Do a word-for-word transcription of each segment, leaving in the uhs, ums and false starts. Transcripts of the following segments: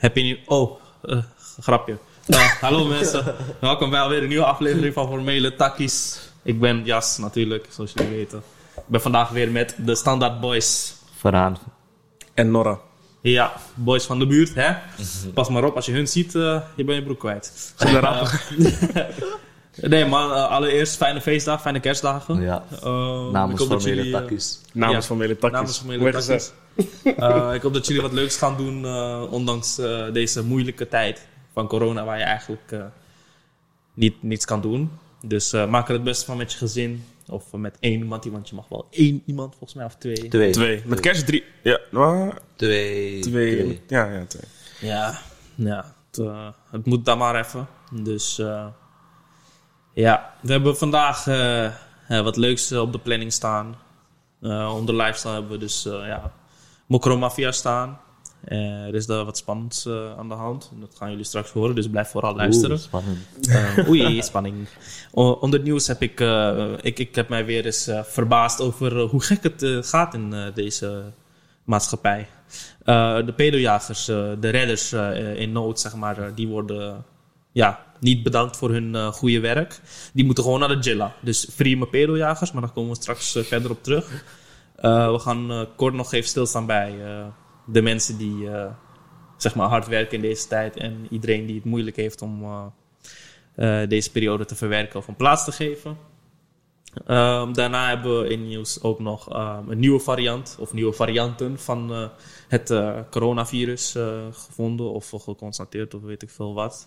Heb je nu... Oh, uh, grapje. Uh, hallo mensen, welkom bij alweer een nieuwe aflevering van Formele Takkies. Ik ben Jas natuurlijk, zoals jullie weten. Ik ben vandaag weer met de Standaard Boys. Farhan. En Nora. Ja, boys van de buurt, hè. Pas maar op, als je hun ziet, uh, je bent je broek kwijt. Uh, nee man, uh, allereerst fijne feestdagen, fijne kerstdagen. Ja, uh, namens Formele Takkies. Namens ja, Formele Takkies. Namens Formele Takkies. uh, ik hoop dat jullie wat leuks gaan doen, uh, ondanks uh, deze moeilijke tijd van corona, waar je eigenlijk uh, niet, niets kan doen. Dus uh, maak er het beste van met je gezin. Of met één iemand, want je mag wel één iemand volgens mij, of twee. Twee. Twee. Met kerst drie. Ja, maar... Twee. Twee. twee. Ja, ja, twee. Ja, ja het, uh, het moet dan maar even. Dus uh, ja, we hebben vandaag uh, uh, wat leuks op de planning staan. Uh, onder lifestyle hebben we dus uh, ja, Mokro Mafia staan. Uh, er is daar wat spannends uh, aan de hand. Dat gaan jullie straks horen, dus blijf vooral luisteren. Oeh, spannend. Uh, oei, spanning. O, onder het nieuws heb ik, uh, ik, ik heb mij weer eens uh, verbaasd over uh, hoe gek het uh, gaat in uh, deze maatschappij. Uh, de pedojagers, uh, de redders uh, in nood, zeg maar, uh, die worden uh, ja, niet bedankt voor hun uh, goede werk. Die moeten gewoon naar de Jilla. Dus free mijn pedojagers, maar daar komen we straks uh, verder op terug. Uh, we gaan uh, kort nog even stilstaan bij uh, de mensen die uh, zeg maar hard werken in deze tijd. En iedereen die het moeilijk heeft om uh, uh, deze periode te verwerken of een plaats te geven. Um, daarna hebben we in nieuws ook nog um, een nieuwe variant of nieuwe varianten van uh, het uh, coronavirus uh, gevonden of geconstateerd of weet ik veel wat.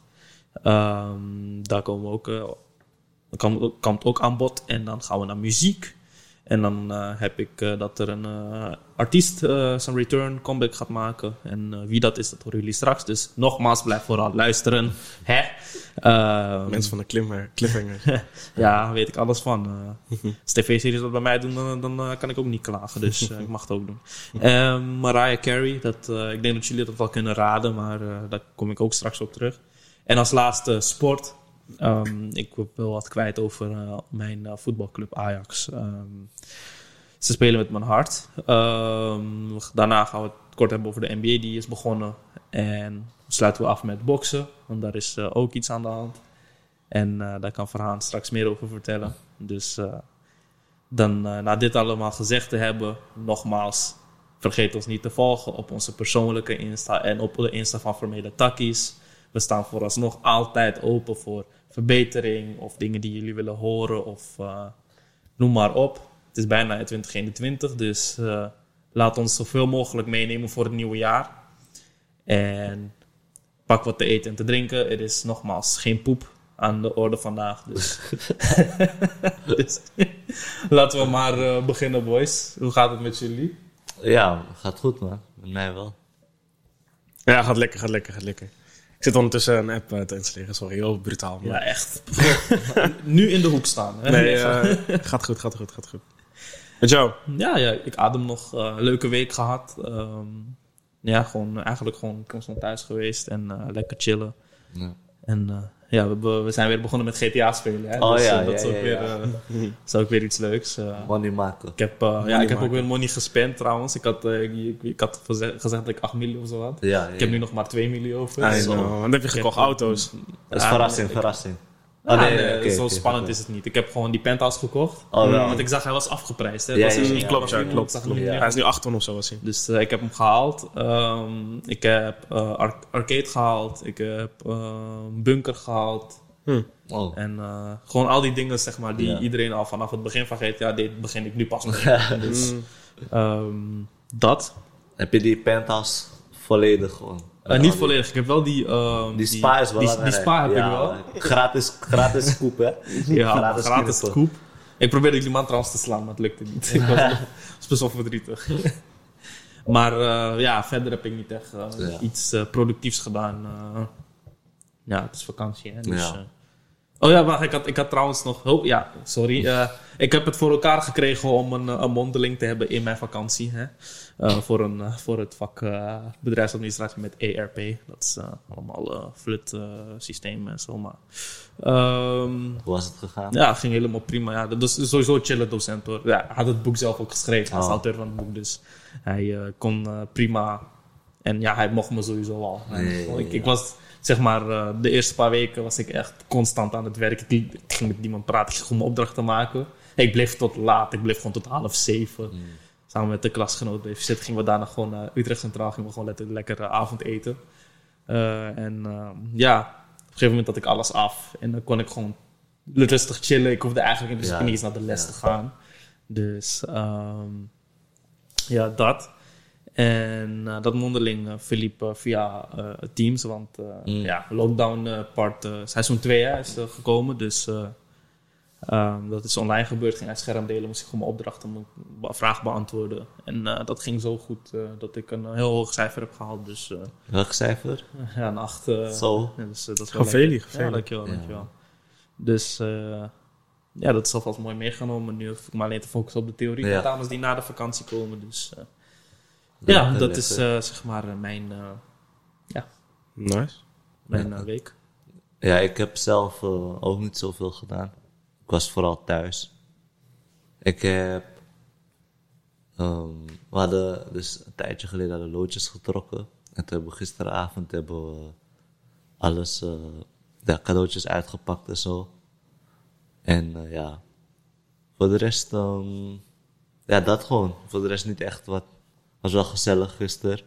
Um, daar komen we ook, uh, kan, kan ook aan bod. En dan gaan we naar muziek. En dan uh, heb ik uh, dat er een uh, artiest uh, zijn return comeback gaat maken. En uh, wie dat is, dat horen jullie straks. Dus nogmaals, blijf vooral luisteren. Hè? Uh, Mensen van de cliffhanger. cliffhanger. ja, weet ik alles van. Uh, als tv-series dat bij mij doen, dan, dan uh, kan ik ook niet klagen. Dus uh, ik mag het ook doen. Uh, Mariah Carey, dat, uh, ik denk dat jullie dat wel kunnen raden. Maar uh, daar kom ik ook straks op terug. En als laatste sport. Um, ik wil wat kwijt over uh, mijn uh, voetbalclub Ajax. Um, ze spelen met mijn hart. Um, daarna gaan we het kort hebben over de N B A die is begonnen. En sluiten we af met boksen, want daar is uh, ook iets aan de hand. En uh, daar kan Farhan straks meer over vertellen. Dus uh, dan uh, na dit allemaal gezegd te hebben, nogmaals, vergeet ons niet te volgen op onze persoonlijke Insta en op de Insta van Formele Takkies. We staan vooralsnog altijd open voor verbetering of dingen die jullie willen horen of uh, noem maar op. Het is bijna twintig eenentwintig, dus uh, laat ons zoveel mogelijk meenemen voor het nieuwe jaar. En pak wat te eten en te drinken. Er is nogmaals geen poep aan de orde vandaag. Dus, dus laten we maar uh, beginnen, boys. Hoe gaat het met jullie? Ja, gaat goed man. Met mij wel. Ja, gaat lekker, gaat lekker, gaat lekker. Ik zit ondertussen een app uh, te installeren. Sorry, heel brutaal. Maar... Ja, echt. Nu in de hoek staan. Hè? Nee, uh, gaat goed, gaat goed, gaat goed. Met jou? Ja, ja, ik adem nog. Uh, een leuke week gehad. Um, ja, gewoon eigenlijk gewoon constant thuis geweest en uh, lekker chillen. Ja. En uh, ja, we, hebben, we zijn weer begonnen met G T A spelen. Hè? Oh dus, ja, uh, dat ja, is ook, ja, weer, ja. uh, is ook weer iets leuks. Uh, money maken. Ik heb, uh, money ja, ik heb maken. ook weer money gespend trouwens. Ik had, uh, ik, ik had gezegd, gezegd dat ik acht miljoen of zo had. Ja, ja, ik heb ja. nu nog maar twee miljoen over. I Zo. know. Dan heb je gekocht auto's. Dat is Ja, verrassing, ik- verrassing. Ah, Oh, nee, nee, nee, oké, zo oké, spannend oké. is het niet. Ik heb gewoon die penthouse gekocht. Oh, wel. Want ik zag hij was afgeprijsd. Hè? Het Ja, was ja, dus ja, één ja, Klopt, ja, miljoen, klopt. ik zag klopt. hem Ja. Hij is nu acht ton of zo, was hij. Dus uh, ik heb hem gehaald. Um, ik heb uh, ar- arcade gehaald. Ik heb uh, bunker gehaald. Hm. Oh. En uh, gewoon al die dingen, zeg maar, die Ja. iedereen al vanaf het begin van G T A deed, begin ik nu pas mee. Dus um, dat. Heb je die penthouse volledig gewoon? Uh, niet volledig. Ik heb wel die... Um, Die spa is wel Die, die belangrijk. spa heb Ja, ik wel. Gratis, gratis scoop, hè? Ja, gratis gratis knuffel. koep. Ik probeerde die man trouwens te slaan, maar het lukte niet. Ik was, was best wel verdrietig. Maar uh, ja, verder heb ik niet echt uh, Ja. iets uh, productiefs gedaan. Uh, ja, het is vakantie, hè. Dus, Ja. uh, oh ja, wacht, ik had, ik had trouwens nog... Oh ja, sorry. Uh, ik heb het voor elkaar gekregen om een, een mondeling te hebben in mijn vakantie. Hè. Uh, voor, een, uh, voor het vak uh, bedrijfsadministratie met E R P. Dat is uh, allemaal uh, flut uh, systeem en zo. Maar, um, Hoe was het gegaan? ja, het ging helemaal prima. Ja, dat is sowieso een chille docent hoor. Ja, hij had het boek zelf ook geschreven. Hij is Oh. auteur van het boek, dus hij uh, kon uh, prima En ja, hij mocht me sowieso al. Nee, ik, ja. ik was, zeg maar, uh, de eerste paar weken was ik echt constant aan het werk. Ik, ik ging met niemand praten, ik ging gewoon mijn opdrachten maken. Ik bleef tot laat, ik bleef gewoon tot half zeven. Mm. Samen met de klasgenoot bleef zitten. Gingen we daarna gewoon naar Utrecht Centraal, gingen we gewoon lekker, lekker uh, avondeten. Uh, en uh, ja, op een gegeven moment had ik alles af. En dan kon ik gewoon rustig chillen. Ik hoefde eigenlijk dus ja. niet eens naar de les ja. te gaan. Dus um, ja, dat. En uh, dat mondeling uh, verliep uh, via uh, Teams. Want uh, mm. ja, lockdown uh, part uh, seizoen twee hè, is uh, gekomen. Dus uh, um, dat is online gebeurd. Ging uit scherm delen. Moest ik gewoon mijn opdrachten, mijn vragen beantwoorden. En uh, dat ging zo goed uh, dat ik een heel hoog cijfer heb gehaald. Dus, uh, welk cijfer? Ja, een acht. Uh, zo? Ja, dus, uh, dat is wel gefelig. Ja, dankjewel, dankjewel. Ja. Dus uh, ja, dat is alvast mooi meegenomen. Nu hoef ik me alleen te focussen op de theorie. Ja. Dames die na de vakantie komen. Dus uh, ja, dat, dat is uh, zeg maar uh, mijn, uh, ja, nice. mijn uh, week. Ja, ik heb zelf uh, ook niet zoveel gedaan. Ik was vooral thuis. Ik heb... Um, we hadden dus een tijdje geleden hadden loodjes getrokken. En toen hebben we gisteravond hebben we alles... Uh, de cadeautjes uitgepakt en zo. En uh, ja, voor de rest, um, ja, dat gewoon. Voor de rest niet echt wat. Was wel gezellig gisteren.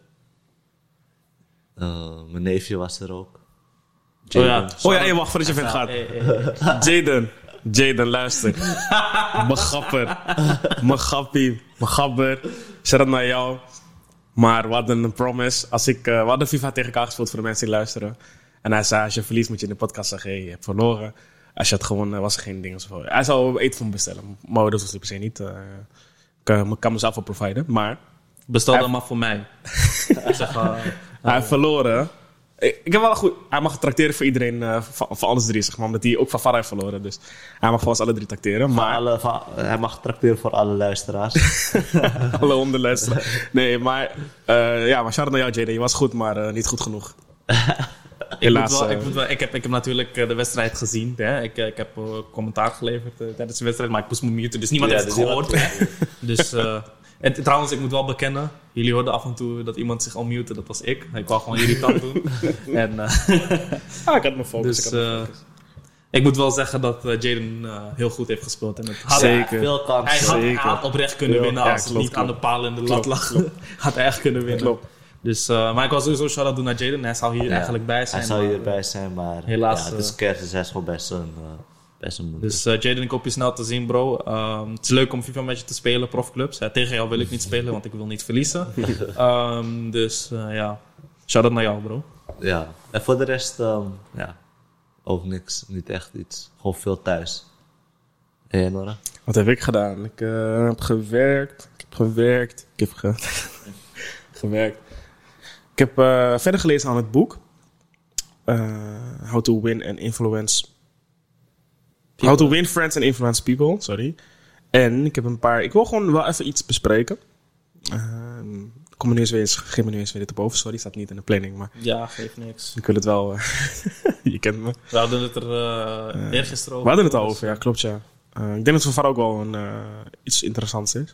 Uh, mijn neefje was er ook. Jaden. Oh ja, oh ja, hey, wacht voordat je verder gaat. Hey, hey, hey. Jaden, Jaden, luister. Mijn gapper, mijn gappie, mijn gabber. Shout-out naar jou. Maar we hadden een promise. Als ik, uh, we hadden FIFA tegen elkaar gespeeld voor de mensen die luisteren. En hij zei, als je verliest moet je in de podcast zeggen, hey, je hebt verloren. Als je had gewonnen, was er geen ding. Zo. Hij zou eten voor me bestellen. Maar dat was per se niet. Uh, ik uh, kan mezelf wel providen, maar... Bestel dan maar voor mij. zeg, uh, hij heeft verloren. Ik, ik heb wel een goed... Hij mag trakteren voor iedereen, uh, voor, voor alles drie, zeg maar. Omdat hij ook van Farah heeft verloren. Dus hij mag voor ons alle drie trakteren. Maar... Alle, van, hij mag trakteren voor alle luisteraars. alle honderd luisteraars. Nee, maar... Uh, ja, maar shout-out naar jou, Jaden. Je was goed, maar uh, niet goed genoeg. Helaas, ik, moet wel, ik, moet wel, ik, heb, ik heb natuurlijk de wedstrijd gezien. Hè? Ik, ik heb uh, commentaar geleverd uh, tijdens de wedstrijd, maar ik moest me muten, dus niemand ja, heeft het gehoord. dus, uh, en trouwens, ik moet wel bekennen, jullie hoorden af en toe dat iemand zich al mute, dat was ik. Ik wou gewoon irritant doen. en, uh, ah, ik had mijn focus. Dus, ik, had mijn focus. Uh, ik moet wel zeggen dat uh, Jaden uh, heel goed heeft gespeeld. En het had Zeker. Veel kansen. Hij had, Zeker. had oprecht kunnen Heel, winnen ja, als het niet klopt. aan de paal en de lat lag. Had hij echt kunnen winnen. Klopt. Dus, uh, maar ik was sowieso shout-out doen naar Jaden. Hij zou hier ja, eigenlijk bij zijn. Hij zou hierbij zijn, maar helaas. Ja, dus kerst is hij gewoon best een, uh, best een moeilijk. Dus uh, Jaden, ik hoop je snel te zien, bro. Um, het is leuk om FIFA met je te spelen, profclubs. Ja, tegen jou wil ik niet spelen, want ik wil niet verliezen. um, dus uh, ja, shout-out naar jou, bro. Ja, en voor de rest, um, ja, ook niks. Niet echt iets. Gewoon veel thuis. En jij, Nora? Wat heb ik gedaan? Ik uh, heb gewerkt. Ik heb gewerkt. Ik heb ge... gewerkt. Ik heb uh, verder gelezen aan het boek. Uh, How to Win and Influence... People. How to Win Friends and Influence People, sorry. En ik heb een paar... Ik wil gewoon wel even iets bespreken. Uh, kom me nu eens weer, geef me nu eens weer dit erboven. Sorry, staat niet in de planning, maar... Ja, geeft niks. Ik wil het wel... Uh, je kent me. We hadden het er uh, uh, eergisteren over. We hadden het al over, ja, klopt, ja. Uh, ik denk dat het voor Farah ook wel een, uh, iets interessants is.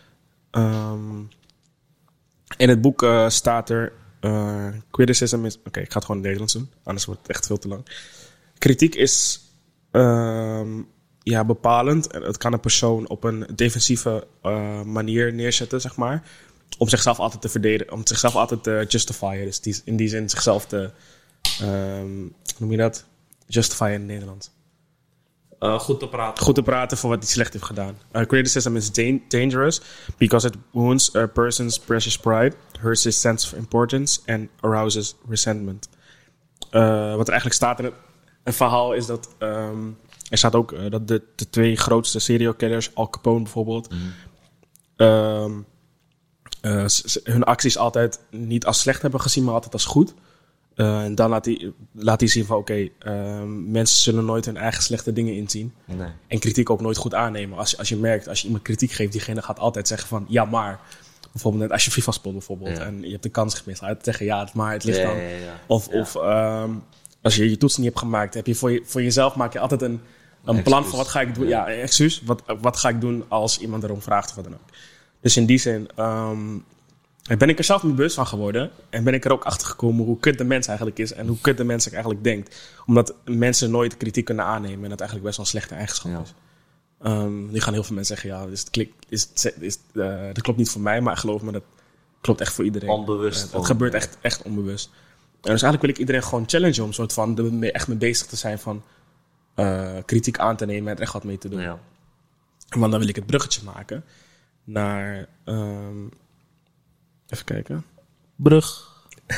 Um, in het boek uh, staat er... Uh, criticism is... Oké, okay, ik ga het gewoon in het Nederlands doen. Anders wordt het echt veel te lang. Kritiek is... Um, ja, bepalend. En het kan een persoon op een defensieve uh, manier neerzetten, zeg maar. Om zichzelf altijd te verdedigen. Om zichzelf altijd te justifyen. Dus die, in die zin zichzelf te... Um, hoe noem je dat? Justifyen in het Nederlands. Uh, goed te praten. Goed te praten voor wat hij slecht heeft gedaan. Uh, criticism is da- dangerous because it wounds a person's precious pride, hurts his sense of importance and arouses resentment. Uh, wat er eigenlijk staat in het, het verhaal is dat... Um, er staat ook uh, dat de, de twee grootste serial killers, Al Capone bijvoorbeeld... Mm. Um, uh, s- hun acties altijd niet als slecht hebben gezien, maar altijd als goed. Uh, en dan laat hij, laat hij zien van oké, okay, uh, mensen zullen nooit hun eigen slechte dingen inzien. Nee. En kritiek ook nooit goed aannemen. Als je, als je merkt, als je iemand kritiek geeft, diegene gaat altijd zeggen van ja, maar. Bijvoorbeeld net als je FIFA speelt bijvoorbeeld. Ja. En je hebt de kans gemist. Hij gaat zeggen ja, maar het ligt ja, dan. Ja, ja. Of, ja. of um, als je je toetsen niet hebt gemaakt, heb je voor, je, voor jezelf maak je altijd een, een plan van wat ga ik doen. Ja, ja excuus. Wat, wat ga ik doen als iemand erom vraagt of wat dan ook. Dus in die zin um, En ben ik er zelf mee bewust van geworden. En ben ik er ook achter gekomen hoe kut de mens eigenlijk is. En hoe kut de mens eigenlijk denkt. Omdat mensen nooit kritiek kunnen aannemen. En dat eigenlijk best wel een slechte eigenschap Ja. is. Um, nu gaan heel veel mensen zeggen, ja, dus het klik, is, is, uh, dat klopt niet voor mij. Maar geloof me, dat klopt echt voor iedereen. Onbewust. Uh, het on- gebeurt echt, echt onbewust. En dus eigenlijk wil ik iedereen gewoon challengen om soort van er mee, echt mee bezig te zijn van uh, kritiek aan te nemen en er echt wat mee te doen. Ja. Want dan wil ik het bruggetje maken naar... Um, even kijken. Brug.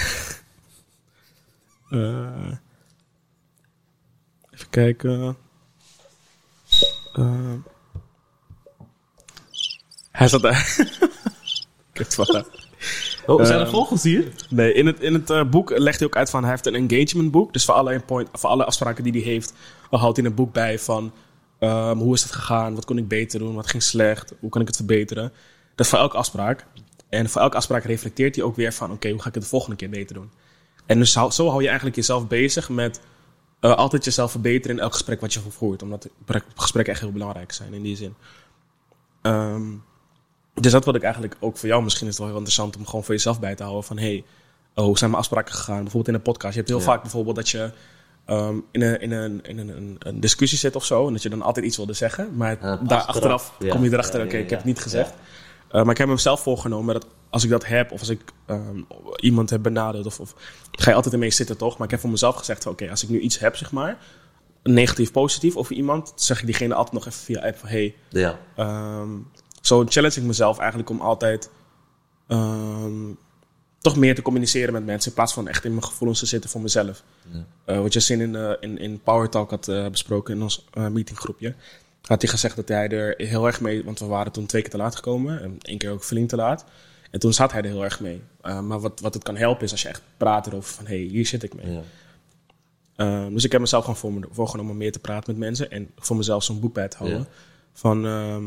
uh, even kijken. Uh, hij zat daar. Ik heb het wel. Oh, zijn er Um, vogels hier? Nee, in het, in het uh, boek legt hij ook uit van... Hij heeft een engagement boek. Dus voor alle, point, voor alle afspraken die hij heeft... houdt hij een boek bij van... Um, hoe is het gegaan? Wat kon ik beter doen? Wat ging slecht? Hoe kan ik het verbeteren? Dat is voor elke afspraak. En voor elke afspraak reflecteert hij ook weer van... Oké, okay, hoe ga ik het de volgende keer beter doen? En dus zo, zo hou je eigenlijk jezelf bezig met... Uh, altijd jezelf verbeteren in elk gesprek wat je voert. Omdat gesprekken echt heel belangrijk zijn in die zin. Um, dus dat wil ik eigenlijk ook voor jou... Misschien is het wel heel interessant om gewoon voor jezelf bij te houden. Van hey, oh, hoe zijn mijn afspraken gegaan? Bijvoorbeeld in een podcast. Je hebt heel ja. vaak bijvoorbeeld dat je... Um, in, een, in, een, in een, een discussie zit of zo. En dat je dan altijd iets wilde zeggen. Maar ja, daar achteraf ja. kom je erachter. Ja, Oké, okay, ja, ja, ik heb het niet gezegd. Ja. Uh, maar ik heb mezelf voorgenomen dat als ik dat heb... of als ik um, iemand heb benaderd... Of, of ga je altijd ermee zitten, toch? Maar ik heb voor mezelf gezegd... Oké, okay, als ik nu iets heb, zeg maar... negatief, positief over iemand... zeg ik diegene altijd nog even via app van... Hey, ja. um, zo challenge ik mezelf eigenlijk om altijd... Um, toch meer te communiceren met mensen... in plaats van echt in mijn gevoelens te zitten voor mezelf. Ja. Uh, wat Yassine in, uh, in, in Power Talk had uh, besproken in ons uh, meetinggroepje... had hij gezegd dat hij er heel erg mee... want we waren toen twee keer te laat gekomen... en één keer ook flink te laat. En toen zat hij er heel erg mee. Uh, maar wat, wat het kan helpen is als je echt praat erover van... hé, hey, hier zit ik mee. Ja. Uh, dus ik heb mezelf gewoon voor me, voorgenomen om meer te praten met mensen... en voor mezelf zo'n boek bij te houden. Ja. Van, um,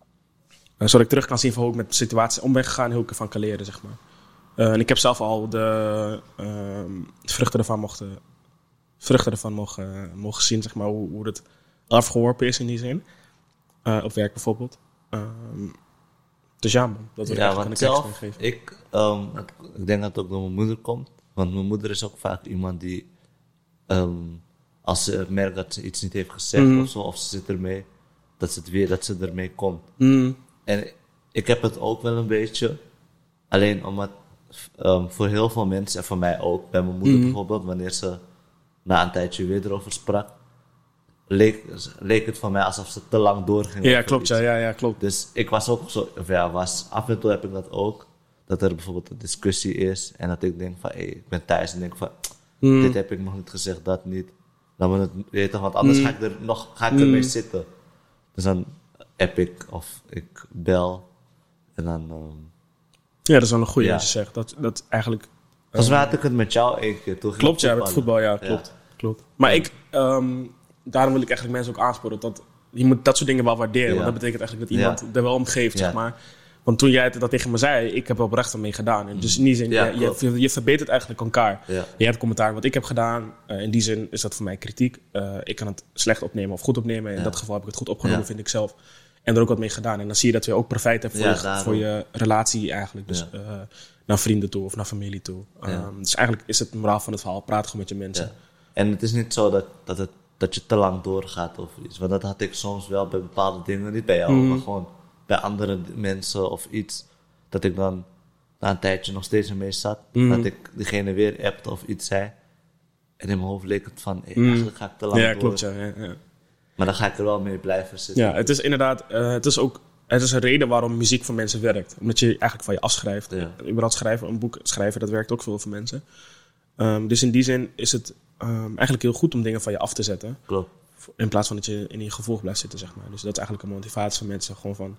uh, zodat ik terug kan zien van hoe ik met situaties om ben gegaan... en hoe ik ervan kan leren, zeg maar. Uh, en ik heb zelf al de uh, vruchten ervan mochten, vruchten ervan mogen, mogen zien, zeg maar, hoe, hoe het afgeworpen is in die zin. Uh, op werk bijvoorbeeld. Um, dus ja, man, dat wil ik ja, eigenlijk een zelf, tekst geven. Ik, um, ik denk dat het ook door mijn moeder komt. Want mijn moeder is ook vaak iemand die, um, als ze merkt dat ze iets niet heeft gezegd mm. of zo, of ze zit ermee, dat ze, het weer, dat ze ermee komt. Mm. En ik heb het ook wel een beetje, alleen omdat um, voor heel veel mensen, en voor mij ook, bij mijn moeder mm. bijvoorbeeld, wanneer ze na een tijdje weer erover sprak, leek, leek het voor mij alsof ze te lang doorging. Ja, klopt, ja, ja, ja, klopt. Dus ik was ook zo, of ja, was, af en toe heb ik dat ook, dat er bijvoorbeeld een discussie is en dat ik denk van, hé, hey, ik ben thuis en denk van, mm. dit heb ik nog niet gezegd, dat niet. Dan moet het weten, want anders mm. ga ik er nog, ga ik mm. ermee zitten. Dus dan app ik of ik bel en dan... Um, ja, dat is wel een goede, ja. Wat je zegt. Dat, dat eigenlijk... Volgens mij had ik het met jou één keer, toch? Klopt, ja, met voetbal, ja, klopt. Ja. klopt. Maar ja. ik, um, daarom wil ik eigenlijk mensen ook aansporen dat je moet dat soort dingen wel waarderen. Ja. Want dat betekent eigenlijk dat iemand ja. er wel om geeft, ja. zeg maar. Want toen jij dat tegen me zei, ik heb er oprecht aan mee gedaan. En dus in die zin, ja, je, je, je verbetert eigenlijk elkaar. Ja. Je hebt commentaar wat ik heb gedaan. Uh, in die zin is dat voor mij kritiek. Uh, ik kan het slecht opnemen of goed opnemen. In ja. dat geval heb ik het goed opgenomen, ja. vind ik zelf. En er ook wat mee gedaan. En dan zie je dat je ook profijt hebt voor, ja, je, voor je relatie eigenlijk. Dus ja. uh, naar vrienden toe of naar familie toe. Um, ja. Dus eigenlijk is het moraal van het verhaal. Praat gewoon met je mensen. Ja. En het is niet zo dat, dat, het, dat je te lang doorgaat of iets. Want dat had ik soms wel bij bepaalde dingen. Niet bij jou, mm. maar gewoon bij andere mensen of iets. Dat ik dan na een tijdje nog steeds ermee zat. Mm. Dat ik diegene weer appte of iets zei. En in mijn hoofd leek het van, hey, mm. eigenlijk ga ik te lang ja, door. Klopt, ja, ja, ja. Maar dan ga ik er wel mee blijven zitten. Ja, het is inderdaad, uh, het is ook, het is een reden waarom muziek voor mensen werkt. Omdat je eigenlijk van je afschrijft. Ja. Überhaupt schrijven, een boek schrijven, dat werkt ook veel voor mensen. Um, dus in die zin is het um, eigenlijk heel goed om dingen van je af te zetten. Klopt. In plaats van dat je in je gevoel blijft zitten, zeg maar. Dus dat is eigenlijk een motivatie van mensen. Gewoon van,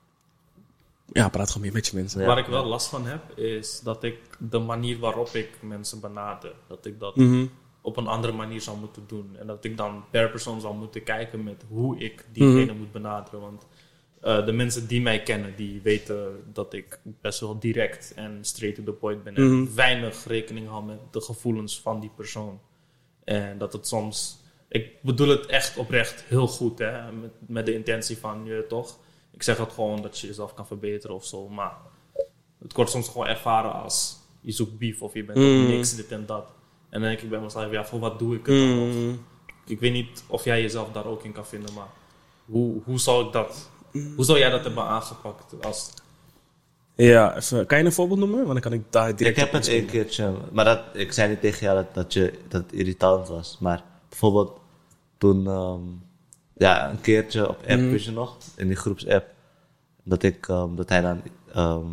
ja, praat gewoon meer met je mensen. Ja. Waar ik wel last van heb, is dat ik de manier waarop ik mensen benader, dat ik dat mm-hmm. op een andere manier zou moeten doen. En dat ik dan per persoon zou moeten kijken met hoe ik diegene mm-hmm. moet benaderen. Want uh, de mensen die mij kennen, die weten dat ik best wel direct en straight to the point ben. Mm-hmm. En weinig rekening hou met de gevoelens van die persoon. En dat het soms... Ik bedoel het echt oprecht heel goed, hè. Met, met de intentie van, je toch... Ik zeg het gewoon dat je jezelf kan verbeteren of zo. Maar het wordt soms gewoon ervaren als je zoekt beef of je bent Mm. op niks, dit en dat. En dan denk ik bij mezelf, ja, voor wat doe ik het dan? Of, Mm. ik weet niet of jij jezelf daar ook in kan vinden, maar hoe, hoe zou ik dat, hoe zou jij dat hebben aangepakt? Als, Ja, even, kan je een voorbeeld noemen? Want dan kan ik daar direct Ik heb op het een inspelen. keertje, maar dat, ik zei niet tegen jou dat, dat, je, dat het irritant was. Maar bijvoorbeeld toen, ehm, ja, een keertje op Mhm. AppVision nog, in die groepsapp, dat, ik, ehm, dat hij dan, ehm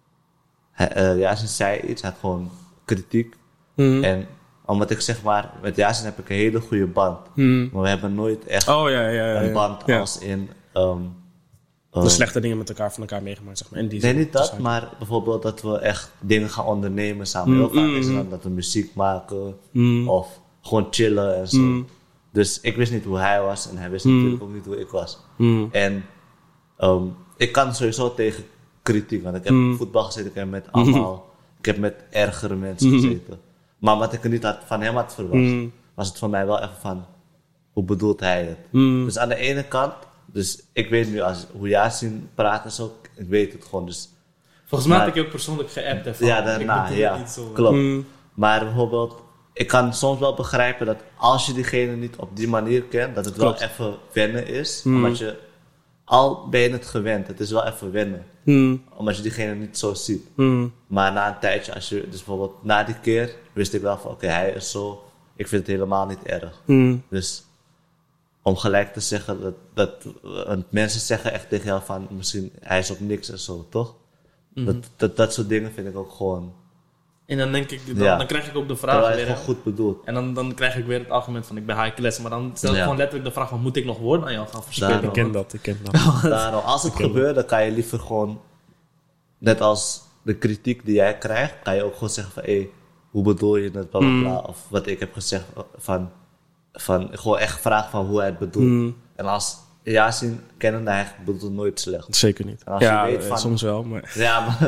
hij, uh, Yasin zei iets, hij had gewoon kritiek. Mhm. En omdat ik zeg maar, met Yasin heb ik een hele goede band. Mhm. Maar we hebben nooit echt Oh ja, ja, ja. een ja. band Ja. als in... ehm, De ehm, slechte dingen met elkaar van elkaar meegemaakt, zeg maar. In die Nee, zin. niet dat, Dus, maar bijvoorbeeld dat we echt dingen gaan ondernemen samen. Mm, Heel vaak mm, is het mm. dan dat we muziek maken Mm. of gewoon chillen en zo. Mm. Dus ik wist niet hoe hij was en hij wist Mm. natuurlijk ook niet hoe ik was. Mm. En ehm, ik kan sowieso tegen kritiek, want ik heb Mm. voetbal gezeten, ik heb met allemaal, ik heb met ergere mensen Mm. gezeten. Maar wat ik er niet had, van hem had verwacht, Mm. was het voor mij wel even van, hoe bedoelt hij het? Mm. Dus aan de ene kant, dus ik weet nu als, hoe Yasin praat en zo, ik weet het gewoon. Dus volgens mij Maar- heb ik je ook persoonlijk geappt. hè, van, ja, ik daarna, bedoel ja, het niet zo. klopt. Mm. Maar bijvoorbeeld, ik kan soms wel begrijpen dat als je diegene niet op die manier kent, dat het Klopt. wel even wennen is. Mm. Omdat je, al ben je het gewend, het is wel even wennen. Mm. Omdat je diegene niet zo ziet. Mm. Maar na een tijdje, als je, dus bijvoorbeeld na die keer, wist ik wel van, oké, hij is zo, ik vind het helemaal niet erg. Mm. Dus om gelijk te zeggen dat, dat want mensen zeggen echt tegen jou van, misschien hij is op niks en zo, toch? Mhm. dat, dat, dat soort dingen vind ik ook gewoon, En dan denk ik, dan, Ja. dan krijg ik ook de terwijl vraag hij weer. het hè. gewoon goed bedoelt. En dan, dan krijg ik weer het argument van ik ben high class. Maar dan stel ik Ja. gewoon letterlijk de vraag van moet ik nog woorden aan jou gaan verspillen? Daarom. Ik ken dat, ik ken dat. Daarom, als het gebeurt, dan kan je liever gewoon, net als de kritiek die jij krijgt, kan je ook gewoon zeggen van, hé, hey, hoe bedoel je het, bla bla bla. Of wat ik heb gezegd, van, van gewoon echt vragen van hoe hij het bedoelt. Mm. En als Yasin kennende, hij bedoelt het nooit slecht. Zeker niet. En als je Ja, weet eh, van- soms wel, maar... Ja, maar...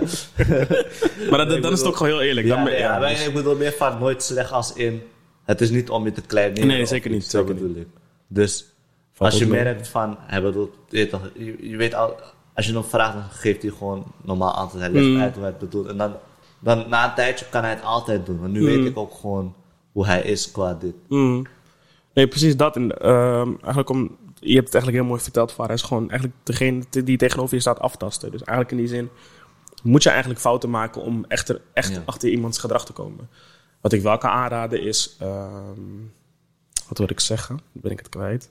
Maar dan, dan Ik is het bedoel- ook gewoon heel eerlijk. Ja, Dan, nee, ja, ja, maar dus- ik bedoel meer van nooit slecht als in, het is niet om je te kleineren. Nee, of zeker iets, niet, dat zeker bedoel ik. Dus Valt als je ook mee. merkt van, hij bedoelt, je weet, toch, je, je weet al, als je hem vraagt, dan geeft hij gewoon normaal antwoord. Hij legt Mm. uit hoe hij het bedoelt. En dan, dan na een tijdje kan hij het altijd doen. Want nu Mm. weet ik ook gewoon hoe hij is qua dit. Mm. Nee, precies dat. En, ehm, eigenlijk om, je hebt het eigenlijk heel mooi verteld, Farah. Hij is gewoon eigenlijk degene die tegenover je staat aftasten. Dus eigenlijk in die zin moet je eigenlijk fouten maken om echt, er, echt Ja. achter iemands gedrag te komen. Wat ik wel kan aanraden is... ehm, wat wil ik zeggen? Dan ben ik het kwijt.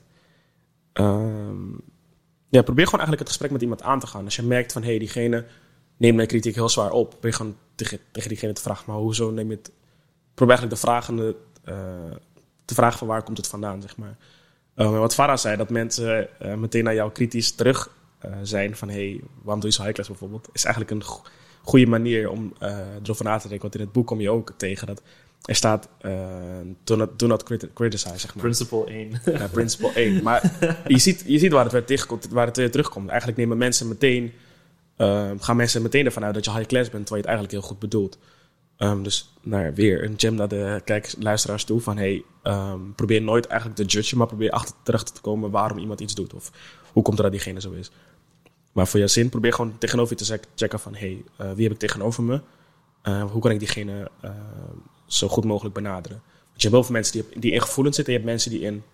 Ehm, ja, probeer gewoon eigenlijk het gesprek met iemand aan te gaan. Als je merkt van, hé, hey, diegene neemt mijn kritiek heel zwaar op. Probeer gewoon tegen, tegen diegene te vragen, maar hoezo neem je het... Probeer eigenlijk de vragende... eh, te vragen van waar komt het vandaan, zeg maar. Uh, maar wat Farah zei, dat mensen uh, meteen naar jou kritisch terug uh, zijn van... hey, waarom doe je zo high class bijvoorbeeld? Is eigenlijk een go- goede manier om uh, erover na te denken. Want in het boek kom je ook tegen dat er staat... Uh, do, not, do not crit- criticize, zeg maar. Principle één. Ja, principle één. Maar je ziet, je ziet waar, het weer tegenkomt, waar het weer terugkomt. Eigenlijk nemen mensen meteen... Uh, gaan mensen meteen ervan uit dat je high class bent... terwijl je het eigenlijk heel goed bedoelt. Um, dus nou, weer een gem naar de kijkers, luisteraars toe. Van hey, um, probeer nooit eigenlijk te judgen, maar probeer achter terug te komen waarom iemand iets doet. Of hoe komt het dat diegene zo is. Maar voor Yasin, probeer gewoon tegenover je te checken van hey, uh, wie heb ik tegenover me? Uh, hoe kan ik diegene uh, zo goed mogelijk benaderen? Want je hebt heel veel mensen die, die in gevoelens zitten. En je hebt mensen die in,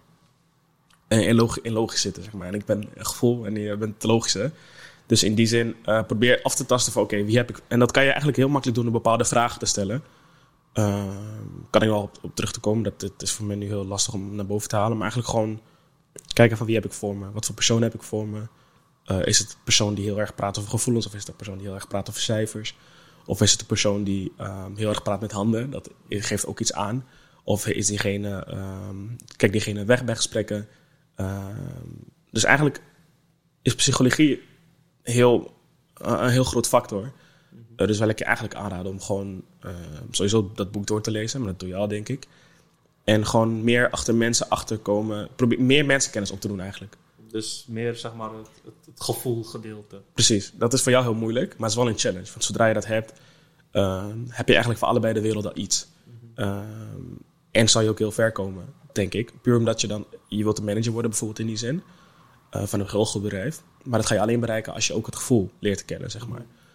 in, log- in logisch zitten, zeg maar. En ik ben een gevoel en je bent het logische. Dus in die zin, uh, probeer af te tasten van oké, okay, wie heb ik... En dat kan je eigenlijk heel makkelijk doen door bepaalde vragen te stellen. Uh, kan ik wel op, op terug te komen. Dat het is voor mij nu heel lastig om naar boven te halen. Maar eigenlijk gewoon kijken van wie heb ik voor me? Wat voor persoon heb ik voor me? Uh, is het een persoon die heel erg praat over gevoelens? Of is het een persoon die heel erg praat over cijfers? Of is het een persoon die um, heel erg praat met handen? Dat geeft ook iets aan. Of is diegene... Um, kijk diegene weg bij gesprekken? Uh, dus eigenlijk is psychologie... Heel, uh, een heel groot factor. Uh, dus wil ik je eigenlijk aanraden om gewoon uh, sowieso dat boek door te lezen. Maar dat doe je al, denk ik. En gewoon meer achter mensen achterkomen. Probeer meer mensenkennis op te doen eigenlijk. Dus meer zeg maar het, het, het gevoelgedeelte. Precies. Dat is voor jou heel moeilijk. Maar het is wel een challenge. Want zodra je dat hebt, uh, heb je eigenlijk voor allebei de wereld al iets. Uh, en zal je ook heel ver komen, denk ik. Puur omdat je dan... Je wilt een manager worden bijvoorbeeld in die zin. Uh, van een heel goed bedrijf. Maar dat ga je alleen bereiken als je ook het gevoel leert kennen, zeg maar.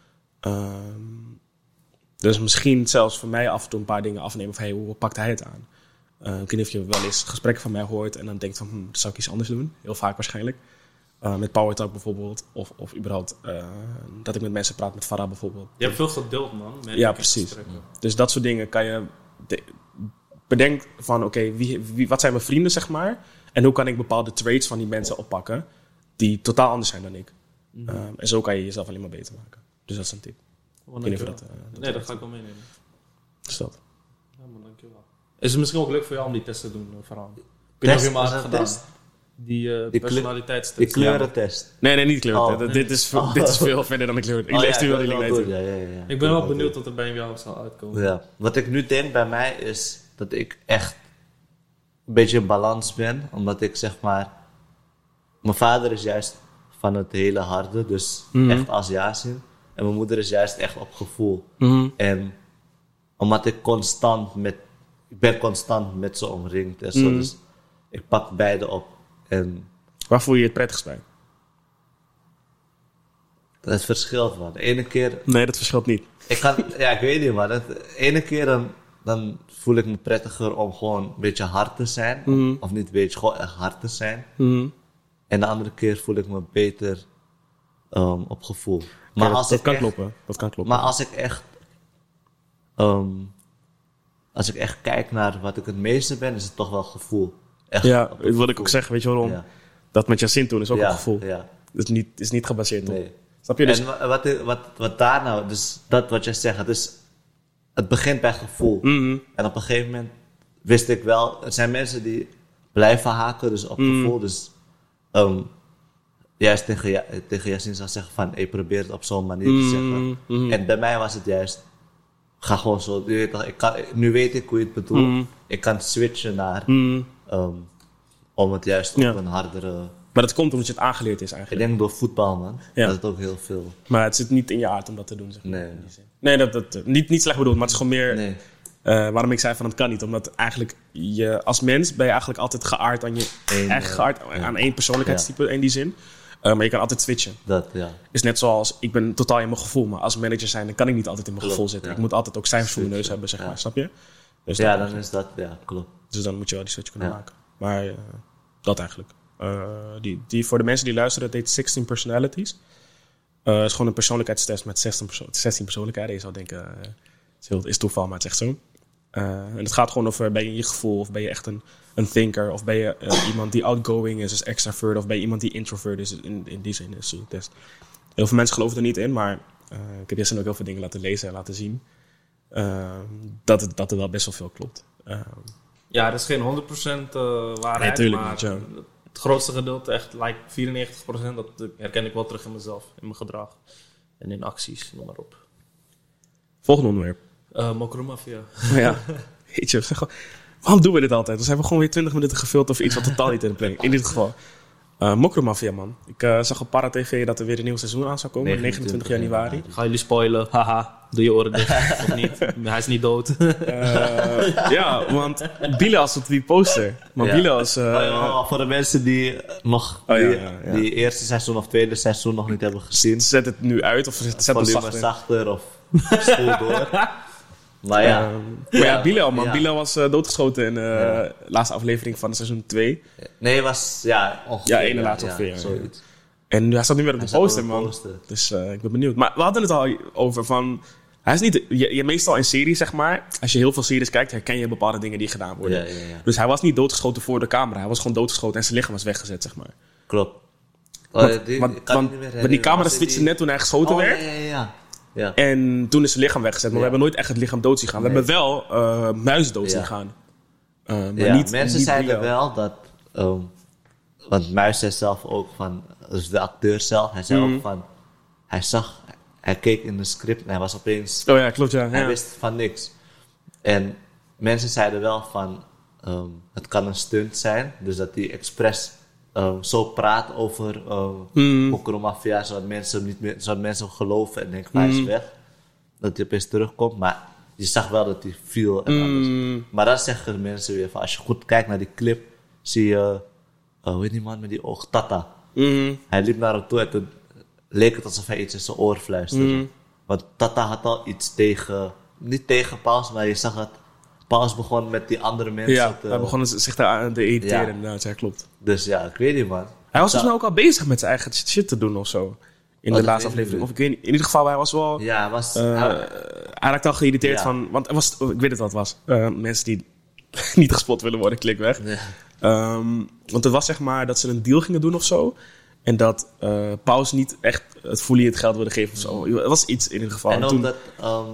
Um, dus misschien zelfs voor mij af en toe een paar dingen afnemen van hey, hoe pakt hij het aan? Uh, ik weet niet of je wel eens gesprekken van mij hoort en dan denkt van hm, zou ik iets anders doen? Heel vaak waarschijnlijk. Uh, met Power Talk bijvoorbeeld. Of, of überhaupt uh, dat ik met mensen praat, met Farah bijvoorbeeld. Je hebt veel geduld, man. Met ja, precies. Dus dat soort dingen kan je... De, bedenk van oké, okay, wie, wie, wat zijn mijn vrienden, zeg maar? En hoe kan ik bepaalde traits van die mensen oppakken die totaal anders zijn dan ik? Mm-hmm. Um, en zo kan je jezelf alleen maar beter maken. Dus dat is een tip. Oh, dat, uh, dat nee, dat ga ik wel meenemen. Dus dat. Ja, man, dankjewel. Is het misschien ook leuk voor jou om die test te doen, vooral? Ik weet niet of je maar hebt gedaan. Test? Die, uh, die personaliteitstest. Die kleurentest. Nee, nee, niet kleurentest. Oh. Dit, is, oh. dit is veel verder dan de kleurentest. Ik oh, lees ja, wel die link ja, ja, ja. Ik ben wel benieuwd wat er bij jou zal uitkomen. Ja. Wat ik nu denk bij mij is dat ik echt een beetje in balans ben. Omdat ik zeg maar... Mijn vader is juist van het hele harde. Dus mm-hmm. echt als Yasin. En mijn moeder is juist echt op gevoel. Mm-hmm. En omdat ik constant met... Ik ben constant met ze omringd en zo. Mm-hmm. Dus ik pak beide op. En waar voel je je het prettigst bij? Het verschilt, man. De ene keer... Nee, dat verschilt niet. Ik kan... Ja, ik weet niet, man. De ene keer dan, dan voel ik me prettiger om gewoon een beetje hard te zijn. Mm-hmm. Of niet een beetje, gewoon echt hard te zijn. Mm-hmm. En de andere keer voel ik me beter um, op gevoel. Maar ja, als dat, ik kan echt, kloppen. dat kan kloppen. Maar als ik echt... Um, als ik echt kijk naar wat ik het meeste ben, is het toch wel gevoel. Echt ja, dat wil ik ook zeggen. Weet je waarom? Ja. Dat met Yasin toen is ook ja, een gevoel. Ja. Het is niet, is niet gebaseerd op. Nee. Snap je? Dus en wat, wat, wat daar nou... Dus dat wat jij zegt, dus het begint bij gevoel. Mm-hmm. En op een gegeven moment wist ik wel... Er zijn mensen die blijven haken, dus op mm. gevoel. Dus um, juist tegen, ja, tegen Yasin zou zeggen van... Hey, probeer het op zo'n manier mm. te zeggen. Mm. En bij mij was het juist... Ga gewoon zo... Je weet toch, ik kan, nu weet ik hoe je het bedoelt. Mm. Ik kan switchen naar... Mm. Um, om het juist op ja. een hardere... Maar dat komt omdat je het aangeleerd is eigenlijk. Ik denk door voetbal, man. Ja. Dat is ook heel veel. Maar het zit niet in je aard om dat te doen, zeg maar. Nee. Nee, dat, dat, niet, niet slecht bedoeld, maar het is gewoon meer... Nee. Uh, waarom ik zei van het kan niet. Omdat eigenlijk je als mens ben je eigenlijk altijd geaard aan je... Eén, echt geaard ja. aan één persoonlijkheidstype ja. in die zin. Uh, maar je kan altijd switchen. Dat, ja. Is net zoals, ik ben totaal in mijn gevoel. Maar als manager zijn, dan kan ik niet altijd in mijn klopt, gevoel zitten. Ja. Ik moet altijd ook cijfers voor mijn neus hebben, zeg maar. Ja. Snap je? Dus ja, dan is dat... Ja, klopt. Dus dan moet je wel die switch kunnen ja. maken. Maar uh, dat eigenlijk. Uh, die, die, voor de mensen die luisteren, het heet zestien Personalities. Het uh, is gewoon een persoonlijkheidstest met zestien, perso- zestien persoonlijkheden. Je zou denken, uh, het is, heel, is toeval, maar het is echt zo. Uh, en het gaat gewoon over, ben je in je gevoel, of ben je echt een, een thinker, of ben je uh, iemand die outgoing is, dus extravert, of ben je iemand die introvert is, in, in die zin is die test. Heel veel mensen geloven er niet in, maar uh, ik heb Yasin ook heel veel dingen laten lezen en laten zien. Uh, dat, het, dat er wel best wel veel klopt. Uh, ja, dat is geen honderd procent uh, waarheid, nee, tuurlijk maar niet, ja. het grootste gedeelte, echt like vierennegentig procent, dat herken ik wel terug in mezelf, in mijn gedrag en in acties, noem maar op. Volgende onderwerp. Uh, Mokromafia. Ja, weet je, zeg gewoon, waarom doen we dit altijd? Dus hebben we gewoon weer twintig minuten gevuld over iets wat totaal niet in de planning. In dit geval. Uh, Mokromafia, man. Ik uh, zag op Para T V dat er weer een nieuw seizoen aan zou komen. negenentwintig januari. Ga jullie spoilen? Haha, doe je oren dicht. Of niet? Hij is niet dood. uh, ja, want Bilas op die poster. Maar ja. Bilas... Uh, oh, ja, voor de mensen die nog oh, ja, die, ja, ja. die eerste seizoen of tweede seizoen nog niet hebben gezien. Zet het nu uit of zet het zachter. zachter of spoel door. Maar ja. Um, maar ja, Bilal, man. Ja. Bilal was uh, doodgeschoten in de uh, ja. laatste aflevering van seizoen twee. Nee, was, ja, ongeveer. Ja, één laatste ongeveer. Ja, zoiets. En hij staat nu weer op de hij poster, man. Poster. Dus uh, ik ben benieuwd. Maar we hadden het al over van... Hij is niet... Je, je meestal in series, zeg maar... Als je heel veel series kijkt, herken je bepaalde dingen die gedaan worden. Ja, ja, ja. Dus hij was niet doodgeschoten voor de camera. Hij was gewoon doodgeschoten en zijn lichaam was weggezet, zeg maar. Klopt. Oh, want, die, want, want, want die camera switchte die... net toen hij geschoten oh, werd. Ja, ja, ja. Ja. En toen is zijn lichaam weggezet. Maar ja. we hebben nooit echt het lichaam dood zien gaan. Nee. We hebben wel uh, muizen dood zien ja. gaan. Uh, maar ja, niet, mensen niet zeiden wel dat... Um, want Muis zei zelf ook van... Dus de acteur zelf, hij zei mm. ook van... Hij zag... Hij keek in de script en hij was opeens... Oh ja, klopt ja. Hij ja. wist van niks. En mensen zeiden wel van... Um, het kan een stunt zijn. Dus dat hij expres... Um, zo praat over Mokromafia, mm. zodat mensen niet meer, zodat mensen geloven en denken, mm. hij is weg. Dat hij opeens terugkomt, maar je zag wel dat hij viel en alles. Mm. Maar dan zeggen de mensen weer van, als je goed kijkt naar die clip, zie je, uh, hoe heet die man met die oog, Tata. Mm. Hij liep naar hem toe en toen leek het alsof hij iets in zijn oor fluisterde. Mm. Want Tata had al iets tegen, niet tegen Paus, maar je zag dat Paus begon met die andere mensen Ja, te... hij begon zich daar aan te irriteren Ja. inderdaad, ja, klopt. Dus ja, ik weet niet, man. Hij was Dat- volgens mij ook al bezig met zijn eigen shit te doen of zo. In Oh, de dat laatste weet ik aflevering. niet. Of ik weet niet, in ieder geval, hij was wel... Ja, hij was... eh, hij- hij raakte al geïrriteerd Ja. van... Want er was, oh, ik weet het wat het was. Eh, mensen die niet gespot willen worden, klik weg. ja. Ehm, want het was zeg maar dat ze een deal gingen doen of zo. En dat eh Paus niet echt het fully het geld wilde geven of zo. Het was iets in ieder geval. En En ook toen, dat... ehm,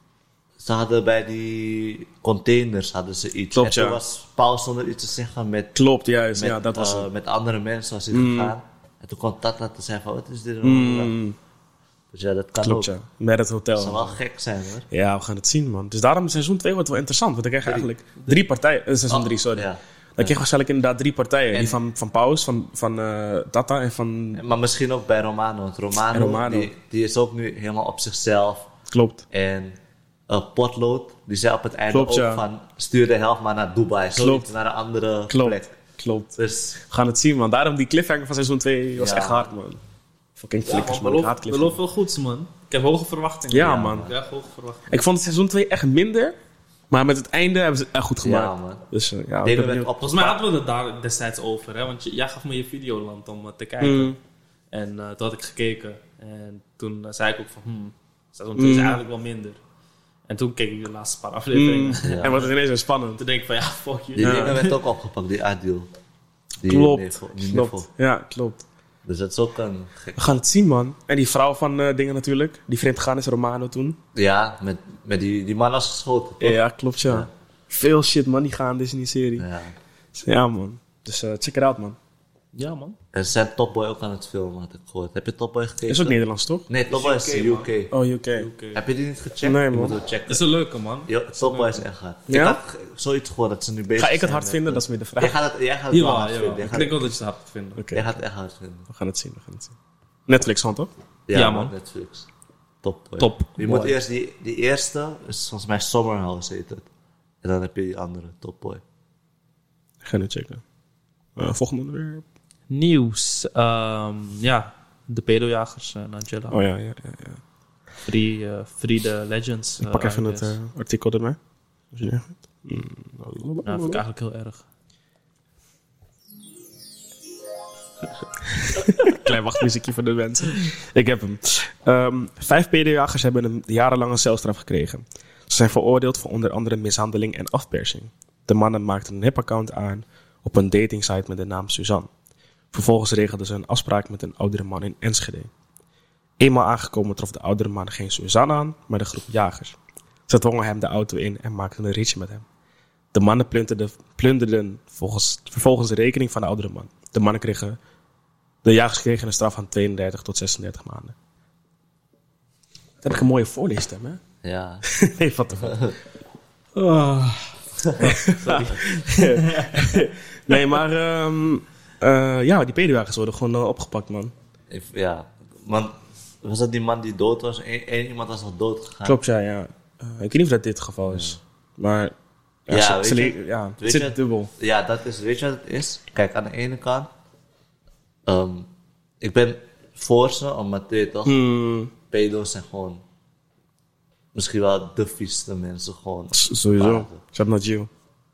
ze hadden bij die containers hadden ze iets. Klopt, en toen ja. was Paus zonder iets te zeggen met... Klopt, juist. met, ja, dat was eh, het. met andere mensen was hij Mm. gegaan. En toen kwam Tata te zeggen van, wat is dit? Mm, Dus ja, dat kan klopt, ook. ja. Met het Dat zou hotel. wel gek zijn, hoor. Ja, we gaan het zien, man. Dus daarom seizoen twee wordt wel interessant. Want dan krijg je eigenlijk drie partijen. eh, seizoen Oh, drie, sorry. Ja. Dan krijg je waarschijnlijk inderdaad drie partijen. En- Die van, van Paus, van, van eh, Tata en van... Maar misschien ook bij Romano. Want Romano, En Romano. Die, die is ook nu helemaal op zichzelf. Klopt. En uh, Potlood, die zei op het einde Klopt, ook ja. van... stuur de helft maar naar Dubai. Zoiets, Klopt. naar een andere Klopt. plek. Klopt. Dus We gaan het zien, man. Daarom die cliffhanger van seizoen twee was Ja. echt hard, man. Fucking Ja, flikkers, man, man. Ik haat beloof, cliffhangers. beloof veel goeds, man. Ik heb hoge verwachtingen. Ja, Ja, man. Ja, hoge verwachtingen. Ik vond het seizoen twee echt minder. Maar met het einde hebben ze het echt goed gemaakt. ja, man. Dus uh, ja, ik Dingen ben werd benieuwd. op. Volgens mij hadden we het daar destijds over, hè? Want je- jij gaf me je videoland om eh, te kijken. Mm. En eh, toen had ik gekeken. En toen eh, zei ik ook van, hmm, seizoen twee is Mm. eigenlijk wel minder. En toen keek ik de laatste paar afleveringen. Mm. Ja. En wordt het ineens weer spannend. Toen denk ik van, ja, fuck you. Die Ja. dingen werd ook opgepakt, die Adil. Die Klopt. Nevo- die Nevo. Klopt. Ja, klopt. Dus dat is ook een gek. We gaan het zien, man. En die vrouw van eh, dingen natuurlijk. Die vreemd gegaan is, Romano toen. Ja, met, met die, die man was geschoten. toch? Ja, klopt, ja. Ja. Veel shit, man, die gaan dus in die serie. Ja, Ja. man. Dus eh, check it out, man. Ja, man. En ze zijn Top Boy ook aan het filmen, had ik gehoord. Heb je Top Boy gekeken? Is ook Nederlands, toch? Nee, Top Boy is U K, U man. K. Oh, U K. Oké. Heb je die niet gecheckt? Nee, Je man. moet het checken. Dat is een leuke, man. Ja, Top Boy is echt hard. Ja? Ik had zoiets gehoord dat ze nu bezig Ga ik het zijn hard met- vinden? Dat is meer de vraag. Jij gaat het, jij gaat het wel Jawel, hard jawel. vinden. Jij Ik gaat, denk wel dat je het hard vindt. Oké, jij gaat het echt hard vinden. we gaan het zien, we gaan het zien. Netflix, hand toch? Ja, Ja, man. man. Netflix. Top Boy. Top Je Boy. moet eerst die, die eerste, is volgens mij Summerhouse heet het. En dan heb je die andere, Top Boy. Ik ga nu checken. Uh, volgende onderwerp. Nieuws. Ehm, ja, de pedojagers uh, naar Jeddah. Oh ja, ja, ja. ja. Free, eh, free the Legends. Ik pak eh, even I het guess. uh, artikel erbij. Als je het hebt. Mm. Ja, vind ik eigenlijk heel erg. Klein wachtmuziekje voor de mensen. Ik heb hem. Um, vijf pedojagers hebben een jarenlange celstraf gekregen. Ze zijn veroordeeld voor onder andere mishandeling en afpersing. De mannen maakten een nepaccount aan op een datingsite met de naam Suzanne. Vervolgens regelden ze een afspraak met een oudere man in Enschede. Eenmaal aangekomen trof de oudere man geen Suzanne aan, maar de groep jagers. Ze dwongen hem de auto in en maakten een ritje met hem. De mannen plunderden, plunderden volgens, vervolgens de rekening van de oudere man. De mannen kregen, de jagers kregen een straf van tweeëndertig tot zesendertig maanden. Dat heb ik een mooie voorleesstem, hè? Ja. Nee, wat de fuck. Oh. Nee, maar um, uh, ja, die pedojagers worden gewoon uh, opgepakt, man. Ik- ja. Man, was dat die man die dood was? Eén één iemand was al dood gegaan. Klopt, ja, ja. Uh, ik weet niet of dat dit het geval is. Maar ja, Ja, ze, weet ze je- le- ja, het weet zit je- dubbel. Ja, dat is, weet je wat het is? Kijk, aan de ene kant, ehm, ik ben voor ze, omdat dit toch, Hmm, pedo's zijn gewoon misschien wel de vieste mensen gewoon. s- sowieso. Waarde. Shout out you.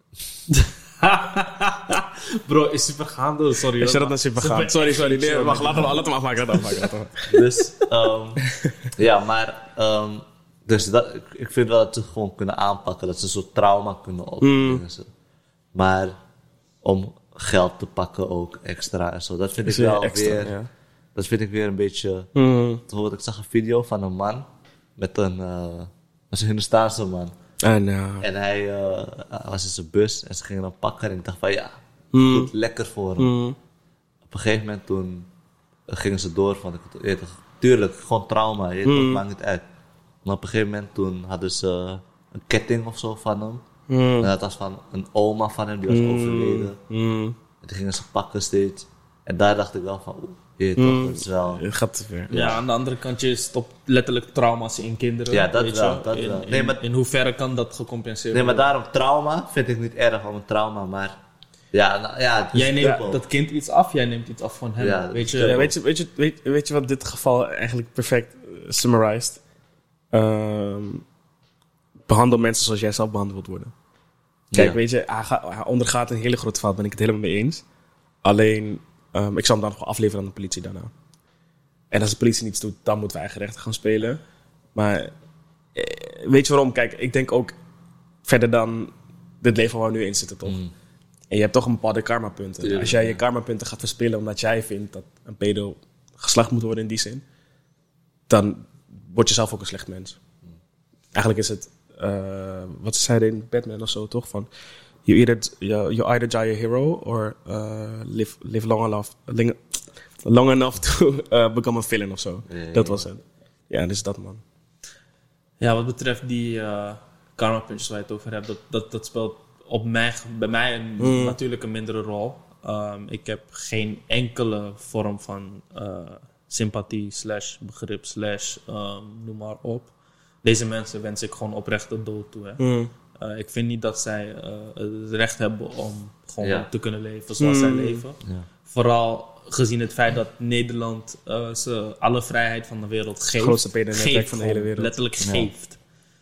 Bro, is super gaande. Sorry. Ik hoor, zei dat maar- naar super gaan. Sorry, sorry. Nee, wacht, laten we laten we afmaken. Laten we afmaken. laten we afmaken. Dus, ehm, ja, maar, ehm, dus dat, ik, ik vind wel dat ze gewoon kunnen aanpakken, dat ze zo'n trauma kunnen opbrengen. zo. Maar om geld te pakken ook extra en zo, dat vind ik Is weer wel extra, weer, ja. dat vind ik weer een beetje. Hmm. Bijvoorbeeld, ik zag een video van een man met een, uh, was een Hindustaanse man. En uh, En hij uh, was in zijn bus en ze gingen hem pakken en ik dacht van ja, Hmm. goed, lekker voor hem. hmm, Op een gegeven moment toen gingen ze door van, ik weet toch, tuurlijk, gewoon trauma, je weet toch, Hmm. maakt niet uit. Maar op een gegeven moment toen hadden ze een ketting of zo van hem. hmm, En dat was van een oma van hem, die was overleden. hmm. En die gingen ze pakken steeds. En daar dacht ik wel van, oeh, je weet toch, Hmm. dat is wel... Het gaat te ver. Ja, aan de andere kant, je stopt letterlijk trauma's in kinderen. Ja, dat weet wel, je. dat in, wel. In, Nee, maar- in hoeverre kan dat gecompenseerd Nee, maar worden? daarom trauma vind ik niet erg om een trauma, maar ja, nou, ja, het is Jij neemt dubbel. dat kind iets af, jij neemt iets af van hem. Ja, dat weet is je, Ja, weet, je, weet, je, weet, weet je wat dit geval eigenlijk perfect uh, summarized? Um, behandel mensen zoals jij zelf behandeld wilt worden. Kijk, Ja. weet je, hij, ga, hij ondergaat een hele grote fout, ben ik het helemaal mee eens. Alleen, um, ik zal hem dan gewoon afleveren aan de politie daarna. En als de politie niets doet, dan moeten we eigen rechten gaan spelen. Maar eh, weet je waarom? Kijk, ik denk ook verder dan dit leven waar we nu in zitten, toch? Mm. En je hebt toch een bepaalde karmapunten. Tuurlijk, Als jij je ja. karmapunten gaat verspillen omdat jij vindt dat een pedo geslacht moet worden in die zin, dan word je zelf ook een slecht mens. Eigenlijk is het, uh, wat ze zeiden in Batman of zo, toch? Van, you either, you, you either die a hero or uh, live, live long enough, long enough to uh, become a villain of zo. Ja, ja, Dat ja. was het. Ja, dus dat, man. Ja, wat betreft die uh, karma punches waar je het over hebt, dat, dat, dat speelt op mij, bij mij een, Mm. natuurlijk een mindere rol. Um, ik heb geen enkele vorm van uh, sympathie slash begrip slash um, noem maar op. Deze mensen wens ik gewoon oprecht de dood toe. Hè. Mm. Uh, ik vind niet dat zij uh, het recht hebben om gewoon Ja. te kunnen leven zoals Mm. zij leven. Ja. Vooral gezien het feit dat Nederland uh, ze alle vrijheid van de wereld geeft. Grootste pedonetwerk Geeft van de hele gewoon, wereld. Letterlijk Ja. geeft.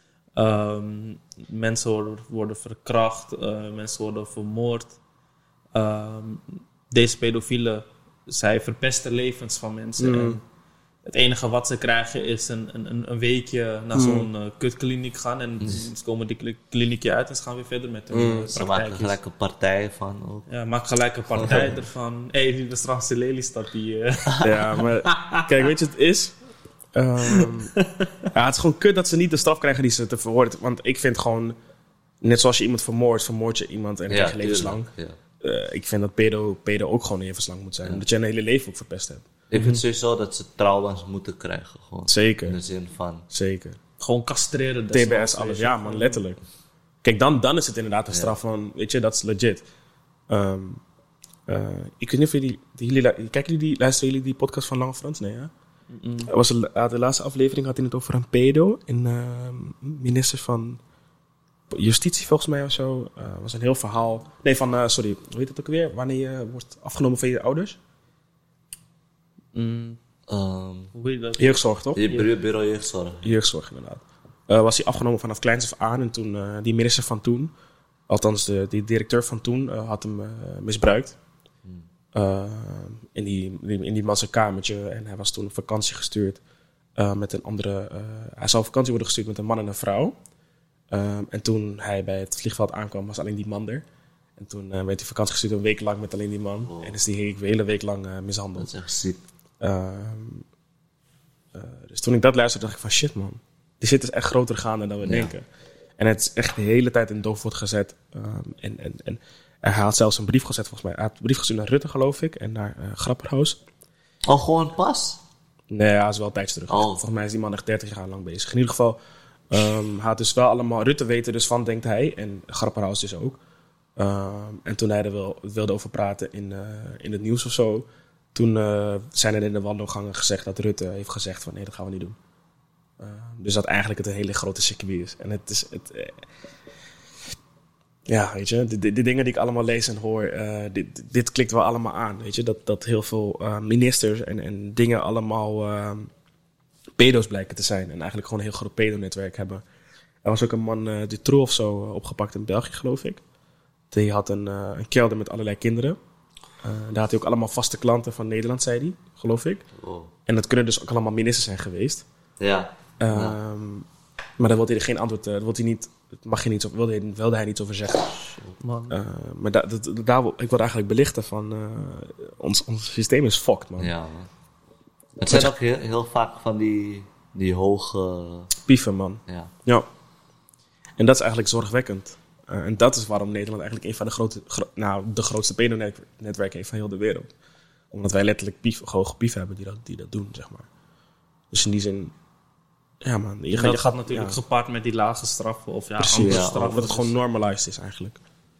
Um, mensen worden, worden verkracht, uh, mensen worden vermoord. Um, deze pedofielen, zij verpesten levens van mensen. Mm. En het enige wat ze krijgen is een, een, een weekje naar Mm. zo'n uh, kutkliniek gaan. En ze komen die kli- kliniekje uit en ze gaan weer verder met hun Mm. uh, Ze maken praktijkjes. gelijk een partij van ook. Ja, maak gelijk een partij ervan. Hé, hey, die was trouwens de Lelystad. Die, uh, Ja, maar kijk, weet je wat het is? Ehm, ja, het is gewoon kut dat ze niet de straf krijgen die ze te verhoort. Want ik vind gewoon, net zoals je iemand vermoordt, vermoord je iemand en dan krijg je levenslang. tuurlijk, ja. Uh, ik vind dat pedo, pedo ook gewoon levenslang moet zijn. Ja. Omdat je een hele leven ook verpest hebt. Ik vind sowieso dat ze trauma's moeten krijgen. Gewoon. In Zeker, de zin van... zeker. gewoon castreren. T B desnoods, S, alles. weet je. Ja, man, letterlijk. Kijk, dan, dan is het inderdaad een straf van, weet je, dat is legit. Ehm, uh, ik weet niet of jullie, die, jullie, kijken jullie die, luisteren jullie die podcast van Lange Frans? Nee, ja? Mm-mm. Er was een, uh, de laatste aflevering had hij het over een pedo. En uh, minister van Justitie volgens mij of zo. Uh, was een heel verhaal. Nee, van, uh, sorry, hoe heet het ook weer? Wanneer je wordt afgenomen van je ouders? Mm, ehm hoe weet je dat? Jeugdzorg, toch? je bureau, bureau jeugdzorg. Jeugdzorg, inderdaad. Uh, was hij afgenomen vanaf kleins af aan. En toen, uh, die minister van toen, althans de, die directeur van toen, uh, had hem uh, misbruikt. Uh, in, die, in die man zijn kamertje. En hij was toen op vakantie gestuurd uh, met een andere... Uh, hij zou op vakantie worden gestuurd met een man en een vrouw. Um, en toen hij bij het vliegveld aankwam, was alleen die man er. En toen uh, werd hij vakantie gestuurd een week lang met alleen die man. Wow. En is die hele, hele week lang uh, Dat mishandeld. is echt ziek. Um, uh, dus toen ik dat luisterde, dacht ik van shit man. Die shit is echt groter gaande dan we Ja. denken. En het is echt de hele tijd in doofpot gezet. Um, en, en, en hij had zelfs een brief gezet volgens mij. Hij had een brief gestuurd naar Rutte geloof ik. En naar uh, Grapperhaus. Oh, gewoon pas? Nee, hij is wel een tijdje terug. Oh. Volgens mij is die man echt dertig jaar lang bezig. In ieder geval, um, hij had dus wel allemaal... Rutte weet er dus van, denkt hij. En Grapperhaus dus ook. Um, en toen hij er wil, wilde over praten in, uh, in het nieuws of zo... Toen uh, zijn er in de wandelgangen gezegd dat Rutte heeft gezegd van... Nee, dat gaan we niet doen. Uh, dus dat eigenlijk het een hele grote circuit is. En het is... Het, uh, ja, weet je, de, de, de dingen die ik allemaal lees en hoor, uh, dit, dit klikt wel allemaal aan. Weet je, dat, dat heel veel uh, ministers en, en dingen allemaal uh, pedo's blijken te zijn. En eigenlijk gewoon een heel groot pedonetwerk hebben. Er was ook een man, uh, Dutroux of zo, uh, opgepakt in België, geloof ik. Die had een, uh, een kelder met allerlei kinderen. Uh, daar had hij ook allemaal vaste klanten van Nederland, zei hij, geloof ik. Wow. En dat kunnen dus ook allemaal ministers zijn geweest. Ja. Um, Ja. Maar daar wilde hij er geen antwoord, uh, daar wilde hij niet, mag je niet, over- wilde, hij, wilde hij niets over zeggen. Man. Uh, maar da, da, da- daar wil- ik wil eigenlijk belichten van... Uh, ons, ons systeem is fucked, man. Ja, man. Het zijn ook heel, heel vaak van die, die hoge... Pieven, man. Ja. Ja. En dat is eigenlijk zorgwekkend. Uh, en dat is waarom Nederland eigenlijk een van de grote... Gro- nou, de grootste pedonetwerken heeft van heel de wereld. Omdat wij letterlijk pief, hoge pieven hebben die dat, die dat doen, zeg maar. Dus in die zin... Ja, man. Je, En je dat gaat natuurlijk ja, gepaard met die lage straffen. Of ja, precies. andere Ja, straffen. wat het gewoon normalized is, eigenlijk.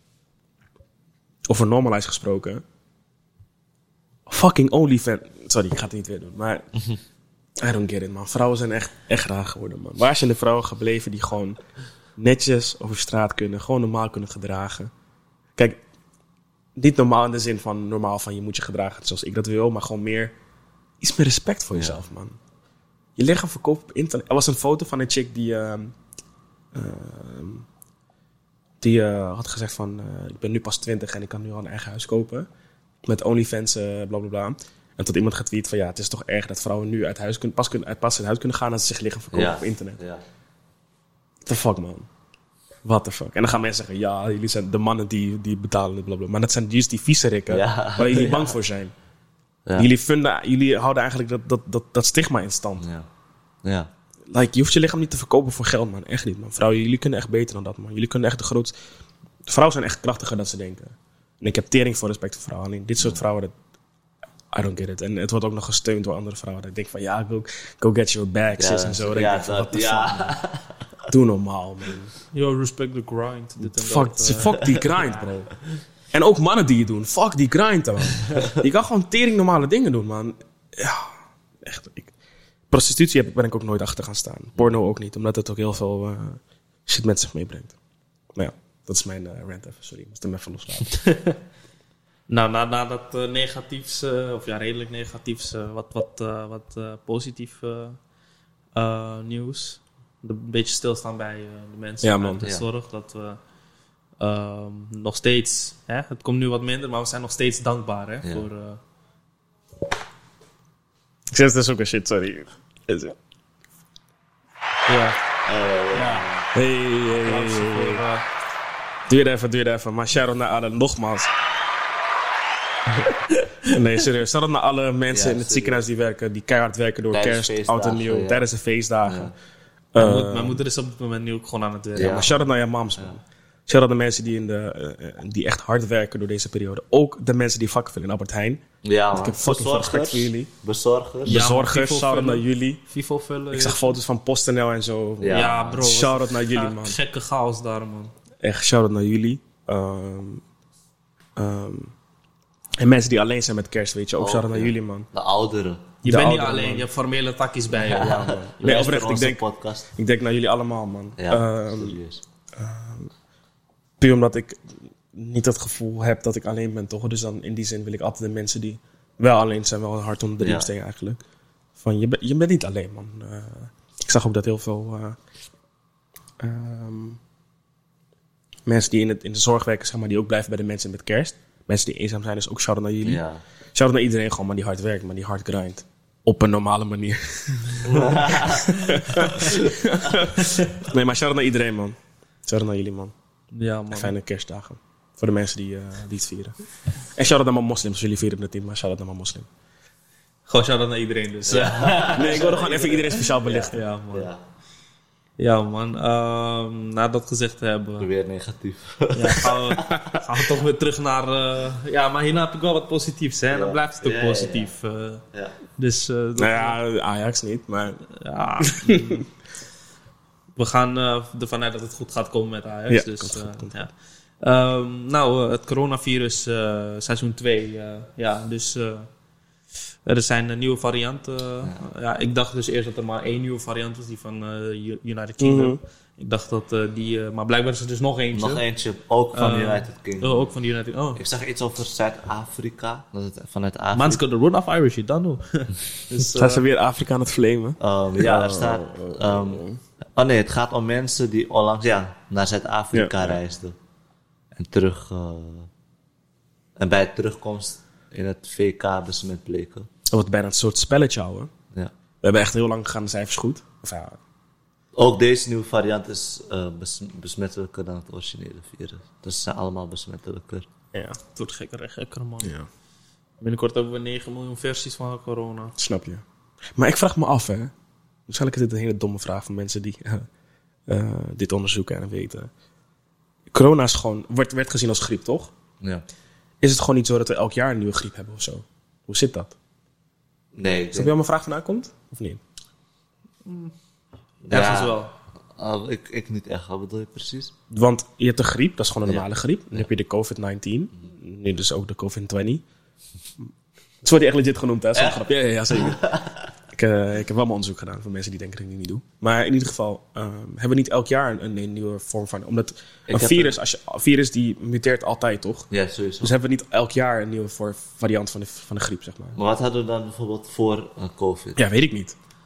Over normalized gesproken... Fucking OnlyFans... Sorry, ik ga het niet weer doen, maar... I don't get it, man. Vrouwen zijn echt, echt raar geworden, man. Waar zijn de vrouwen gebleven die gewoon netjes over straat kunnen, gewoon normaal kunnen gedragen? Kijk, niet normaal in de zin van normaal van je moet je gedragen zoals ik dat wil, maar gewoon meer, iets meer respect voor Ja. jezelf, man. je lichaam verkoopt op internet. Er was een foto van een chick die... Uh, uh, die uh, had gezegd van... Uh, ik ben nu pas twintig en ik kan nu al een eigen huis kopen. Met OnlyFans, uh, bla bla bla. En tot iemand getweet van... ja, het is toch erg dat vrouwen nu uit huis kunnen, pas, kunnen, uit pas uit huis kunnen gaan... en ze zich lichaam verkopen Ja. op internet. Ja. What the fuck, man? What the fuck? En dan gaan mensen zeggen... ja, jullie zijn de mannen die, die betalen dit, bla bla. Maar dat zijn juist die viezerikken... Ja. waar jullie Ja. bang voor zijn. Ja. Jullie, vinden, jullie houden eigenlijk dat, dat, dat, dat stigma in stand. Ja. Ja. Like, je hoeft je lichaam niet te verkopen voor geld, man. Echt niet, man. Vrouwen, jullie kunnen echt beter dan dat, man. Jullie kunnen echt de grootste... Vrouwen zijn echt krachtiger dan ze denken. En ik heb tering voor respect voor vrouwen. Alleen dit soort vrouwen, dat... I don't get it. En het wordt ook nog gesteund door andere vrouwen. Dat ik denk van, ja, go, go get your bag, Ja, sis en zo. Dat ik ja, denk van, dat- what the ja. fuck, man. Doe normaal, man. Yo, respect the grind. Dit en Fuck, dat, uh, fuck die grind, bro. En ook mannen die het doen. Fuck die grind, man. Je kan gewoon tering normale dingen doen, man. Ja, echt. Ik, prostitutie heb, ik- ben ik ook nooit achter gaan staan. Porno ook niet, omdat het ook heel veel uh, shit met zich meebrengt. Maar ja, dat is mijn uh, rant even. Sorry, ik moest hem even loslaten. Nou, na, na dat uh, negatiefs, uh, of ja, redelijk negatiefs, uh, wat, wat, uh, wat uh, positief uh, uh, nieuws. De, een beetje stilstaan bij uh, de mensen Ja, uit man. de Ja. zorg. Dat we um, nog steeds, hè, het komt nu wat minder, maar we zijn nog steeds dankbaar hè, Ja. voor... Uh, Ik zeg dus ook een shit, sorry. Is het? ja, Hey, hey, hey, hey, applaus voor, hey. uh, Doe het even, doe het even. Maar shout-out naar alle, nogmaals. Nee, serieus. Shout-out naar alle mensen Ja, in het serieus. ziekenhuis die werken, die keihard werken door Tijdens kerst, feestdagen, oud en nieuw, ja. tijdens de feestdagen. Ja. mijn, Uh, moed- mijn moeder is op het moment nu ook gewoon aan het werk. Ja, maar shout-out naar je mams, man. Shout-out naar de mensen die, in de, eh, eh, die echt hard werken door deze periode. Ook de mensen die vakken vullen in Albert Heijn. Ja, Ik heb fucking veel respect voor jullie. Bezorgers. Ja, Bezorgers, Vivo shout-out naar vullen. jullie. Vivo vullen. Ik zag foto's van PostNL en zo. Ja. Ja, bro. Shout-out naar jullie, Ja, man. Gekke chaos daar, man. Echt, shout-out naar jullie. Ehm, ehm, en mensen die alleen zijn met kerst, weet je. Ook Oh, shout-out naar ja. jullie, man. De ouderen. Je De bent niet ouderen, alleen, man. je hebt formele takjes bij je. Ja, man. Nee, Luister oprecht, ik onze denk- podcast. Ik denk naar jullie allemaal, man. Ja, Ehm, serieus. puur omdat ik niet het gevoel heb dat ik alleen ben, toch? Dus dan in die zin wil ik altijd de mensen die wel alleen zijn, wel een hart onder de riem Ja. steken eigenlijk. Van, je, bent je bent niet alleen, man. Eh, ik zag ook dat heel veel uh, ehm, mensen die in, het, in de zorg werken, zeg maar, die ook blijven bij de mensen met kerst. Mensen die eenzaam zijn, dus ook shout-out naar jullie. Ja. Shout-out naar iedereen gewoon, maar die hard werkt, maar die hard grindt. Op een normale manier. Nee, maar shout-out naar iedereen, man. Shout-out naar jullie, man. Ja, man. Fijne kerstdagen. Voor de mensen die, uh, die het vieren. En shout-out naar mijn moslims. Jullie vieren het niet, maar shout-out naar mijn moslim. Gewoon shout-out naar iedereen dus. Nee, ik wilde gewoon even iedereen speciaal belichten. Ja, man. Ja, Ja, man. Ehm, na dat gezegd te hebben, weer negatief. ja, gaan, we, gaan we toch weer terug naar... eh, ja, maar hierna heb ik wel wat positiefs, hè. Dan Ja. blijft het ook Ja, ja, ja. positief. eh. Ja. Dus, eh, dat- Nou ja, Ajax niet, maar... ja, mm. we gaan eh, ervan uit dat het goed gaat komen met Ajax. Ja, dus, komt goed, eh, komt ja. Ehm, nou, eh, het coronavirus uh, seizoen twee. Uh, ja, dus uh, er zijn uh, nieuwe varianten. Ja. ja, ik dacht dus eerst dat er maar één nieuwe variant was, die van uh, United Kingdom. Mm-hmm. Ik dacht dat uh, die... Uh, maar blijkbaar is er dus nog eentje. Nog eentje, ook van Uh, United Kingdom. Oh, ook van de United... Oh. Ik zag iets over Zuid-Afrika. Dat het vanuit Afrika... Man's got the run of Irish, you don't know. dus, uh, Zijn ze weer Afrika aan het flamen? Um, ja, er staat... Um, oh nee, het gaat om mensen die onlangs ja, naar Zuid-Afrika Ja. reisden. En terug... Uh, en bij terugkomst in het V K besmet bleken. Het wordt bijna een soort spelletje, houden. Ja. We hebben echt heel lang gegaan de cijfers goed. Of ja, Ook deze nieuwe variant is uh, bes- besmettelijker dan het originele virus. Dus ze zijn allemaal besmettelijker. ja, het wordt gekker en gekker, man. ja, Binnenkort hebben we negen miljoen versies van corona. snap je. Maar ik vraag me af, hè. Waarschijnlijk is dit een hele domme vraag van mensen die uh, uh, dit onderzoeken en weten. Corona is gewoon, werd, werd gezien als griep, toch? Ja. Is het gewoon niet zo dat we elk jaar een nieuwe griep hebben of zo? Hoe zit dat? Nee, ik Snap je denk, waar mijn vraag vandaan komt? Of niet? Ergens Ja. wel. uh, ik, ik niet echt. Wat bedoel je precies? Want je hebt de griep, dat is gewoon een Ja. normale griep. Dan heb je de covid negentien. Nu dus ook de covid twintig. Het wordt echt legit genoemd, hè? Zo'n grap. Ja, ja, ja, zeker. ik, uh, ik heb wel mijn onderzoek gedaan voor mensen die denken dat ik het niet doe. Maar in ieder geval um, hebben we niet elk jaar een, een nieuwe vorm van... Omdat een heb virus, als je, een virus die muteert altijd, toch? Ja, sowieso. Dus hebben we niet elk jaar een nieuwe voor, variant van de, van de griep, zeg maar. Maar wat hadden we dan bijvoorbeeld voor uh, COVID? Ja, weet ik niet.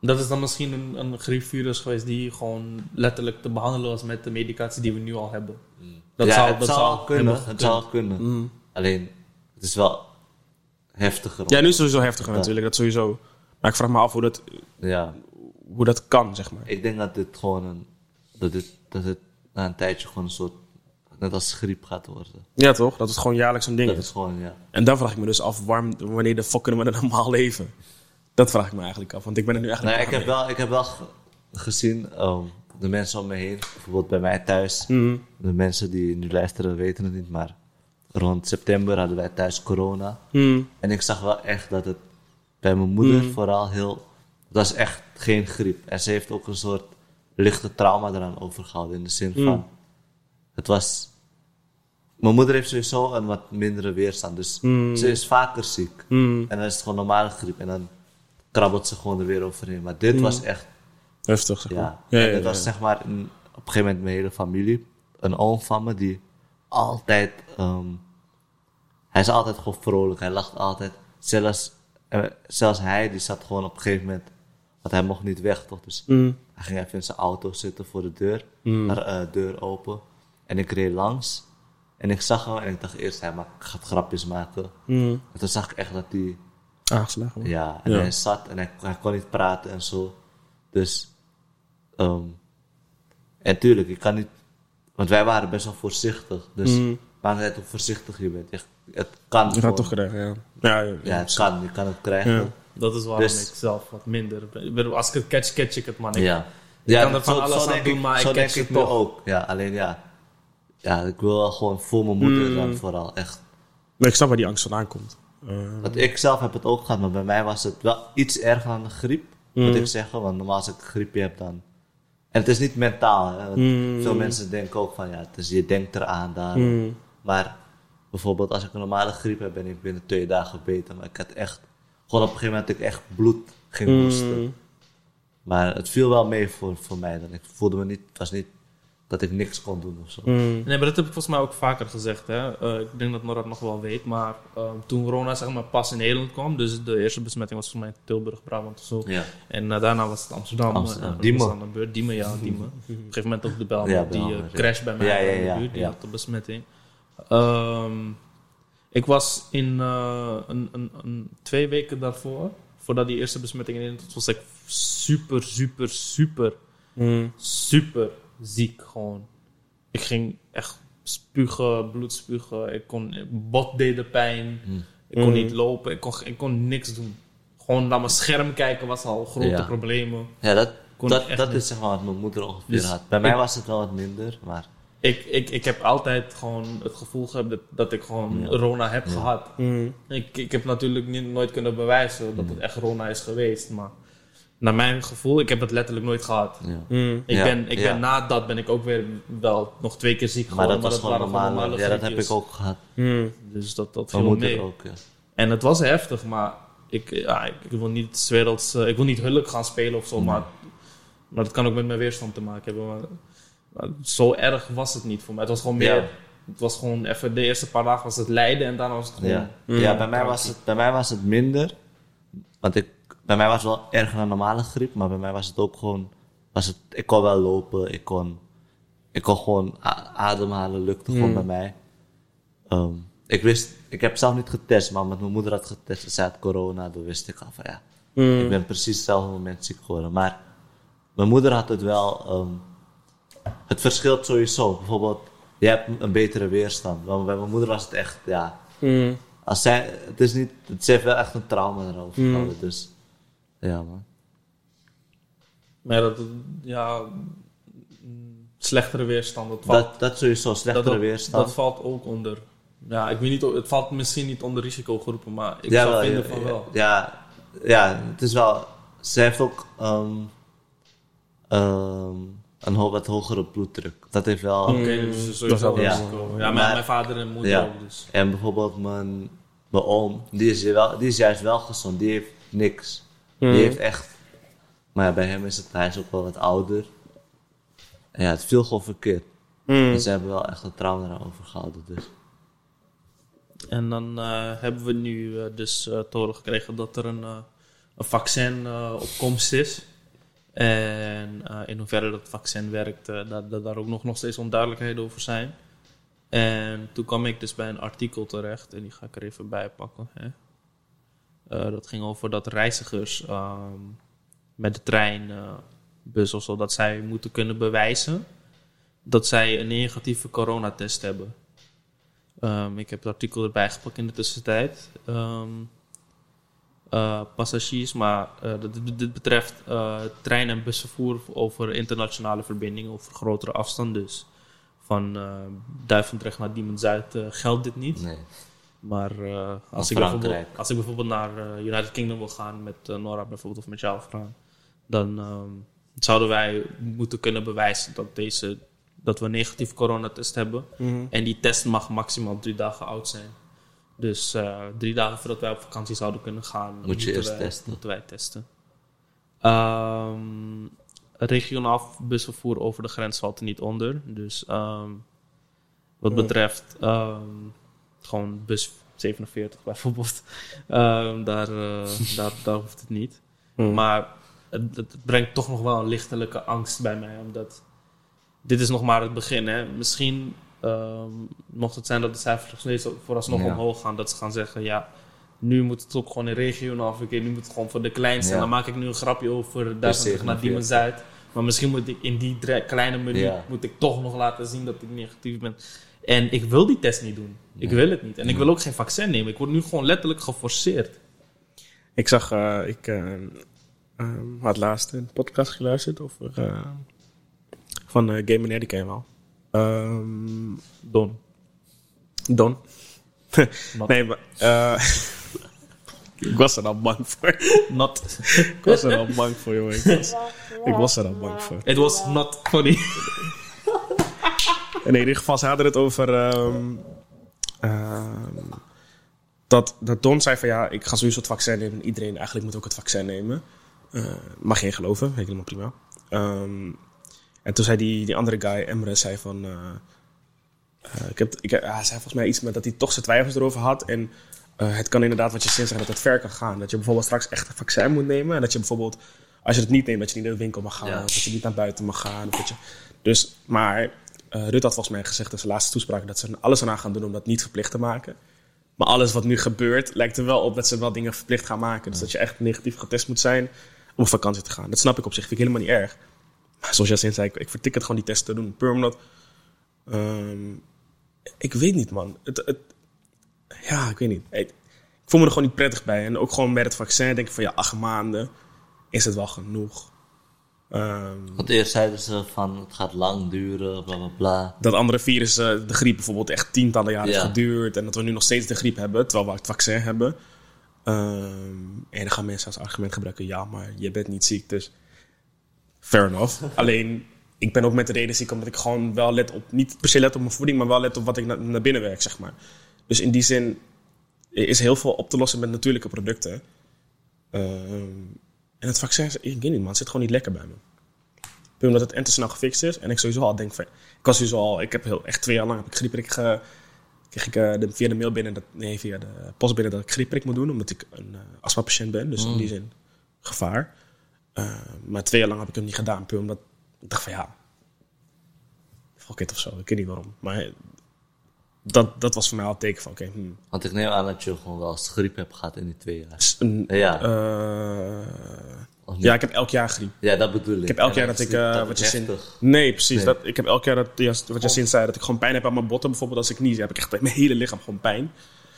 Dat is dan misschien een, een griepvirus geweest die gewoon letterlijk te behandelen was met de medicatie die we nu al hebben. Dat ja, zou, het dat zou zou wel kunnen. helemaal Het kunnen. zou wel kunnen. Mm. Alleen, het is wel heftiger. Ja, nu is het sowieso heftiger Ja. natuurlijk, dat sowieso. Maar ik vraag me af hoe dat, Ja, hoe dat kan, zeg maar. ik denk dat dit gewoon een... Dat dit, dat het na een tijdje gewoon een soort... Net als griep gaat worden. Ja, toch? Dat het gewoon jaarlijks een ding Dat is. is gewoon, ja. En dan vraag ik me dus af, waarom, wanneer de fuck kunnen we een normaal leven? Dat vraag ik me eigenlijk af, want ik ben er nu eigenlijk Nou, ik klaar heb mee. wel, ik heb wel ge- gezien, um, de mensen om me heen, bijvoorbeeld bij mij thuis, Mhm. de mensen die nu luisteren weten het niet, maar rond september hadden wij thuis corona. Mhm. En ik zag wel echt dat het bij mijn moeder Mhm. vooral heel, het was echt geen griep. En ze heeft ook een soort lichte trauma eraan overgehouden, in de zin van, Mhm. het was, mijn moeder heeft sowieso een wat mindere weerstand, dus Mhm. ze is vaker ziek. Mhm. En dan is het gewoon normale griep en dan krabbelt ze gewoon er weer overheen. Maar dit was echt, Heftig, zeg maar. ja. Ja, ja, en ja, het was ja. zeg maar een, op een gegeven moment mijn hele familie. Een oom van me die altijd, ehm, hij is altijd gewoon vrolijk. Hij lacht altijd. Zelfs, eh, zelfs hij, die zat gewoon op een gegeven moment, want hij mocht niet weg toch. Dus Mhm. hij ging even in zijn auto zitten voor de deur, maar, eh, deur open. En ik reed langs. En ik zag hem en ik dacht eerst, hij maakt, gaat grapjes maken. Mhm. En toen zag ik echt dat hij, Aangeslagen wordt. ja, en Ja. hij zat en hij, hij kon niet praten en zo. Dus, ehm en tuurlijk, ik kan niet, want wij waren best wel voorzichtig. Dus, Mm. maakt niet uit hoe voorzichtig je bent. Je, het kan Je gewoon. gaat toch krijgen, ja. Ja, ja, Ja, het kan, je kan het krijgen. Ja. Ja. Dat is waarom Dus- ik zelf wat minder ben. Ik bedoel, als ik het catch, catch ik het, man. Ik, Ja, Ik kan er van alles aan denk doen, ik, maar ik zo catch denk het ik nu toch. ook. Ja, alleen ja, ja, ik wil wel gewoon voor mijn moeder Mm. dan vooral echt. Maar ik snap waar die angst vandaan komt. Eh, Want ik zelf heb het ook gehad, maar bij mij was het wel iets erger dan de griep. Mm. Moet ik zeggen, want normaal als ik een griepje heb dan... En het is niet mentaal, hè. Want Mm. veel mensen denken ook van, ja, het is, je denkt eraan daar. Mm. Maar bijvoorbeeld als ik een normale griep heb, ben ik binnen twee dagen beter. Maar ik had echt, gewoon op een gegeven moment dat ik echt bloed ging Mm. hoesten. Maar het viel wel mee voor, voor mij dan. Ik voelde me niet, het was niet dat ik niks kon doen of zo. Mm. Nee, maar dat heb ik volgens mij ook vaker gezegd. Hè? Eh, ik denk dat Norad nog wel weet. Maar eh, toen corona zeg maar, pas in Nederland kwam, dus de eerste besmetting was volgens mij in Tilburg, Brabant of zo. Ja. En eh, daarna was het Amsterdam. Amsterdam. eh, Diemen. was aan de beurt. Diemen, ja, Diemen. Op een gegeven moment ook de bel Ja, die Belmer, eh, ja. crash bij mij Ja, ja, in de ja, buurt. Die ja. had de besmetting. Ehm, ik was in eh, een, een, een, twee weken daarvoor, voordat die eerste besmetting in Nederland was, was ik super, super, super, Mm. super ziek gewoon. Ik ging echt spugen, bloed spugen. Ik kon, bot deed pijn. Mm. Ik kon Mm. niet lopen. Ik kon, ik kon niks doen. Gewoon naar mijn scherm kijken was al grote Ja. problemen. Ja, dat, Kon dat, echt dat niet. is zeg maar wat mijn moeder ongeveer Dus had. Bij mij ik- was het wel wat minder, maar... Ik, ik, ik heb altijd gewoon het gevoel gehad dat, dat ik gewoon Ja. Rona heb Ja. gehad. Mm. Ik, ik heb natuurlijk niet, nooit kunnen bewijzen dat het echt Rona is geweest. Maar naar mijn gevoel, ik heb het letterlijk nooit gehad. Ja. Mm. Ik Ja, ben, ik ja. ben na dat ben ik ook weer wel nog twee keer ziek Maar geworden. dat was gewoon waren normaal. Ja, dat heb griepjes. ik ook gehad. Mm. Dus dat, dat Mijn viel moeder mee. ook, ja. En het was heftig, maar ik, ja, ik, ik wil niet 's werelds, eh, ik wil niet hulk gaan spelen of zo, Nee. maar, maar dat kan ook met mijn weerstand te maken hebben. Maar, maar zo erg was het niet voor mij. Het was gewoon meer, Ja. het was gewoon even, de eerste paar dagen was het lijden en daarna was het gewoon... Ja, Mm. ja bij, mij was het, bij mij was het minder. Want ik, bij mij was het wel erger dan normale griep. Maar bij mij was het ook gewoon... Was het, ik kon wel lopen. Ik kon, ik kon gewoon a- ademhalen. Lukte gewoon Mm. bij mij. Ehm, ik wist... Ik heb zelf niet getest. Maar omdat mijn moeder had getest. Ze had corona. Dan wist ik al van ja... Mm. Ik ben precies hetzelfde moment ziek geworden. Maar... Mijn moeder had het wel... ehm, het verschilt sowieso. Bijvoorbeeld... Je hebt een betere weerstand. Want bij mijn moeder was het echt... Ja... Mm. Als zij, het is niet, het ze heeft wel echt een trauma erover Mm. gehouden, dus ja man. Maar dat, ja, mm, slechtere weerstand, dat valt, Dat, dat sowieso, slechtere dat, dat, weerstand. dat valt ook onder. Ja, ik weet niet, of- het valt misschien niet onder risicogroepen, maar ik ja, zou wel, vinden ja, van wel. Ja, ja, het is wel, ze heeft ook ehm, ehm, een ho- wat hogere bloeddruk. Dat heeft wel, Oké, dus Dat sowieso is wel ja. risico. Ja, mijn, Maar- mijn vader en moeder ja. ook, dus. En bijvoorbeeld mijn, mijn oom, die is, wel, die is juist wel gezond, die heeft niks. Mm. Die heeft echt, maar ja, bij hem is het, hij is ook wel wat ouder. En ja, het viel gewoon verkeerd. Mm. En ze hebben wel echt een trauma erover gehouden, dus. En dan eh, hebben we nu eh, dus eh, te horen gekregen dat er een, eh, een vaccin eh, op komst is. En uh, in hoeverre dat vaccin werkt, uh, dat, dat daar ook nog, nog steeds onduidelijkheden over zijn. En toen kwam ik dus bij een artikel terecht, en die ga ik er even bij pakken. Hè. Uh, dat ging over dat reizigers um, met de trein, uh, bus of zo, dat zij moeten kunnen bewijzen dat zij een negatieve coronatest hebben. Um, ik heb het artikel erbij gepakt in de tussentijd. Um, uh, passagiers, maar uh, dit, dit betreft uh, trein- en busvervoer over internationale verbindingen over grotere afstand. Dus van uh, Duivendrecht naar Diemen-Zuid uh, geldt dit niet. Nee. Maar uh, als, ik bijvoorbeeld, als ik bijvoorbeeld naar uh, United Kingdom wil gaan met uh, Nora bijvoorbeeld of met jou Fran, dan um, zouden wij moeten kunnen bewijzen dat, deze, dat we een negatieve coronatest hebben. Mm-hmm. En die test mag maximaal drie dagen oud zijn. Dus uh, drie dagen voordat wij op vakantie zouden kunnen gaan, Moet je eerst wij, testen. moeten wij testen. Um, regionaal busvervoer over de grens valt er niet onder. Dus um, wat betreft um, gewoon bus zevenenveertig bijvoorbeeld, um, daar, uh, daar, daar hoeft het niet. Mm. Maar het, het brengt toch nog wel een lichtelijke angst bij mij, omdat dit is nog maar het begin. Hè. Misschien um, mocht het zijn dat de cijfers nog steeds vooralsnog Ja. omhoog gaan, dat ze gaan zeggen, ja, nu moet het ook gewoon in regionaal verkeer, nu moet het gewoon voor de kleinste. Ja. En dan maak ik nu een grapje over Duitsland naar zevenenveertig. Diemen-Zuid. Maar misschien moet ik in die dre- kleine minuut Ja. moet ik toch nog laten zien dat ik negatief ben. En ik wil die test niet doen. Ik Nee. wil het niet. En ik Nee. wil ook geen vaccin nemen. Ik word nu gewoon letterlijk geforceerd. Ik zag, uh, ik uh, um, had laatst een podcast geluisterd over, uh, van uh, Game Meneer, die ken je wel. Um, Don. Don. Not. Nee, maar... Uh, ik was er al bang voor. Not. Ik was er al bang voor, jongen. Ik was, ik was er al bang voor. It was not funny. En in ieder geval, ze hadden het over... Um, um, dat, dat Don zei van ja, ik ga sowieso het vaccin nemen. Iedereen eigenlijk moet ook het vaccin nemen. Uh, mag geen geloven, vind ik helemaal prima. Um, en toen zei die, die andere guy, Emre, zei van... Uh, uh, ik heb, ik, hij zei volgens mij iets met dat hij toch zijn twijfels erover had. En uh, het kan inderdaad, wat je zin zegt, dat het ver kan gaan. Dat je bijvoorbeeld straks echt een vaccin moet nemen. En dat je bijvoorbeeld, als je het niet neemt, dat je niet naar de winkel mag gaan. Ja. Of dat je niet naar buiten mag gaan. Of dat je, dus, maar uh, Rutte had volgens mij gezegd in zijn laatste toespraak dat ze er alles aan gaan doen om dat niet verplicht te maken. Maar alles wat nu gebeurt, lijkt er wel op dat ze wel dingen verplicht gaan maken. Dus dat je echt negatief getest moet zijn om op vakantie te gaan. Dat snap ik op zich, vind ik helemaal niet erg. Maar zoals Jacin zei, ik, ik vertik het gewoon die test te doen. Puur omdat... Um, ik weet niet, man. Het, het, ja, ik weet niet. Ik, ik voel me er gewoon niet prettig bij. En ook gewoon met het vaccin denk ik van ja, acht maanden is het wel genoeg. Um, Want eerst zeiden ze van het gaat lang duren, bla bla bla. dat andere virus, uh, de griep bijvoorbeeld, echt tientallen jaren Ja. heeft geduurd. En dat we nu nog steeds de griep hebben, terwijl we het vaccin hebben. Um, en dan gaan mensen als argument gebruiken, ja, maar je bent niet ziek, dus fair enough. Alleen, ik ben ook met de reden ziek omdat ik gewoon wel let op, niet per se let op mijn voeding, maar wel let op wat ik na, naar binnen werk, zeg maar. Dus in die zin is heel veel op te lossen met natuurlijke producten. Um, en het vaccin, ik weet niet man, het zit gewoon niet lekker bij me. Puur omdat het en te snel gefixt is. En ik sowieso al denk van... Ik was sowieso al... Ik heb heel, echt twee jaar lang heb ik griepprik ge... Kreeg ik uh, de, via de mail binnen... Dat, nee, via de post binnen dat ik griepprik moet doen. Omdat ik een uh, astmapatiënt ben. Dus Mm. in die zin gevaar. Uh, maar twee jaar lang heb ik hem niet gedaan. Puur omdat ik dacht van ja... Fuck it of zo. Ik weet niet waarom. Maar dat, dat was voor mij al het teken van... Oké, okay, hmm. Want ik neem aan dat je gewoon wel eens griep hebt gehad in die twee jaar. S- een, Ja. uh, Of niet? ja, ik heb elk jaar griep. Ja, dat bedoel ik. Ik heb elk En jaar dan dat ik, is uh, dat wat je heftig. zin... Nee, precies. Nee. Dat, ik heb elk jaar dat, ja, wat Jacin zei, dat ik gewoon pijn heb aan mijn botten. Bijvoorbeeld als ik nies, heb ik echt mijn hele lichaam gewoon pijn.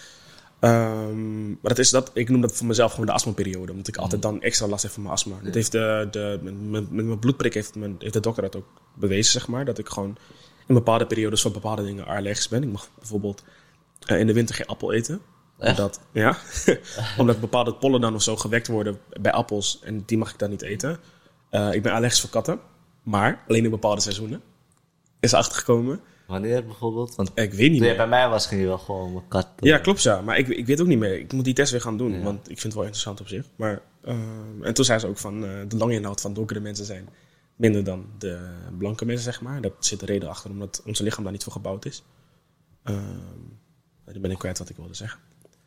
Um, maar dat is dat, ik noem dat voor mezelf gewoon de astmaperiode. Omdat ik altijd dan extra last heb van mijn astma. Ja. Dat heeft de, de, met, met mijn bloedprik heeft, mijn, heeft de dokter dat ook bewezen, zeg maar. Dat ik gewoon in bepaalde periodes voor bepaalde dingen allergisch ben. Ik mag bijvoorbeeld uh, in de winter geen appel eten. Echt? Omdat, ja, omdat bepaalde pollen dan of zo gewekt worden bij appels. En die mag ik dan niet eten. Uh, ik ben allergisch voor katten. Maar alleen in bepaalde seizoenen is achtergekomen. Wanneer bijvoorbeeld? Want Ik weet niet toen jij meer. bij mij was, ging je wel gewoon mijn kat... Ja, klopt ja. Maar ik, ik weet ook niet meer. Ik moet die test weer gaan doen. Ja. Want ik vind het wel interessant op zich. Maar, uh, en toen zei ze ook van... Uh, de lange inhoud van donkere mensen zijn minder dan de blanke mensen, zeg maar. Daar zit de reden achter. Omdat ons lichaam daar niet voor gebouwd is. Uh, nu ben ik kwijt wat ik wilde zeggen.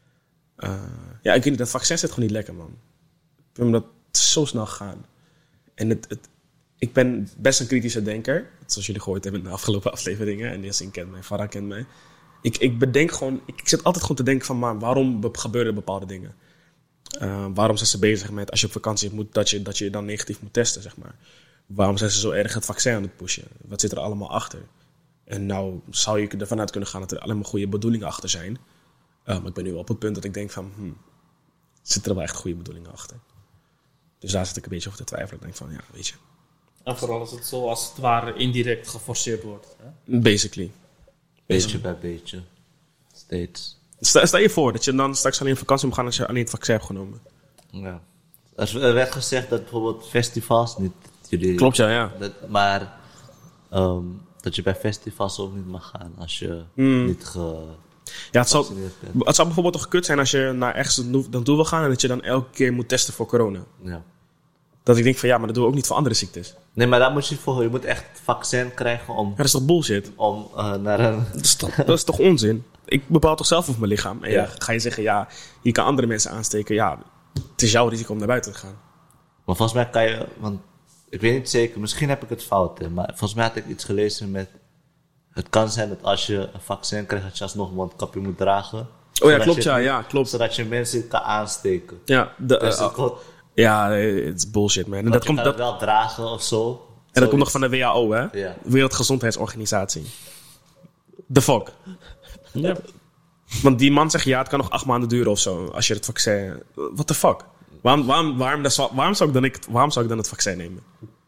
Uh, ja, ik weet niet. Dat vaccin zit gewoon niet lekker, man. Omdat het zo snel gaan. En het, het, ik ben best een kritische denker. Zoals jullie gehoord hebben in de afgelopen afleveringen. En Yassine kent mij, Farah kent mij. Ik, ik bedenk gewoon... Ik, ik zit altijd gewoon te denken van... Maar waarom be- gebeuren er bepaalde dingen? Uh, waarom zijn ze bezig met... Als je op vakantie moet, dat je, dat je dan negatief moet testen, zeg maar. Waarom zijn ze zo erg het vaccin aan het pushen? Wat zit er allemaal achter? En nou zou je ervan uit kunnen gaan... dat er alleen maar goede bedoelingen achter zijn. Uh, maar ik ben nu op het punt dat ik denk van... Hmm, zitten er wel echt goede bedoelingen achter? Dus daar zit ik een beetje over te twijfelen. Ik denk van, ja, weet je... En vooral als het zo als het ware indirect geforceerd wordt. Hè? Basically. Beetje bij beetje. Steeds. Stel, stel je voor dat je dan straks alleen op vakantie moet gaan als je alleen het vaccin hebt genomen. Ja. Er werd gezegd dat bijvoorbeeld festivals niet... Jullie, Klopt, ja, ja. Dat, maar um, dat je bij festivals ook niet mag gaan als je Mm. niet ge... Ja, het zou, gevaccineerd bent. het zou bijvoorbeeld toch kut zijn als je naar ergens naartoe wil gaan en dat je dan elke keer moet testen voor corona. Ja. Dat ik denk van ja, maar dat doen we ook niet voor andere ziektes. Nee, maar daar moet je voor... Je moet echt vaccin krijgen om, Ja, dat is toch bullshit? om uh, naar een... Dat is toch, dat is toch onzin? Ik bepaal toch zelf over mijn lichaam. En ja. Ja. ga je zeggen, ja, je kan andere mensen aansteken. Ja, het is jouw risico om naar buiten te gaan. Maar volgens mij kan je... Want ik weet niet zeker, misschien heb ik het fout. Hè, maar volgens mij had ik iets gelezen met... Het kan zijn dat als je een vaccin krijgt, dat je alsnog een mondkapje moet dragen. Oh ja, Zodat klopt, je- ja, ja, klopt. Zodat je mensen kan aansteken. Ja, de, Dus uh, het komt- ja, het is bullshit, man. En want dat je komt, kan dat, het wel dragen of zo. en dat komt nog van de W H O, hè? Ja. Wereldgezondheidsorganisatie. The fuck. Ja. Want die man zegt ja, het kan nog acht maanden duren of zo. Als je het vaccin... What the fuck? Waarom, waarom, waarom, dat zou- waarom, zou, ik dan ik, waarom zou ik dan het vaccin nemen?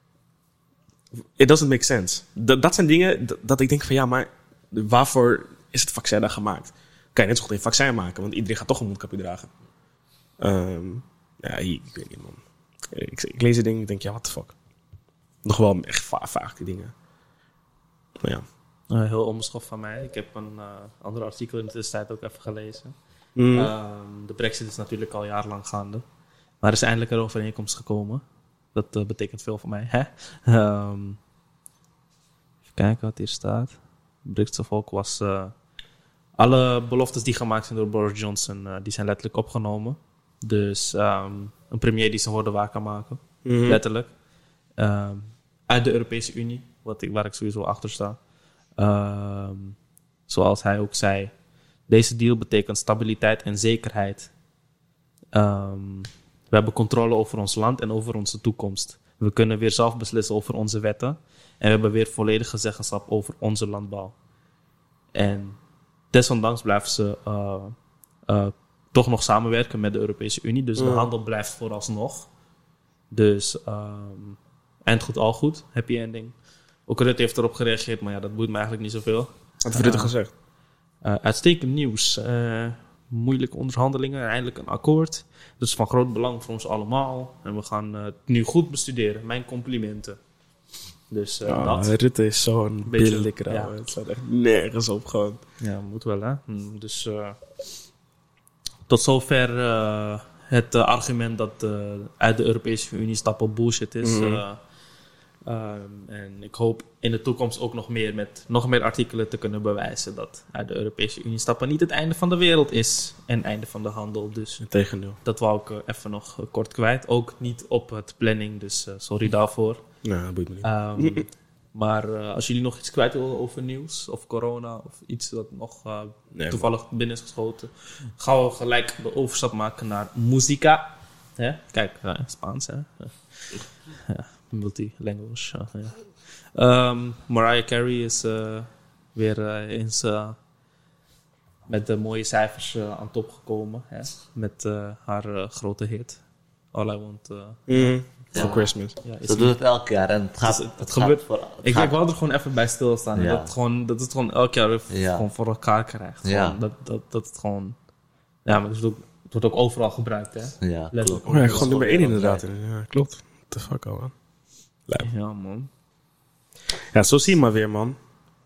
It doesn't make sense. Dat, dat zijn dingen dat, dat ik denk van ja, maar waarvoor is het vaccin dan gemaakt? Kan je net zo goed een vaccin maken, want iedereen gaat toch een mondkapje dragen. Um, ja, ik, ik weet niet, man. Ik, ik lees die dingen en denk, ja, what the fuck. Nog wel echt va- vaag, die dingen. Maar ja. Uh, heel onbeschoft van mij. Ik heb een uh, ander artikel in de tussentijd ook even gelezen. Mm. Um, de Brexit is natuurlijk al jarenlang gaande. Maar er is eindelijk een overeenkomst gekomen. Dat uh, betekent veel voor mij. Hè? Um, even kijken wat hier staat. Het Britse volk was... Uh, alle beloftes die gemaakt zijn door Boris Johnson... Uh, die zijn letterlijk opgenomen. Dus um, een premier die zijn woorden waar kan maken. Mhm. Letterlijk. Um, uit de Europese Unie. Wat ik, waar ik sowieso achter sta. Um, zoals hij ook zei... Deze deal betekent stabiliteit en zekerheid. Um, we hebben controle over ons land en over onze toekomst. We kunnen weer zelf beslissen over onze wetten. En we hebben weer volledige zeggenschap over onze landbouw. En desondanks blijven ze uh, uh, toch nog samenwerken met de Europese Unie. Dus de Mm. handel blijft vooralsnog. Dus um, eind goed, al goed. Happy ending. Ook Rutte heeft erop gereageerd, maar ja, dat boeit me eigenlijk niet zoveel. Wat heeft Rutte Uh, gezegd? Uh, uitstekend nieuws. Uh, moeilijke onderhandelingen, eindelijk een akkoord. Dat is van groot belang voor ons allemaal. En we gaan uh, het nu goed bestuderen. Mijn complimenten. Dus uh, Ah, dat. Rutte is zo'n Beetje, billikker, ja. ouwe. Het staat echt nergens op gewoon. Ja, moet wel hè. Hm, Dus uh, tot zover uh, het uh, argument dat uh, uit de Europese Unie stappen bullshit is. Mhm. Uh, um, en ik hoop in de toekomst ook nog meer met nog meer artikelen te kunnen bewijzen dat uit de Europese Unie stappen niet het einde van de wereld is en het einde van de handel. Dus Tegendeel. dat wou ik uh, even nog uh, kort kwijt. Ook niet op het planning, dus uh, sorry daarvoor. Nou, dat boeit me niet. Um, maar uh, als jullie nog iets kwijt willen over nieuws of corona of iets wat nog uh, Nee, toevallig binnen is geschoten, gaan we gelijk de overstap maken naar muzika. Hè? Kijk, uh, Spaans hè. Ja, multilanguage. Uh, ja. um, Mariah Carey is uh, weer uh, eens uh, met de mooie cijfers uh, aan top gekomen. Hè? Met uh, haar uh, grote hit. All I Want. Uh, Mhm. Ja. For Christmas. ja, is Ze doet het elk jaar en het gaat... Het- het het gebeurt- gaat voor, het Ik, gaat- ik wou er gewoon even bij stilstaan. Ja. Dat, het gewoon, dat het gewoon elk jaar even Ja. gewoon voor elkaar krijgt. Gewoon, Ja. dat, dat, dat het gewoon... Ja, maar het wordt ook, het wordt ook overal gebruikt, hè? Ja, Letterlijk. klopt. Oh ja, Dat is gewoon nummer één heel inderdaad. blij. Ja, klopt. What the fuck, ouwe. Lijp. Ja, man. Ja, zo zie je maar weer, man.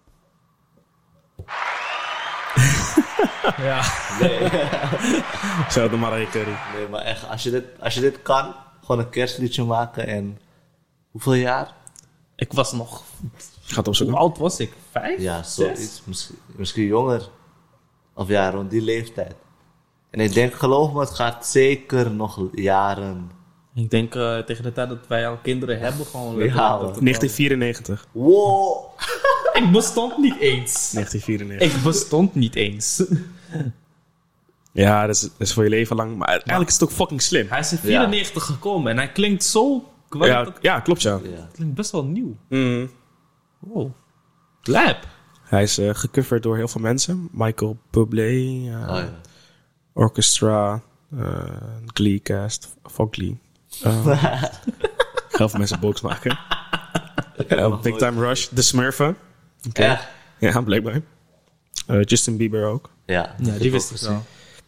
Ja. Shout out Mariah Carey. Nee, maar echt, als je, dit, als je dit kan, gewoon een kerstliedje maken en... Hoeveel jaar? Ik was nog... Gaat Hoe opzoeken. oud was ik? Vijf? Ja, Zes? zoiets. Misschien, misschien jonger. Of ja, rond die leeftijd. En ik denk, geloof me, het gaat zeker nog jaren Ik denk uh, tegen de tijd dat wij al kinderen hebben, gewoon... Ja, dat negentien vierennegentig. Wow! Ik bestond niet eens. negentien vierennegentig. Ik bestond niet eens. Ja, dat is, dat is voor je leven lang. Maar eigenlijk is het ook fucking slim. Hij is in vierennegentig ja. gekomen en hij klinkt zo... Ja, ja, klopt ja. Ja. Klinkt best wel nieuw. Mm. Wow. Lab. Hij is uh, gecoverd door heel veel mensen. Michael Bublé, uh, Oh, ja. Orchestra, uh, Gleecast, fuck Glee. Uh, ik ga heel veel mensen box maken. Uh, Big Time Rush, The Smurfen. Okay. Ja. Ja, blijkbaar. Uh, Justin Bieber ook. Ja, Ja, die wist ik wel.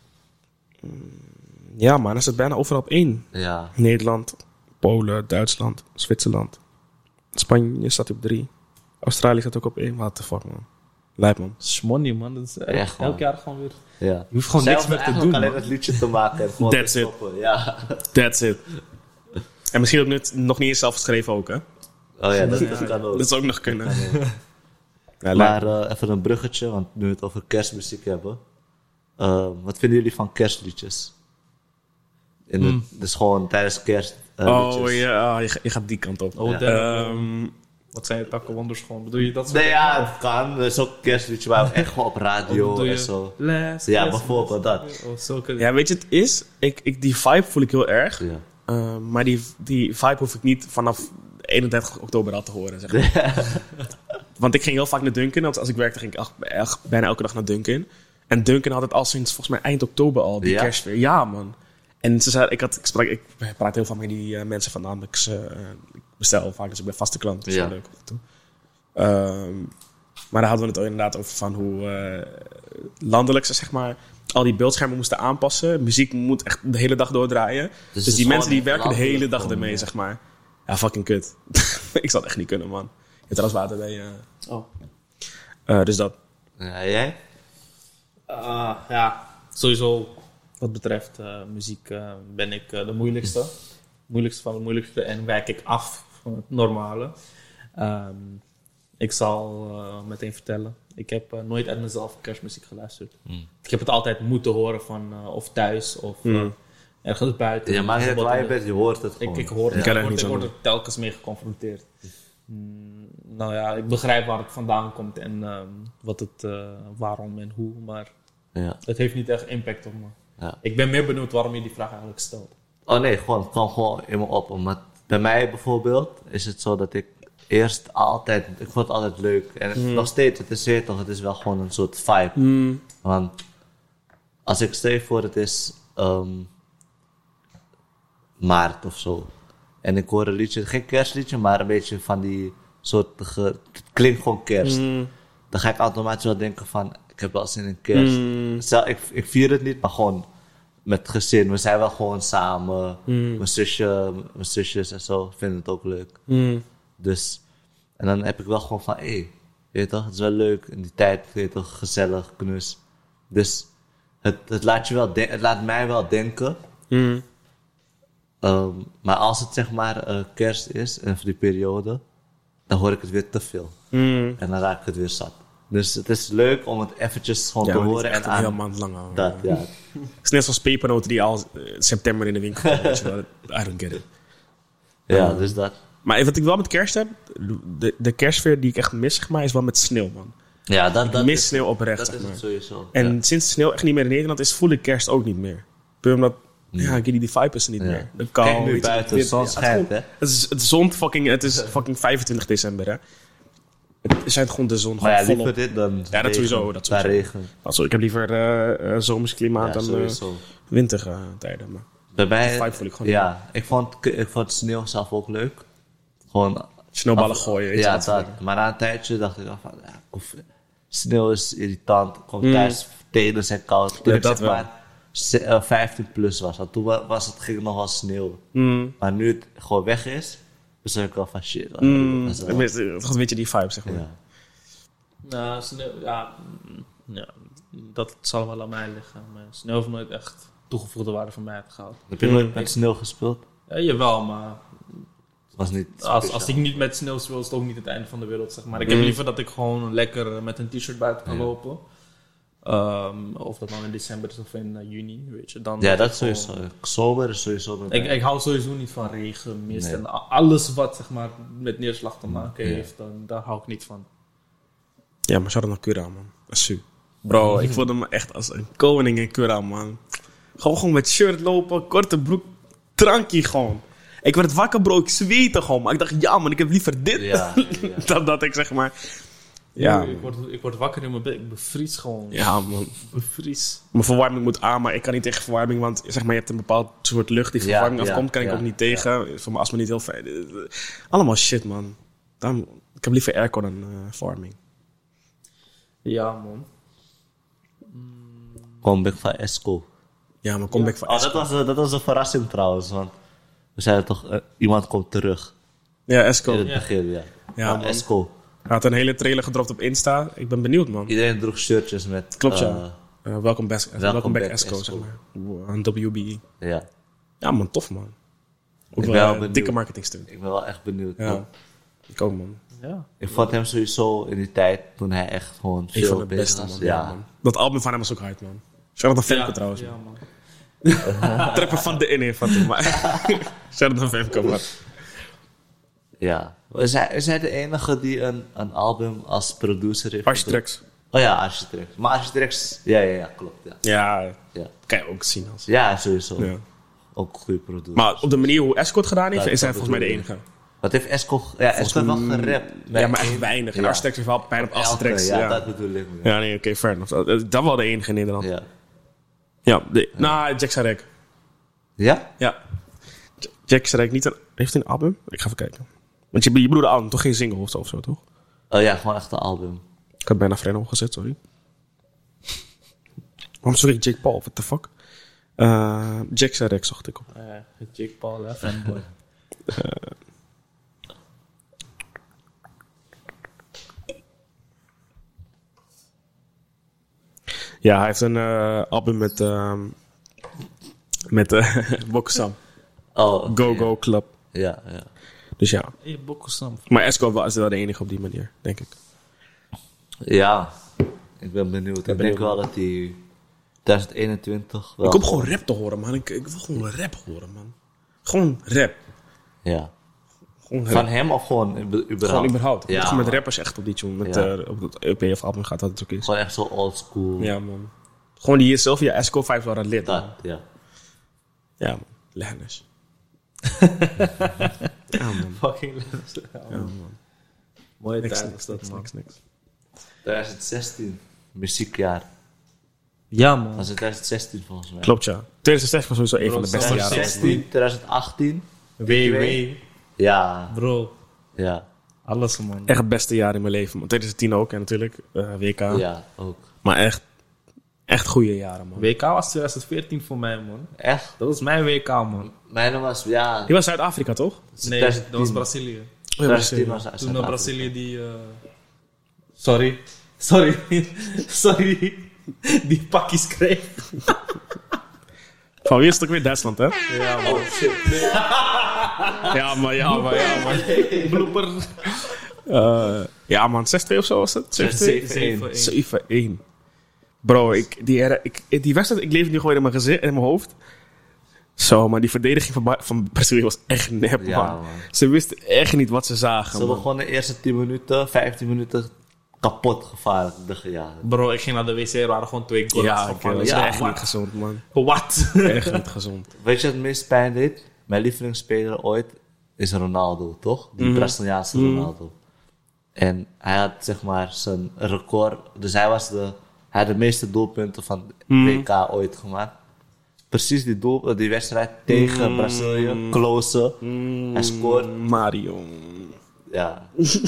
Ja man, hij staat bijna overal op één. Ja. Nederland, Polen, Duitsland, Zwitserland. Spanje staat op drie. Australië staat ook op één. What the fuck man. Lijp man. Smoney man, dat is echt, Echt, man. elk jaar gewoon weer... Ja. Je hoeft gewoon Zij niks hoeven meer te doen, alleen man. het liedje te maken en gewoon That's te it. stoppen. Ja. That's it. En misschien ook net, nog niet eens zelf geschreven ook hè. Oh ja, dat, dat kan ook. Dat zou ook nog kunnen. Ja, Maar uh, even een bruggetje, want nu we het over kerstmuziek hebben. Uh, wat vinden jullie van kerstliedjes? In de, Mm. Dus gewoon tijdens kerst uh, oh liedjes. ja, je, je gaat die kant op. Oh, Ja. damn. Ehm, Wat zijn je takken wonders gewoon? Bedoel je dat soort Nee, dingen? ja, het kan. Er is ook een kerstliedje waar we echt gewoon op Of radio bedoel je en zo. Last Ja, Christmas? bijvoorbeeld dat. Of zulke... ja, weet je, het is... Ik, ik, die vibe voel ik heel erg. Ja. Uh, maar die, die vibe hoef ik niet vanaf eenendertig oktober al te horen, zeg maar. Want ik ging heel vaak naar Dunkin'. Want als ik werkte, ging ik ach, echt bijna elke dag naar Dunkin'. En Dunkin' had het al sinds volgens mij eind oktober al, die Ja? kerstfeer. Ja, man. En ze zei, ik, had, ik, sprak, ik praat heel vaak met die uh, mensen vandaan. Ik, uh, ik bestel vaak, dus ik ben vaste klant. Dat is Ja. wel leuk af en toe. Um, maar daar hadden we het ook inderdaad over van hoe uh, landelijk ze zeg maar al die beeldschermen moesten aanpassen. Muziek moet echt de hele dag doordraaien. Dus, het dus is die mensen die gewoon werken de hele landelijk dag gewoon, ermee, ja. zeg maar. Ja, fucking kut. Ik zou het echt niet kunnen, man. Je hebt trouwens water bij je. Oh. Uh, dus dat. Ja, jij? Uh, ja, sowieso wat betreft uh, muziek uh, ben ik uh, de moeilijkste. Moeilijkste van de moeilijkste en wijk ik af van het normale. Um, ik zal uh, meteen vertellen. Ik heb uh, nooit uit mezelf kerstmuziek geluisterd. Mm. Ik heb het altijd moeten horen van uh, of thuis of uh, Mm. ergens buiten. Ja, maar je, Bijvoorbeeld waar je in de- bent, je hoort het gewoon. Ik, ik hoor Ik het, kan ik er word, niet ik zo word er telkens mee geconfronteerd. Mm, nou ja, ik begrijp waar het vandaan komt en um, wat het, uh, waarom en hoe, maar Ja. het heeft niet echt impact op me. Ja. Ik ben meer benieuwd waarom je die vraag eigenlijk stelt. Oh nee, gewoon, het kwam gewoon in me op. Omdat bij mij bijvoorbeeld is het zo dat ik eerst altijd, ik vond het altijd leuk. En het, nog steeds, het is weer toch, het is wel gewoon een soort vibe. Mm. Want als ik stel voor, het is um, maart of zo. En ik hoor een liedje, geen kerstliedje, maar een beetje van die soort, ge, het klinkt gewoon kerst. Mm. Dan ga ik automatisch wel denken van, ik heb wel zin in kerst. Mm. Stel, ik, ik vier het niet, maar gewoon met het gezin. We zijn wel gewoon samen. Mm. Mijn zusje, mijn zusjes en zo vinden het ook leuk. Mm. Dus, en dan heb ik wel gewoon van, hé, hey, weet je toch, het is wel leuk. In die tijd, weet je toch, gezellig, knus. Dus het, het, laat, je wel de- het laat mij wel denken. Mm. Um, maar als het zeg maar uh, kerst is, en voor die periode, dan hoor ik het weer te veel. Mm. En dan raak ik het weer zat. Dus het is leuk om het eventjes gewoon Ja, te maar niet horen echt en een heel aan. maand lang houden. Dat, ja. Het is net zoals pepernoten die al uh, september in de winkel komen. Weet je wel. I don't get it. Ja, dus dat. Maar wat ik wel met kerst heb, de, de kerstsfeer die ik echt mis, zeg maar, is wel met sneeuw, man. Ja, dat, Ik dat mis is, sneeuw oprecht, dat zeg is maar. het sowieso. En ja. sinds de sneeuw echt niet meer in Nederland is, voel ik kerst ook niet meer. Puur omdat, ja, ik weet niet, die vibe is er niet Ja. meer. De kou, Kijk nu weet je, buiten, dit- de zon ja, het schijnt, gewoon- hè? Het is, het zond fucking, het is fucking vijfentwintig december, hè. Het schijnt gewoon de zon Maar ja, gewoon liever volop. dit dan Ja, dat regen, sowieso, dat dan sowieso. regen. Also, ik heb liever uh, uh, zomers klimaat Ja, dan uh, sowieso. wintertijden. Maar Bij mij, die vibe voel ik gewoon ja, ik vond, ik vond sneeuw zelf ook leuk. Gewoon sneeuwballen af- gooien, weet je ja, wat. dat. Maar na een tijdje dacht ik al van, ja, kof- sneeuw is irritant. Kom Mm. thuis, tenen zijn koud. Toen Ja, ik dat zeg wel. maar ze- uh, vijftien plus was. Want toen wa- was het, ging het nog wel sneeuwen. Mm. Maar nu het gewoon weg is, besef ik wel van shit. Mm. dat is wel- Ik weet- Het gaat een beetje die vibe, zeg maar. ja. Nou, sneeuw, ja, mm, ja, dat zal wel aan mij liggen. Maar sneeuw heeft nooit echt toegevoegde waarde van mij gehad. Heb je Mm. nooit met sneeuw gespeeld? Ja, jawel, maar Was niet als, speciaal. als ik niet met sneeuw speel, is het ook niet het einde van de wereld, zeg maar. Ik heb Mm. liever dat ik gewoon lekker met een t-shirt buiten kan Ja. lopen. Um, of dat nou in december is of in uh, juni, weet je. Dan Ja, dat ik sowieso. gewoon- Zomer is sowieso... met Ik, mij. ik hou sowieso niet van regen, mist Nee. en a- alles wat zeg maar met neerslag te maken Ja. heeft, dan, daar hou ik niet van. Ja, maar shout-out naar Cura, man. Asu. Bro, ik voelde me echt als een koning in Cura, man. Gewoon, gewoon met shirt lopen, korte broek, trankie gewoon. Ik werd wakker, bro. Ik zweette gewoon. Maar ik dacht, ja, man, ik heb liever dit. Ja, ja. dan dat ik zeg maar... Ja, ik, word, ik word wakker in mijn bed, ik bevries gewoon. ja, man. Ik bevries. Mijn verwarming moet aan, maar ik kan niet tegen verwarming. Want zeg maar, je hebt een bepaald soort lucht die van Ja, verwarming ja, afkomt. Kan ik ja, ook niet tegen. Voor mijn astma niet heel fijn. Allemaal shit, man. Dan, ik heb liever airco dan uh, verwarming. Ja, man. Comeback van Esco. Ja, maar comeback van Oh, Esco. dat was, een- dat was een verrassing trouwens, want we zeiden toch, eh, iemand komt terug. Ja, Esco. In het Ja. begin, ja. Ja, Van man. Esco. Hij had een hele trailer gedropt op Insta. Ik ben benieuwd, man. Iedereen droeg shirtjes met... Klopt, eh, ja. Uh, welkom, best, welkom, welkom back back Esco, Esco. zeg maar. Wow, aan W B E. Ja, Ja, man, tof, man. Ook Ik ben wel wel een benieuwd. dikke marketingstunt. ik ben wel echt benieuwd. Ja, man. ik ook, man. Ja. Ik vond hem sowieso in die tijd, toen hij echt gewoon Een veel van de bezig beste, was. man. Ja, Ja, man. Dat album van hem was ook hard, man. Shout-out naar Femke trouwens, Ja, man. man. Treppen van de in van toen, maar... Shout-out naar Femke, man. ja. We zijn, we zijn de enige die een, een album als producer heeft. Architects. Oh ja, Architects. Maar Architects, ja, ja, ja, klopt. Ja, Ja, ja. kan je ook zien als... ja sowieso. Ja. Ook een goede producer. Maar op de manier hoe Esco het gedaan heeft, Ja, is hij dat volgens mij de bedoel enige. Wat heeft Esco... Ja, Esco heeft wel gerapt. Ja, maar echt weinig. En Ja. Architects heeft wel pijn op Elke, Architects. ja, Ja, dat bedoel ik. Ja. ja nee, oké, fair enough. Dat, dat wel de enige in Nederland. Ja, Ja. de, nou, Jack Sarek. Ja? Ja. J- Jack Sarek niet een... Heeft hij een album? Ik ga even kijken. Want je, je bedoelde album, toch geen single of zo, of zo, toch? Oh ja, gewoon echt een album. Ik had bijna Frenno gezet, sorry. Waarom zoek ik Jake Paul? What the fuck? Uh, Jack Sarek zocht ik op. Uh, Jake Paul, hè, fanboy. Ja, hij heeft een uh, album met... Uh, met uh, Bokusam. Oh, oké, Go ja. Go Club. Ja, ja. Dus ja. Hey, Bokusam. Maar Esco was wel de enige op die manier, denk ik. Ja, ik ben benieuwd. Ik benieuwd, denk wel dat hij twintig eenentwintig wel... Ik hoop gewoon rap te horen, man. Ik, ik wil gewoon rap horen, man. Gewoon rap. Ja. Gewoon rap. Van hem of gewoon ube- überhaupt? Gewoon überhaupt. Ja, gewoon met man. rappers echt op die tune. Met, Ja. uh, op dat E P of album gaat dat het ook is. Gewoon echt zo old school. Ja, man. Gewoon die Sylvia Esco vibes waren lid, Dat, man. ja. Ja, man. Lennis. ja, man. Fucking Ja, man. mooie Niks, tijd niks, was dat, niks, man. niks, niks. twintig zestien, muziekjaar. Ja, Dat man. was in twintig zestien volgens mij. Klopt, ja. twintig zestien was sowieso een van de Bro, beste twintig jaren. zestien. twintig achttien. W W. Ja, Bro, ja, alles, man. Echt het beste jaar in mijn leven, man. twintig tien ook, en natuurlijk. uh, W K. ja, ook. Maar echt, echt goede jaren, man. W K was twintig veertien voor mij, man. Echt? Dat was mijn W K, man. Mijn was, ja... Die was Zuid-Afrika, toch? Nee, twintig dat was tien. Brazilië. twintig tien was Toen naar Zuid-Afrika. Brazilië die... uh, Sorry. Sorry. Sorry. Die pakjes kreeg. Van wie is het ook weer? Duitsland, hè? Ja, man. Ja, maar ja, maar ja, man. Blooper. Uh, ja, man. zes twee of zo was het? zeven twee? zeven één. zeven één. Bro, ik, die, era- ik, die wedstrijd, ik leef het nu gewoon in mijn, gezicht, in mijn hoofd. Zo, maar die verdediging van, Ba- van Brazilië was echt nep, man. Ja, man. Ze wisten echt niet wat ze zagen, Ze man. begonnen de eerste tien minuten, vijftien minuten kapot gevaarlijk. Ik dacht, ja, Bro, ik ging naar de wc, er waren gewoon twee goals Ja, van oké, dat is ja, echt niet wat? gezond, man. Wat? Echt niet gezond. weet je wat het meest pijn deed? Mijn lievelingsspeler ooit is Ronaldo, toch? Die Mhm. Braziliaanse Ronaldo. En hij had zeg maar zijn record. Dus hij was de, hij had de meeste doelpunten van Mhm. W K ooit gemaakt. Precies die, doel, die wedstrijd tegen Mhm. Brazilië, close. Hij scoort. Mario. Ja.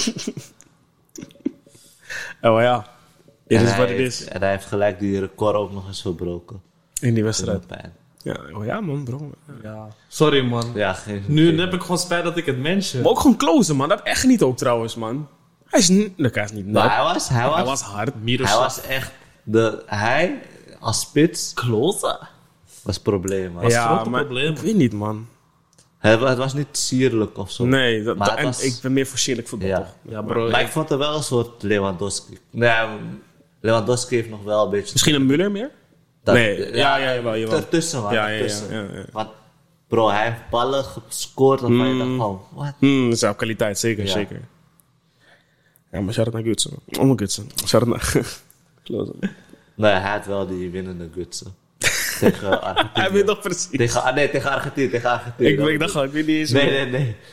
Oh ja. It En is hij what it heeft- is. En hij heeft gelijk die record ook nog eens verbroken. In die Dat is wedstrijd. wel pijn. Ja, oh ja, man, bro. Ja. Sorry, man. Ja, geen, Nu geen- heb ik gewoon spijt dat ik het mention. Maar ook gewoon closen, man. Dat echt niet ook, trouwens, man. Hij is niet... Hij is niet Maar nat. hij was, hij was, Hij was hard. hij was echt. De, hij als spits close. was het probleem. Man. was ja, grote maar probleem. ik weet niet, man. Het, wa- het was niet sierlijk of zo. Nee, dat, Maar dat- het en was- ik ben meer voor sierlijk voetbal, Ja. toch? Ja, bro. Maar ik- ik vond het wel een soort Lewandowski. Nee, Lewandowski heeft nog wel een beetje... Misschien een Müller meer? dat- nee, ja, ja, jawel, jawel. Ertussen, man. Ja, ja, ja, ertussen. ja, ja. Want, bro, hij heeft ballen gescoord waarvan je dacht van, wat? Hmm, dat is op kwaliteit, zeker, Ja. zeker. Ja, maar shout-out naar Gutsen. Oh, mijn Gutsen. Shout-out naar... Close. Nee, hij had wel die winnende gutsen. Tegen Argentinië. Hij weet nog precies. Tegen, ah, nee, tegen Argentinië, tegen Argentinië. Ik, Dat- ik dacht al, ik weet niet eens Nee, meer. nee, nee.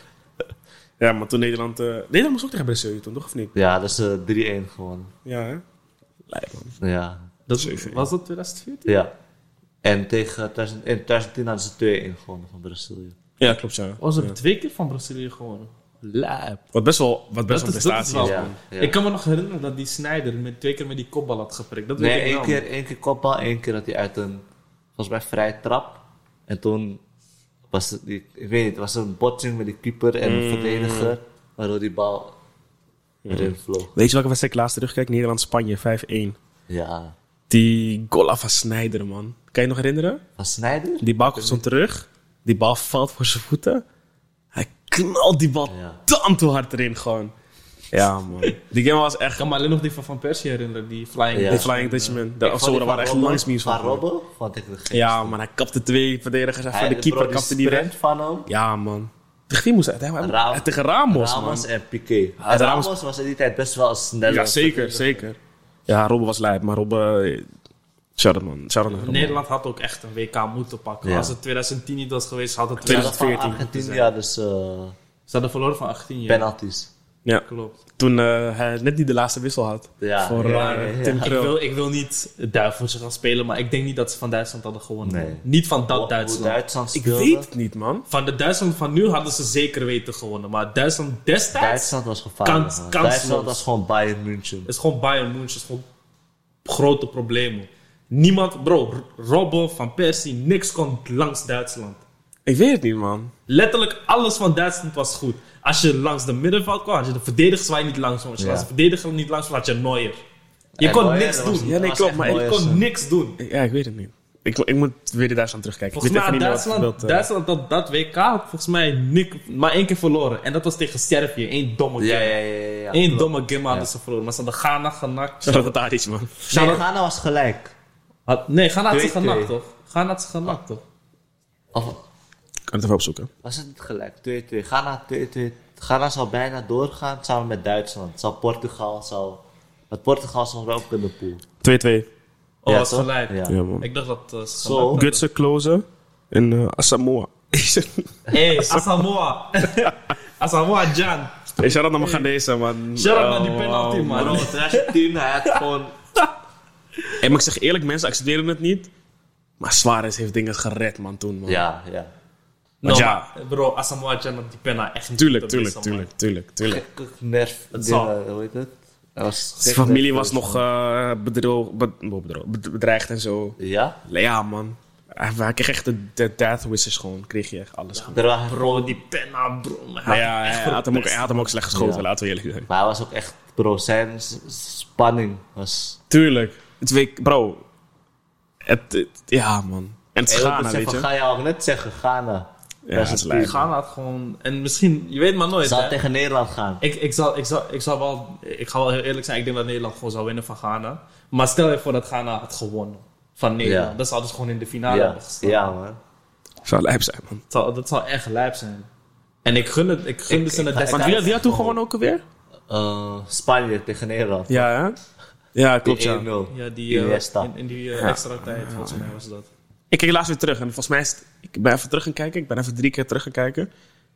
Ja, maar toen Nederland... Uh, Nederland moest ook tegen Brazilië toen, toch? Of niet? Ja, dat is uh, drie-een gewonnen. Ja, hè? Lijp, man. Ja. Dat, Zeker. was dat twintig veertien? Ja. En tegen twintig, in twintig tien hadden ze twee-een gewonnen van Brazilië. Ja, klopt, ja. Was er Ja. twee keer van Brazilië gewonnen? Lijp. Wat best wel, wat best Dat wel is- een dat is prestatie is, wel- man. Ja, ja. Ik kan me nog herinneren dat die Sneijder met, twee keer met die kopbal had geprikt. Dat weet Nee, ik één wel. keer, één keer kopbal, één keer dat hij uit een, volgens mij, vrije trap. En toen was het, die, ik weet niet, was er een botsing met die keeper en de verdediger, waardoor die bal erin vloog. Weet je welke wedstrijd ik laatst terugkijk? Nederland-Spanje, vijf-een. Ja. Die goal van Sneijder, man. Kan je je nog herinneren? Van Sneijder? Die bal komt zo terug. Die bal valt voor zijn voeten. Hij knalt die bal Ja. dan te hard erin gewoon. Ja, man. Die game was echt... Ik kan me alleen nog die van Van Persie herinneren, die flying. Ja. Die flying Dutchman. Dat, Ik of vond zo, die daar waren van echt Robben- langs memes Van van. Robben vond ik de gekste. Ja, man. Hij kapte twee verdedigers. En Hij- voor de bro, keeper die kapte die weg. sprint van hem. Ja, man. Tegen wie moest hij? hij Ra- hij- tegen Ramos, Ramos man. en Piqué. Ramos- Ramos was in die tijd best wel snel. Ja, zeker, zeker. Ja, Robben was lijp, maar Robben... eh, Shout-out, man. Shout-out naar Robben. Nederland had ook echt een W K moeten pakken. Ja. Als het twintig tien niet was geweest, had het twintig twintig veertien. Argentinië hadden dus uh, Ze hadden verloren van Argentinië. penalties. Ja, Klopt. toen eh, hij net niet de laatste wissel had. Ja, voor ja, eh, ja, ja. Tim Ik Krul. wil, ik wil niet duiveltje gaan spelen, maar ik denk niet dat ze van Duitsland hadden gewonnen. Nee. Niet van dat Hoe Duitsland. Duitsland Ik speelde. weet het niet, man. Van de Duitsland van nu hadden ze zeker weten gewonnen. Maar Duitsland destijds Duitsland was gevaarlijk. Kans- man. kansloos. Duitsland was gewoon Bayern München. is gewoon Bayern München. is gewoon grote problemen. Niemand, bro, R- Robben, Van Persie, niks kon langs Duitsland. Ik weet het niet, man. Letterlijk alles van Duitsland was goed. Als je langs de middenveld kwam, had je de verdedigers waar je niet langs kon. Als je Ja. langs de verdediger niet langs kon, had je Neuer. Je En kon Neuer, niks dat was- doen. Ja, nee, was klopt, echt maar ik Je Neuer kon zijn- niks doen. Ja, ik weet het niet. Ik, ik moet weer de Duitsland terugkijken. Volgens ik mij weet had even niet meer Duitsland, wat het beeld, eh, Duitsland dat, dat W K had volgens mij nik- maar één keer verloren. En dat was tegen Servië. Eén domme Ja, game. ja, ja. ja, ja Eén klopt. domme game hadden ze verloren. Maar ze hadden Ghana genakt. Shout-out naar Tadic, man. Nee, Ghana was gelijk. Had- nee, Ghana had ze twee twee. genakt toch? Ghana had ze genakt toch? Of Ik kan het even opzoeken. was het niet gelijk? twee-twee. Ghana twee-twee. Ghana zou bijna doorgaan samen met Duitsland. Zou Portugal, zou... Want Portugal zou ook in de pool. twee-twee. Oh, Ja, was toch? gelijk. Ja. Ja, man. Ik dacht dat uh, ze Zo. genakt hadden. Gutsen, Klose en eh Asamoah. Hey, Asamoah. Asamoah Jan. Hey, shout-out naar mijn Ghanese, man. Shout-out naar die Oh, penalty, wow, man. Bro, twintig tien, hij had gewoon... En maar ik zeg eerlijk, mensen accepteren het niet. Maar Suarez heeft dingen gered, man, toen, man. Ja, ja. No, ja. maar, bro, Asamoah Jan had die penna echt niet Tuurlijk, te tuurlijk, missen, man. tuurlijk, tuurlijk, tuurlijk. Gekke nerf. Het dingen, zal. Hoe heet het? Hij was Zijn gek familie nerveus, was nog man. eh bedro- bed- oh, bedro- bed- bedreigd en zo. Ja? Ja, man. Hij, hij kreeg echt de, de death wishes gewoon. Kreeg je echt alles. gewoon. Er waren Bro, gewoon die penna, bro. Hij Maar had ja, echt hij had, hem ook, verpest. hij had hem ook slecht geschoten, Ja. laten we eerlijk zijn. Maar hij was ook echt... Bro, zijn s- spanning was... Tuurlijk. Het week, bro. Het, het- ja, man. En het is Hey, Ghana, weet je. Ga je ook net zeggen, Ghana. Ja, het is lijp. Ghana had gewoon... En misschien, je weet maar nooit, Zou hè. tegen Nederland gaan. Ik, ik, zal, ik, zal, ik zal wel... Ik ga wel heel eerlijk zijn. Ik denk dat Nederland gewoon zou winnen van Ghana. Maar stel je voor dat Ghana had gewonnen van Nederland. Ja. Dan zouden ze gewoon in de finale Ja, hebben gestaan. ja man. Zou lijp zijn, man. Dat zou, dat zou echt lijp zijn. En ik gun het, ik gunde Ik- ze ik het ga- destijds. Want wie, had- wie had toen gewonnen ook alweer? Uh, Spanje tegen Nederland. Ja, hè? Ja, klopt, Die ja. één nul. Ja, die, eh, Iniesta. in, in die eh, Ja. extra tijd, volgens mij was dat. Ik keek laatst weer terug en volgens mij is het, ik ben even terug gaan kijken. Ik ben even drie keer terug gaan kijken.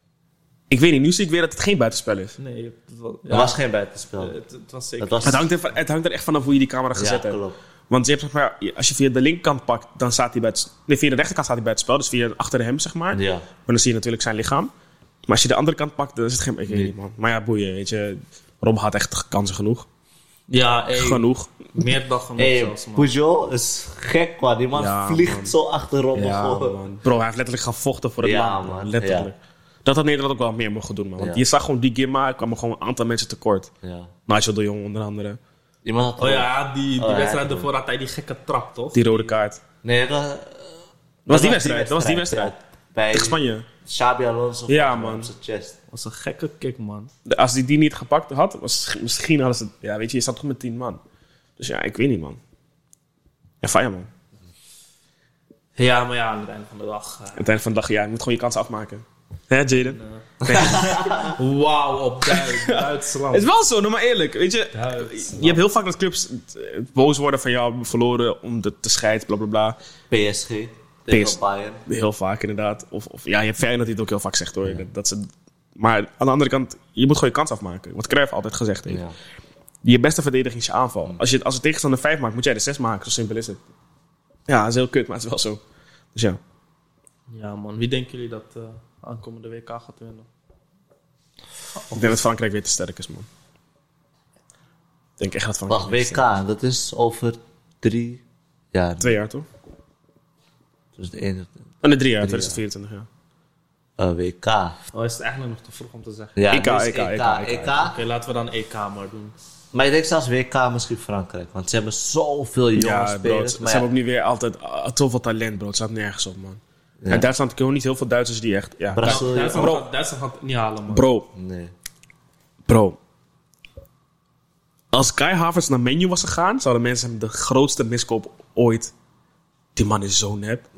Ik weet niet, nu zie ik weer dat het geen buitenspel is. Nee, het was, ja, Er was geen buitenspel. eh, het, het was zeker. Het was... Het hangt, er, van- het hangt er echt vanaf hoe je die camera Ja, gezet hebt. klopt. Want je hebt, zeg maar, als je via de linkerkant pakt, dan staat hij bij het... Nee, via de rechterkant staat hij bij het spel. Dus via achter hem, zeg maar. Ja. Maar dan zie je natuurlijk zijn lichaam. Maar als je de andere kant pakt, dan is het geen... Ik weet niet, man. Maar ja, boeien, weet je. Rob had echt kansen genoeg. Ja, hey, Genoeg. meer dan genoeg Hey, zelfs, man. Pujol is gek, man. Die man Ja, vliegt man. zo achterom. Ja, gewoon. man. Bro, hij heeft letterlijk gevochten voor het Ja, land, man. man. Letterlijk. Dat had Nederland ook wel meer mogen doen, man. Want Ja. je zag gewoon die Gimma, er kwamen gewoon een aantal mensen tekort. Ja. Nigel de Jong onder andere. Iemand had Oh ja, die, die Oh, ja, wedstrijd ja. ervoor had hij die gekke trap, toch? Die rode kaart. Nee, dat, dat was die wedstrijd, dat was die wedstrijd. ja. Bij Tegen Spanje. Xabi Alonso. Ja, volgens mij man. Op zijn chest. Dat was een gekke kick, man. De- Als hij die niet gepakt had, was, misschien hadden ze... Ja, weet je, je staat toch met tien man. Dus ja, ik weet niet, man. Ja, fijn, man. Ja, maar ja, aan het einde van de dag... Uh, Aan het einde van de dag, ja, je moet gewoon je kansen afmaken. Hè, Jaden? uh, Wauw, op Duits, Duitsland. Het is wel zo, nou maar eerlijk. Weet je, Duitsland. je hebt heel vaak dat clubs boos worden van... ja, we verloren om de te scheiden, bla bla bla. P S G tegen P S Bayern. Heel vaak, inderdaad. Of, of ja, je hebt Feyenoord die het ook heel vaak zegt, hoor. Ja. Dat, dat ze, maar aan de andere kant, je moet gewoon je kans afmaken. Wat Cruijff altijd gezegd heeft. Ja. Je beste verdediging is je aanval. Als je als de tegenstander vijf maakt, moet jij de zes maken. Zo simpel is het. Ja, dat is heel kut, maar het is wel zo. Dus ja. Ja, man. Wie denken jullie dat uh, aankomende W K gaat winnen? Ik denk dat Frankrijk weer te sterk is, man. Ik denk echt dat Frankrijk... Wacht, W K, dat is over drie jaar. Twee jaar, toch? Dus de ene, En de drie jaar, Drie tweeduizend vierentwintig, ja. uh, W K. Oh, is het eigenlijk nog te vroeg om te zeggen? Ja, E K, dus E K, E K, E K. Oké, laten we dan E K maar doen. Maar ik denk zelfs W K misschien Frankrijk. Want ze hebben zoveel jonge Ja, bro. spelers. Ze maar hebben ja, ook nu weer altijd uh, zoveel talent, bro. Het staat nergens op, man. Ja. En Duitsland kunnen niet heel veel Duitsers die echt... Ja, Brazilië. Duitsland, Bro. gaat, Duitsland gaat het niet halen, man. bro, Nee. bro. Als Kai Havertz naar Menu was gegaan, zouden mensen hem de grootste miskoop ooit... Die man is zo nep.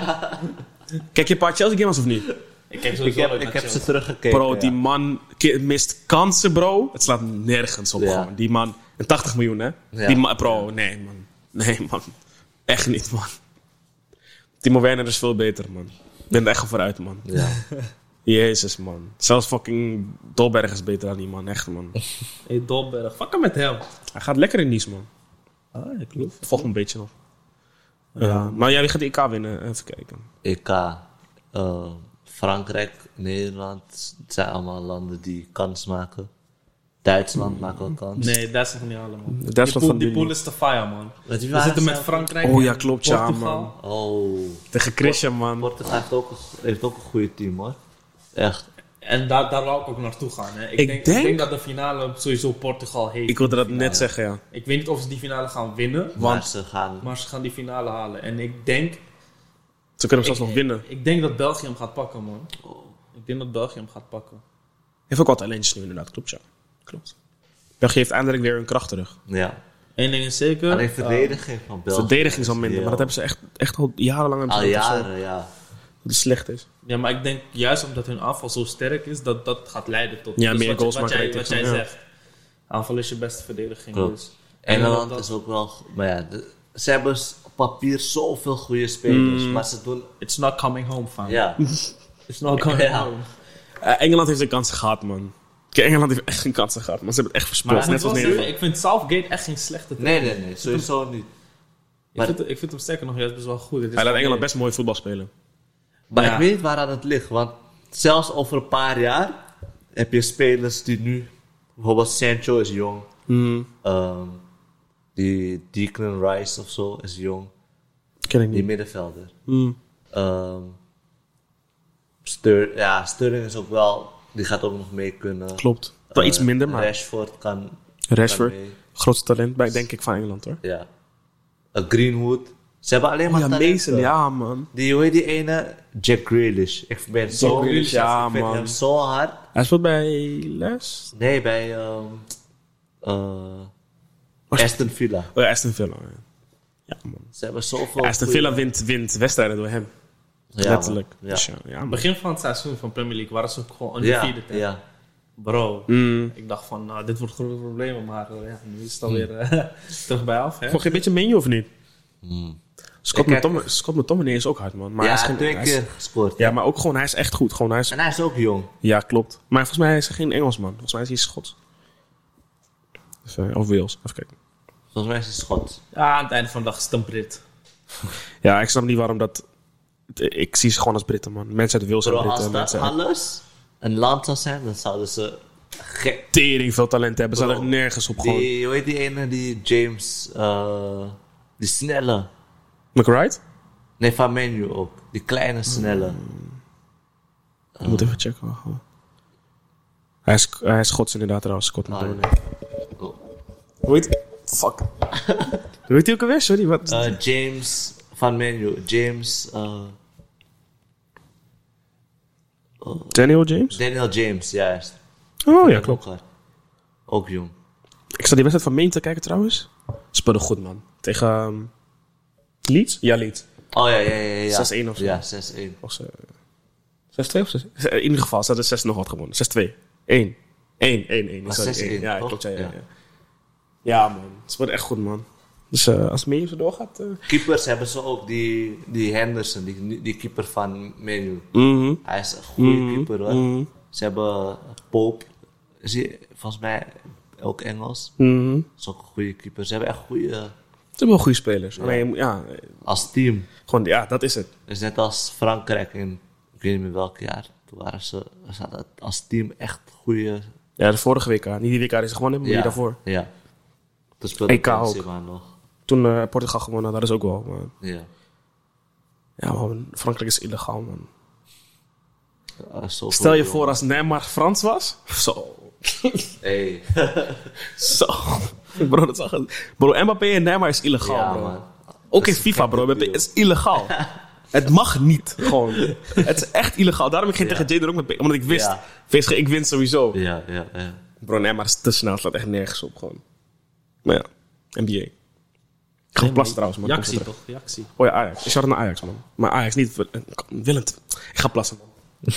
Kijk je een paar Chelsea games of niet? Ik heb, Ik heb, ik heb ze teruggekeken. Bro, ja. die man ki- mist kansen, bro. Het slaat nergens op, Ja. gewoon. Die man... En tachtig miljoen, hè? Ja. Die man, bro, nee, man. Nee, man. Echt niet, man. Timo Werner is veel beter, man. Ik ben er echt vooruit, man. Ja. Jezus, man. Zelfs fucking Dolberg is beter dan die man. Echt, man. Hey, Dolberg. Fuck hem met hem. Hij gaat lekker in Nice, man. Ah, ik geloof. Volg me een beetje nog. Ja. Maar ja, wie gaat de E K winnen? Even kijken. E K. Uh, Frankrijk, Nederland. Het zijn allemaal landen die kans maken. Duitsland maakt wel kans. Nee, Duitsland niet halen, man. Duitsland die pool, van die die- pool is te fire, man. Weet je We waar zitten ze- met Frankrijk Oh ja, en klopt, ja, Portugal. man. Oh. Tegen Christian, man. Portugal heeft ook, een- heeft ook een goede team, hoor. Echt. En daar, daar wou ik ook naartoe gaan. Hè. Ik, Ik denk, denk- ik denk dat de finale sowieso Portugal heeft. Ik wilde dat Finale. net zeggen, ja. Ik weet niet of ze die finale gaan winnen, Maar Want- ze gaan... maar ze gaan die finale halen. En ik denk... Ze kunnen hem zelfs ik, nog winnen. Ik, ik denk dat België hem gaat pakken, man. Ik denk dat België hem gaat pakken. Heeft ook wel talentjes nu, inderdaad. Klopt, ja. Klopt. België heeft eindelijk weer hun kracht terug. Ja. Eén ding is zeker. Alleen verdediging van België. Verdediging is al minder, Ja. maar dat hebben ze echt, echt al jarenlang... hebben Al ze dat of zo, jaren, ja. Dat het slecht is. Ja, maar ik denk juist omdat hun aanval zo sterk is, dat dat gaat leiden tot... Ja, dus meer wat, goals wat maken jij, tegen wat jij ze, ja. zegt. Aanval is je beste verdediging. Klopt. Dus. En Engeland dat- is ook wel... Maar ja, de- ze hebben s- op papier zoveel goede spelers. Mm. Maar ze doen... It's not coming home, fam. Ja. It's not coming Ja. home. Uh, Engeland heeft een kansen gehad, man. Kijk, Engeland heeft echt geen kansen gehad, man. Ze hebben het echt Maar verspeeld. ik, Net moet zoals wel Nederland. zeggen, ik vind Southgate echt geen slechte Nee, trainer. nee, nee. Sowieso niet. Ik, Maar- vind, ik vind hem sterker nog juist best wel goed. Het is Hij laat gewoon- Engeland best mooi voetbal spelen. Maar Ja. ik weet niet waaraan het ligt. Want zelfs over een paar jaar... heb je spelers die nu... Bijvoorbeeld Sancho is jong. Hmm, Ehm, die Declan Rice of zo is jong. ken ik Die niet. middenvelder. Hmm. Ehm Ster ja, Sterling is ook wel... Die gaat ook nog mee kunnen. Klopt. Wel Eh, iets minder, maar Rashford kan... Rashford, kan mee. grootste talent, bij, denk ik, van Engeland, hoor. Ja. Uh, Greenwood. Ze hebben alleen maar Oh ja, talenten. Mason, ja, man. Die, hoe heet die ene? Jack Grealish. Ik ben zo... Jack Grealish, ja, ik vind man. hem zo hard. Hij speelt bij Les. Nee, bij... ehm uh, Aston Villa. Oh ja, Aston Villa. Ja, ja man. Ze hebben zoveel... Aston goeie- Villa wint, wint wedstrijden door hem. Ja, Letterlijk. man. Dus Ja. ja, ja, Aan man. het begin van het seizoen van Premier League waren ze ook gewoon een Ja, vierde. ja. Bro, Mm. ik dacht van, nou, dit wordt grote problemen, maar uh, ja, nu is het alweer uh, terug bij af. Hè? Volg je een beetje menu of niet? Hmm. Scott Ik heb- McTominay Scott McTominay is ook hard, man. Maar hij is Ja, geen, twee hij is- keer gescoord. Ja, maar ook gewoon, hij is echt goed. Gewoon, hij is, En hij is ook jong. ja, klopt. Maar volgens mij is hij geen Engelsman. Volgens mij is hij Schots. Even, of Wales, even kijken. Volgens mij is hij Schots. Ja, aan het einde van de dag is het een Brit. Ja, ik snap niet waarom dat... Ik zie ze gewoon als Britten, man. Mensen uit Wales zijn Bro, Britten. als dat Mensen uit alles een land zou zijn, dan zouden ze gek... tering veel talent hebben. Ze Bro, hadden nergens op gewoon. Die, hoe heet die ene, die James, uh, die snelle. McWright? Nee, van Menu ook. Die kleine snelle. Ik moet even checken. wacht, wacht. Hij is, hij is Schots inderdaad trouwens, Scott Ah, McTominay. Oh. Hoe heet... Fuck. Hoe heet hij ook alweer? Sorry, wat? Uh, James van Menu. James, uh, Daniel James? Daniel James, juist. Oh ja, Dat klopt. Ook, hard. Ook jong. Ik zat die wedstrijd van Maine te kijken trouwens. Ze speelden goed, man. Tegen um, Leeds? Ja, Leeds. Oh ja, ja, ja. ja. zes één of zo. Ja, zes één. Of ze, zes twee of zes? In ieder geval, ze hadden zes nog wat gewonnen. zes twee. één. één, één, één. Maar Sorry, zes één. één, Ja, toch? klopt, ja, ja, Ja. ja. Ja, man. Het wordt echt goed, man. Dus uh, als Menu zo doorgaat... Uh... Keepers hebben ze ook, die, die Henderson, die, die keeper van Menu. Mm-hmm. Hij is een goede Mhm, keeper hoor. mhm. Ze hebben Pope, is hij volgens mij ook Engels. Mm-hmm. Dat is ook een goede keeper. Ze hebben echt goede, Ze hebben wel goede spelers. Alleen, ja, als team. gewoon, ja, dat is het. Het is net als Frankrijk in, ik weet niet meer welk jaar. Toen waren ze, ze hadden als team echt goede... Ja, de vorige W K. Niet die W K die ze gewonnen hebben, maar die daarvoor. Ja. Toen speelde E K ook. Benzema nog. Toen uh, Portugal gewonnen, dat is ook wel. Maar... Ja. Ja, man, Frankrijk is illegaal, man. Uh, zoveel Stel je jongen. voor als Neymar Frans was. Zo. Hey. Zo. Bro, dat is wel... Bro, Mbappé en Neymar is illegaal, Ja, bro. man. Ook in is FIFA, een bro. gekke Het is illegaal. Het mag niet, gewoon. Het is echt illegaal. Daarom ik ging Ja. tegen Jaden ook met... Omdat ik wist, Ja. V S G, ik win sowieso. Ja, ja, ja. Bro, Neymar is te snel. Het slaat echt nergens op, gewoon. Maar ja, N B A. Ik ga plassen trouwens, man. Jactie Kom toch? Jactie. Oh ja, Ajax. Ik zou naar Ajax, man. Maar Ajax niet willend. Ik ga plassen, man.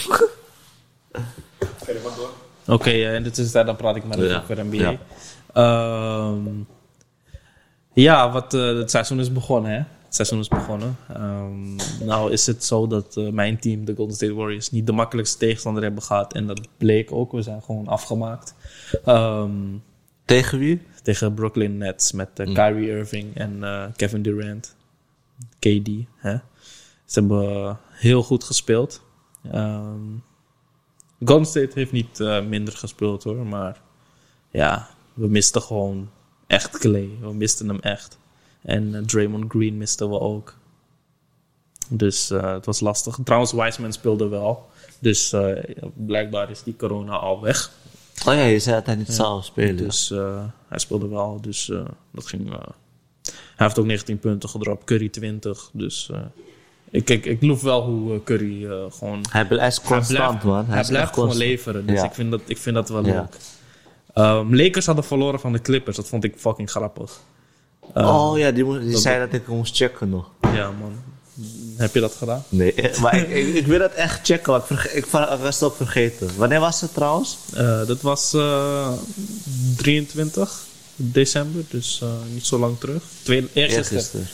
Verder, wat door. Oké, eh, in de tussentijd dan praat ik met Ja. over N B A. Ja. Ehm, ja, wat, eh, het seizoen is begonnen, hè? Het seizoen is begonnen. Ehm, nou is het zo dat eh, mijn team, de Golden State Warriors, niet de makkelijkste tegenstander hebben gehad. En dat bleek ook. We zijn gewoon afgemaakt. Ehm, Tegen wie? tegen Brooklyn Nets met eh, Kyrie Irving en eh, Kevin Durant. K D, hè? Ze hebben eh, heel goed gespeeld. Ehm, Golden State heeft niet eh, minder gespeeld hoor, maar ja, we misten gewoon echt Clay. We misten hem echt. En eh, Draymond Green misten we ook. Dus eh, het was lastig. Trouwens, Wiseman speelde wel. Dus eh, blijkbaar is die corona al weg. Oh ja, je zei dat hij niet zou spelen. Dus uh, hij speelde wel. Dus uh, dat ging. Uh, hij heeft ook negentien punten gedropt. Curry twintig. Dus uh, ik, ik, ik geloof wel hoe uh, Curry uh, gewoon. Hij, hij is constant, hij blijft, man. Hij, hij is blijft echt gewoon constant. leveren. Dus Ja. ik, vind dat, ik vind dat wel Ja. leuk. Um, Lakers hadden verloren van de Clippers. Dat vond ik fucking grappig. Uh, Oh ja, die, mo- die zei dat ik hem moest checken nog. Ja, man. Heb je dat gedaan? Nee, maar ik, ik, ik wil dat echt checken. Want ik, verge- ik, va- ik was het ook vergeten. Wanneer was het trouwens? Uh, dat was uh, drieëntwintig december. Dus uh, niet zo lang terug. Twee, eergisteren. Eergisteren.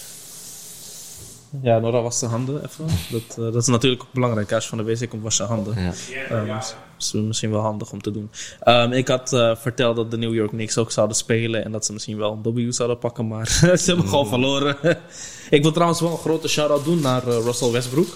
Ja, Nora was zijn handen even. Dat, uh, dat is natuurlijk ook belangrijk. Als je van de wc komt, was je handen. Ja. Um, dat is misschien wel handig om te doen. Um, ik had uh, verteld dat de New York Knicks ook zouden spelen. En dat ze misschien wel een W zouden pakken. Maar ze hebben gewoon verloren. Ik wil trouwens wel een grote shout-out doen naar uh, Russell Westbrook.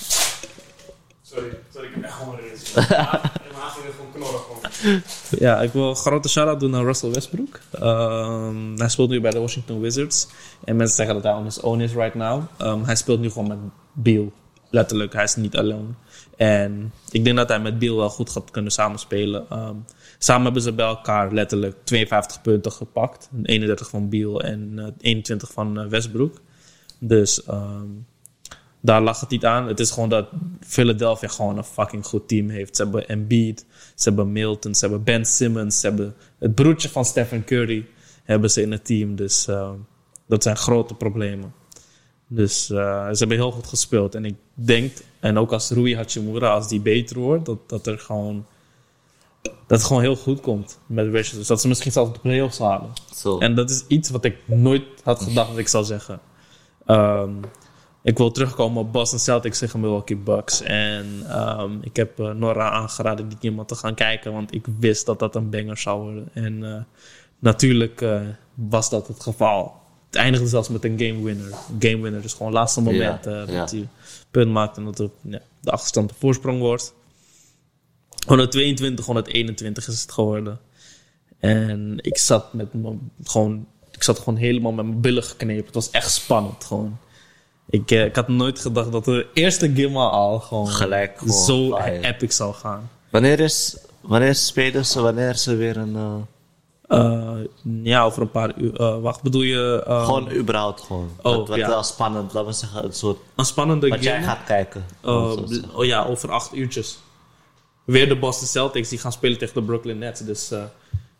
Sorry, sorry, ik heb echt gewoon erin zitten. En mijn haast is gewoon knorrig. Gewoon. Ja, ik wil een grote shout-out doen naar Russell Westbrook. Um, hij speelt nu bij de Washington Wizards. En mensen zeggen dat hij on his own is right now. Um, hij speelt nu gewoon met Beal. Letterlijk, hij is niet alone. En ik denk dat hij met Beal wel goed gaat kunnen samenspelen. Um, samen hebben ze bij elkaar letterlijk tweeënvijftig punten gepakt. eenendertig van Beal en uh, eenentwintig van uh, Westbrook. Dus um, daar lag het niet aan. Het is gewoon dat Philadelphia gewoon een fucking goed team heeft. Ze hebben Embiid, ze hebben Milton, ze hebben Ben Simmons, ze hebben het broertje van Stephen Curry hebben ze in het team. Dus uh, dat zijn grote problemen. Dus uh, ze hebben heel goed gespeeld. En ik denk, en ook als Rui Hachimura, als die beter wordt, dat, dat er gewoon dat het gewoon heel goed komt met de Wizards. Dus dat ze misschien zelfs de playoffs halen. Zo. En dat is iets wat ik nooit had gedacht dat ik zou zeggen. Um, ik wil terugkomen op Boston Celtics tegen Milwaukee Bucks. En um, ik heb uh, Nora aangeraden die iemand te gaan kijken. Want ik wist dat dat een banger zou worden. En uh, natuurlijk uh, was dat het geval. Het eindigde zelfs met een game winner. Game winner, dus gewoon laatste moment Ja, uh, dat ja. hij punt maakt. En dat er, ja, de achterstand de voorsprong wordt. honderdtweeëntwintig, honderdeenentwintig is het geworden. En ik zat met mijn, gewoon, ik zat gewoon helemaal met mijn billen geknepen. Het was echt spannend gewoon. Ik, eh, ik had nooit gedacht dat de eerste game al gewoon Gelijk gewoon zo fire. epic zou gaan. Wanneer is, wanneer spelen ze, wanneer is er weer een... uh, Uh, ja, over een paar uur. Uh, wacht, bedoel je... uh, gewoon überhaupt gewoon. Oh, wat wat ja. wel spannend, laten we zeggen, een soort... een spannende Wat jij game? gaat kijken. Uh, Zo zeggen. oh ja, over acht uurtjes. Weer de Boston Celtics, die gaan spelen tegen de Brooklyn Nets. Dus uh,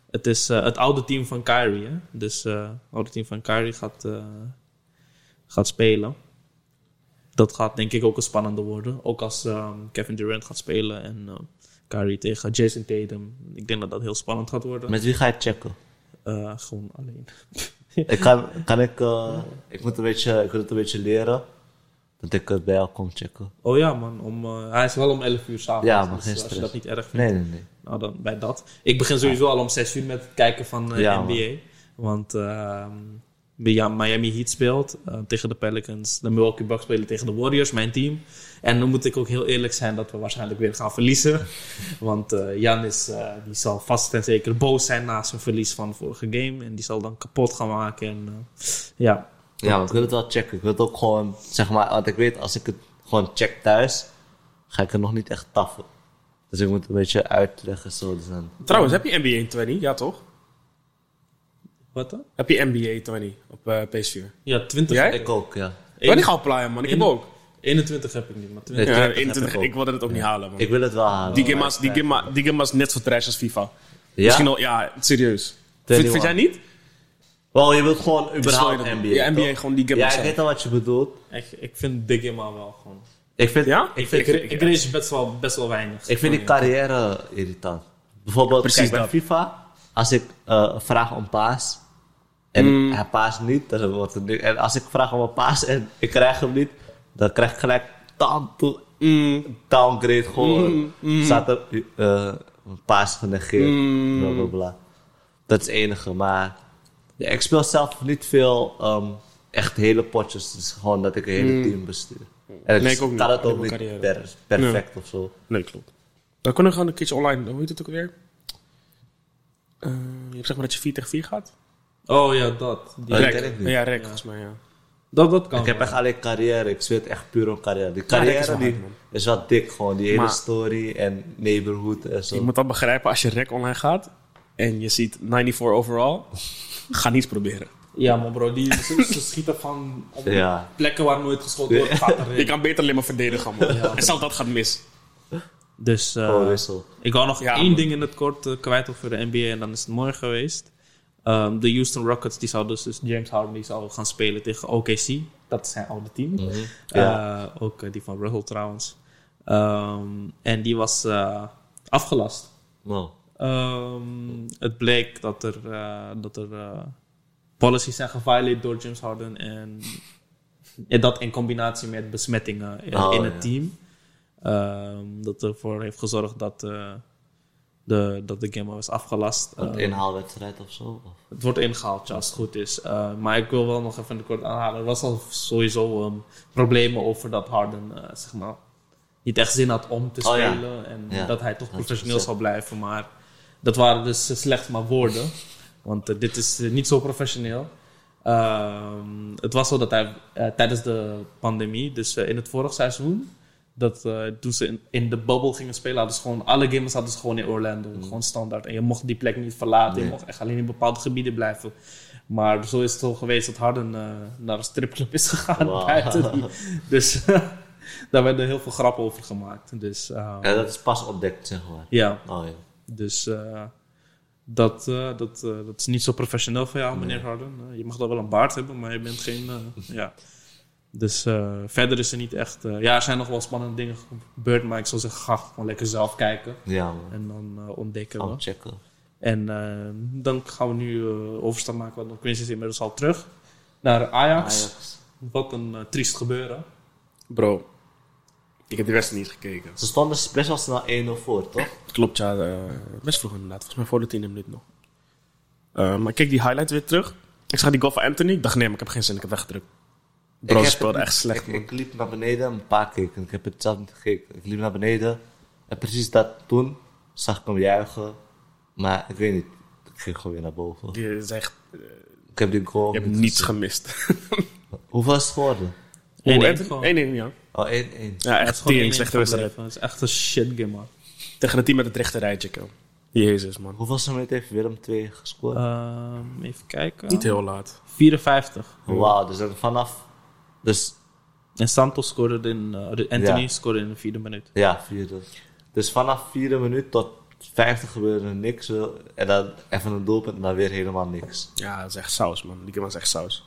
Het is uh, het oude team van Kyrie. Hè? Dus uh, het oude team van Kyrie gaat, uh, gaat spelen. Dat gaat denk ik ook een spannende worden. Ook als um, Kevin Durant gaat spelen en uh, Kyrie tegen Jason Tatum. Ik denk dat dat heel spannend gaat worden. Met wie ga je checken? Uh, gewoon alleen. ik kan, kan ik, uh, ik moet een beetje, ik wil het een beetje leren. Dat ik het bij jou kom checken. Oh ja man, om, uh, hij is wel om elf uur s'avonds. Ja, maar dus geen als je stress. dat niet erg vindt. Nee, nee, nee. Nou dan bij dat. Ik begin sowieso al om zes uur met het kijken van uh, Ja, N B A. Man. Want uh, ja, Miami Heat speelt uh, tegen de Pelicans. De Milwaukee Bucks spelen tegen de Warriors, mijn team. En dan moet ik ook heel eerlijk zijn dat we waarschijnlijk weer gaan verliezen. Want uh, Giannis uh, die zal vast en zeker boos zijn na zijn verlies van de vorige game. En die zal dan kapot gaan maken. En, uh, ja. Ja, maar ik wil het wel checken. Ik wil het ook gewoon, zeg maar, want ik weet als ik het gewoon check thuis, ga ik het nog niet echt taffen. Dus ik moet een beetje uitleggen zo. Dus dan... Trouwens, heb je N B A twintig? Ja, toch? Wat dan? Heb je N B A twintig op uh, P S vier? Ja, twintig. Jij? Ik ook, ja. Ben ik ga applyen, man. Ik heb ook. eenentwintig heb ik niet, maar twintig. Nee, Ja, twintig heb eenentwintig. ik ook. Ik wilde het ook niet halen, man. Ik wil het wel halen. Die game was, die game, wa- die game was net zo trash als FIFA. Ja? Misschien al, ja, serieus. Vind, vind jij niet? Wel, je wilt gewoon Het is überhaupt gewoon- N B A, Ja, N B A toch? gewoon die game. Ja, ik zelf. weet al wat je bedoelt. Ik, ik vind de game al wel gewoon... Ik vind, Ja? Ik, vind, ik, ik race best wel, best wel weinig. ik vind die carrière irritant. Bijvoorbeeld, Precies kijk, bij dat. FIFA, als ik uh, vraag om paas en Mm. hij paast niet, dan wordt het nu. En als ik vraag om een paas en ik krijg hem niet, dan krijg ik gelijk down to, Mm, downgrade gewoon. Mm, mm. Staat er uh, een paas genegeerd, Mm. bla bla bla. Dat is het enige, maar ja, ik speel zelf niet veel um, echt hele potjes. Het is gewoon dat ik een hele Mm. team bestuur. En ik Nee, ik ook niet. kan het Ik heb ook een niet carrière. per, perfect of zo. nee, klopt. Dan kunnen we gewoon een keertje online. Hoe heet het ook weer? Uh, je hebt zeg maar dat je vier tegen vier gaat? Oh ja, dat. Die Oh, Rek. ken ik niet. Ja, Rek, volgens mij, ja. Dat, dat kan Ik heb wel. echt alleen carrière. Ik zweer het echt puur om carrière. Die Ja, Rek is carrière wel die hard, man. is wel dik gewoon. Die hele Maar- story en neighborhood en zo. Je moet dat begrijpen als je Rek online gaat en je ziet vierennegentig overall. Ga niets proberen. Ja, maar bro, die, ze, ze schieten van op Ja. plekken waar nooit geschoten wordt, gaat erin. Je kan beter alleen maar verdedigen, man. En zelfs dat gaat mis. Dus uh, Oh, wissel. ik wou nog Ja, één man. ding in het kort uh, kwijt over de N B A en dan is het mooi geweest. Um, de Houston Rockets, die zou dus, dus James Harden die zou gaan spelen tegen O K C. Dat is zijn oude team. Mhm. Uh, Ja. ook uh, die van Russell trouwens. Um, en die was uh, afgelast. Wow. Um, het bleek dat er, uh, dat er uh, policies zijn geviolate door James Harden. En, en dat in combinatie met besmettingen in, Oh, in het ja. team. Um, dat ervoor heeft gezorgd dat, uh, de, dat de game was afgelast. Een Uh, inhaalwedstrijd of zo? Of? het wordt ingehaald, ja, als het goed is. Uh, maar ik wil wel nog even kort aanhalen. Er was al sowieso um, problemen over dat Harden uh, zeg maar, niet echt zin had om te Oh, ja. spelen. En Ja, dat hij toch had je professioneel gezegd. zou blijven. Maar dat waren dus uh, slechts maar woorden. Want uh, dit is uh, niet zo professioneel. Um, het was zo dat hij uh, tijdens de pandemie, dus uh, in het vorige seizoen, dat uh, toen ze in, in de bubble gingen spelen, hadden ze gewoon, alle games hadden ze gewoon in Orlando. Gewoon standaard. En je mocht die plek niet verlaten. Nee. Je mocht echt alleen in bepaalde gebieden blijven. Maar zo is het zo geweest dat Harden uh, naar een stripclub is gegaan. Wow. Buiten die. Dus daar werden heel veel grappen over gemaakt. Dus uh, Ja, dat is pas ontdekt, zeg maar. ja, Oh ja. dus uh, dat, uh, dat, uh, dat is niet zo professioneel van jou, meneer Nee. Harden. Uh, je mag wel een baard hebben, maar je bent geen... Uh, ja. Dus uh, verder is er niet echt... Uh, ja, er zijn nog wel spannende dingen gebeurd, maar ik zou zeggen, ga gewoon lekker zelf kijken. Ja, man. En dan uh, ontdekken Gaan we. we checken. En uh, dan gaan we nu uh, overstap maken, want dan Quincy is inmiddels al terug. Naar Ajax. Ajax. Wat een uh, triest gebeuren. Bro, ik heb de wedstrijd niet gekeken. Ze stonden best wel snel één nul voor, toch? Klopt, ja. Uh, best vroeg inderdaad. Volgens mij voor de tiende minuut nog. Uh, maar ik keek die highlight weer terug. Ik zag die goal van Anthony. Ik dacht, nee, maar ik heb geen zin. Ik heb weggedrukt. Bro, Ik ze heb speelde het- echt slecht, ik, man. ik liep naar beneden een paar keer. Ik heb het zelf niet gekeken. Ik liep naar beneden. En precies dat toen zag ik hem juichen. Maar ik weet niet. Ik ging gewoon weer naar boven. Die is echt... Ik heb die goal Je hebt niet niets gezien. gemist. Hoeveel is het geworden? één één Hoe, Anthony? gewoon. één één, ja. Oh, één één. Ja, Het is echt gewoon tering één één slechte wedstrijd. gebleven. Het is echt een shit game, man. Tegen een team met het rechte rijtje, kill. Jezus, man. Hoeveel minuten heeft Willem twee gescoord? Um, even kijken. Niet heel laat. vierenvijftig. Wauw, dus dan vanaf... Dus En Santos scoorde in... Uh, Anthony Ja. scoorde in de vierde minuut. ja, vierde. Dus vanaf vierde minuut tot vijftig gebeurde er niks. En dan even een doelpunt en dan weer helemaal niks. Ja, dat is echt saus, man. Die man is echt saus.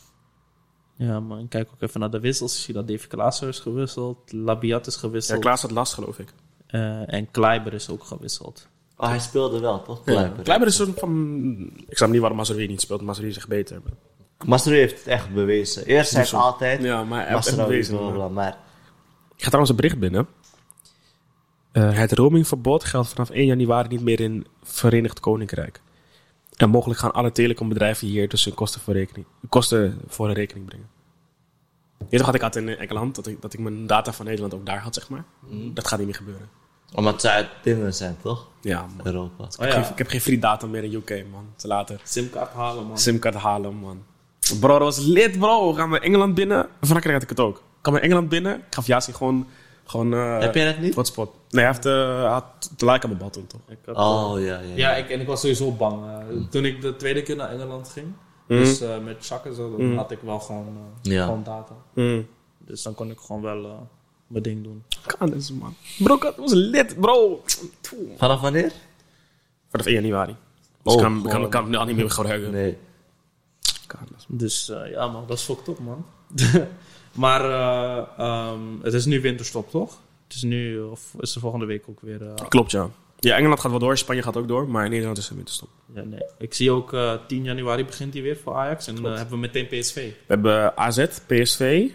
Ja, man. Kijk ook even naar de wissels. Je ziet dat Davy Klaassen is gewisseld. Labiat is Ja, gewisseld. Klaas had last, geloof ik. Uh, en Kleiber is ook gewisseld. Oh, hij speelde wel, toch? Ja. Kleiber. Kleiber is een soort van... Ik snap niet waarom Mazraoui niet speelt. Mazraoui is echt beter. Mazraoui heeft het echt bewezen. Eerst zei ik Zo. altijd... Ja, maar hij heeft echt Mazraoui bewezen. bla, bla, man. bla, maar Ik ga trouwens een bericht binnen. Uh, het roamingverbod geldt vanaf één januari niet meer in Verenigd Koninkrijk. En mogelijk gaan alle telecombedrijven hier dus hun kosten voor, rekening, kosten voor een rekening brengen. Eerst had ik altijd in Engeland dat ik, dat ik mijn data van Nederland ook daar had, zeg maar. Mm. Dat gaat niet meer gebeuren. omdat ze uit dingen zijn, toch? Ja, man. Europa. Oh, Ik, heb ja. geen, ik heb geen free data meer in U K, man. Te later. Simkaart halen, man. Simkaart halen, man. Bro, dat was lid, bro. We gaan naar Engeland binnen. Frankrijk had ik het ook. Ik kwam naar Engeland binnen. Ik gaf Yassi gewoon... gewoon uh, Heb jij dat niet? hotspot. Nee, hij heeft, uh, hij had te like aan mijn bal toen, toch? Ik had, Oh, uh, ja, ja. ja, ik, en ik was sowieso bang. Uh, toen ik de tweede keer naar Engeland ging, Mm. dus uh, met Jacques en zo, dan Mm. had ik wel gewoon, uh, Ja. gewoon data. Mm. Dus dan kon ik gewoon wel uh, mijn ding doen. Kan dus, man. Bro, dat was lid, bro. Vanaf wanneer? Vanaf één januari. Dus Oh, ik kan, kan, gewoon- kan het nu al niet meer gebruiken. Nee. Kan dus. Dus uh, ja, man, dat is fucked up, man. maar uh, um, het is nu winterstop, toch? Het is nu, of is er volgende week ook weer... Uh, Klopt, ja. Ja, Engeland gaat wel door, Spanje gaat ook door, maar in Nederland is er winterstop. ja, nee. Ik zie ook uh, tien januari begint hij weer voor Ajax en uh, hebben we meteen P S V. We hebben A Z, P S V.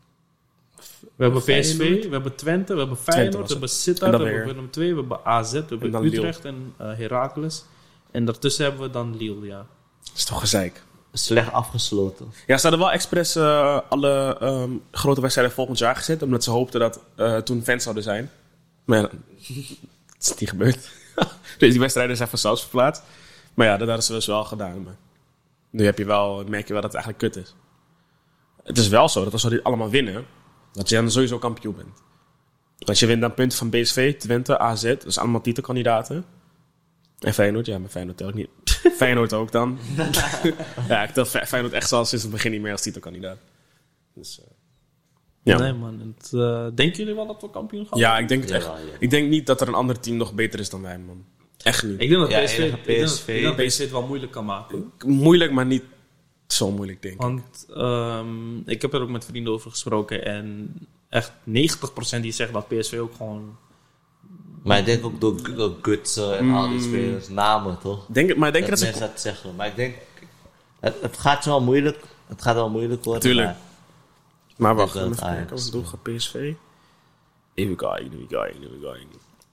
We hebben P S V, Feyenoord. we hebben Twente, we hebben Twente Feyenoord, was we het. hebben Sittard, En we dan hebben weer. Willem twee, we hebben A Z, we hebben dan Lille. Utrecht en uh, Heracles. En daartussen hebben we dan Lille, ja. Dat is toch gezeik. Slecht afgesloten. Ja, ze hadden wel expres uh, alle um, grote wedstrijden volgend jaar gezet, omdat ze hoopten dat uh, toen fans zouden zijn. Maar ja, het is niet gebeurd. Dus die wedstrijden zijn van saus verplaatst. Maar ja, dat hadden ze dus wel gedaan. Maar nu heb je wel, merk je wel dat het eigenlijk kut is. Het is wel zo dat als we dit allemaal winnen, dat je dan sowieso kampioen bent. Als je wint dan punten van B S V, Twente, A Z, dat is allemaal titelkandidaten. En Feyenoord, ja, maar Feyenoord tel ik niet. Feyenoord ook dan. Ja, ik tel Fe- Feyenoord echt al sinds het begin niet meer als titelkandidaat. Dus, uh, ja. Nee man, het, uh, denken jullie wel dat we kampioen gaan? Ja, ik denk het Ja, echt. ja. Ik denk niet dat er een ander team nog beter is dan wij, man. Echt niet. Ik denk dat Ja, P S V, enige ik denk dat- P S V ik denk dat P S V het wel moeilijk kan maken. Moeilijk, maar niet zo moeilijk, denk ik. Want um, ik heb er ook met vrienden over gesproken en echt negentig procent die zeggen dat P S V ook gewoon... Maar ik denk ook door, door Gutsen en al die spelers, namen toch? Denk, het- maar denk je dat dat ze... mensen dat zeggen. Maar ik denk, het, het gaat wel moeilijk. Het gaat wel moeilijk worden. Tuurlijk. Maar Maar wacht, Ik denk even dat kijken. Ajax, Wat doe ik P S V? Even kijken, even kijken, even kijken.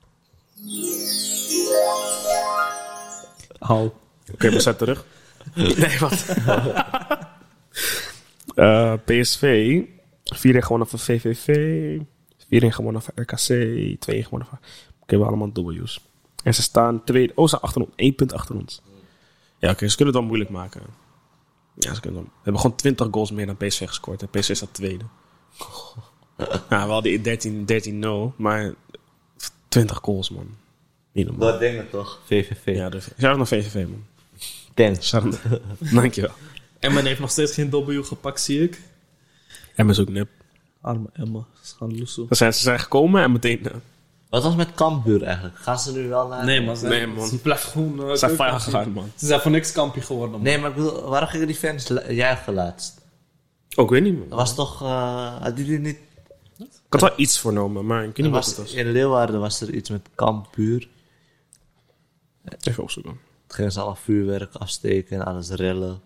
Hou. Oké, okay, we zijn terug. Nee, wat? uh, P S V. vier één gewonnen van V V V. vier één gewonnen van R K C. twee één gewonnen van... Oké, we hebben allemaal W's. En ze staan twee... Oh, ze staan achter ons. één punt achter ons. Ja, oké, okay, ze kunnen het wel moeilijk maken. Ja, ze kunnen het wel. We hebben gewoon twintig goals meer dan P S V gescoord. En P S V staat tweede. Ja, wel die dertien nul. Maar twintig goals, man. Niet normaal. dat denk ik toch? V V V. Ja, de, shout-out naar V V V, man. Thanks. Shout-out. Dankjewel. Emmen heeft nog steeds geen W gepakt, zie ik. Emma is ook nep. Arme Emmen, ze gaan loesoe. Dan zijn ze zijn gekomen en meteen... Uh, Wat was met Cambuur eigenlijk? Gaan ze nu wel naar... Nee man, ze, Nee, man. ze blijven gewoon... Uh, ze zijn vijand keukenkampioen. gegaan, man. Ze zijn voor niks kampioen geworden, man. Nee, maar ik bedoel, waarom gingen die fans la- juichen laatst? Oh, ik weet niet, man. Dat was toch... Uh, hadden jullie niet... Ik had wel iets voornomen, maar ik weet Er niet wat was, het was. in Leeuwarden was er iets met Cambuur. Even opzoeken. Het gingen ze allemaal vuurwerk afsteken en alles rellen.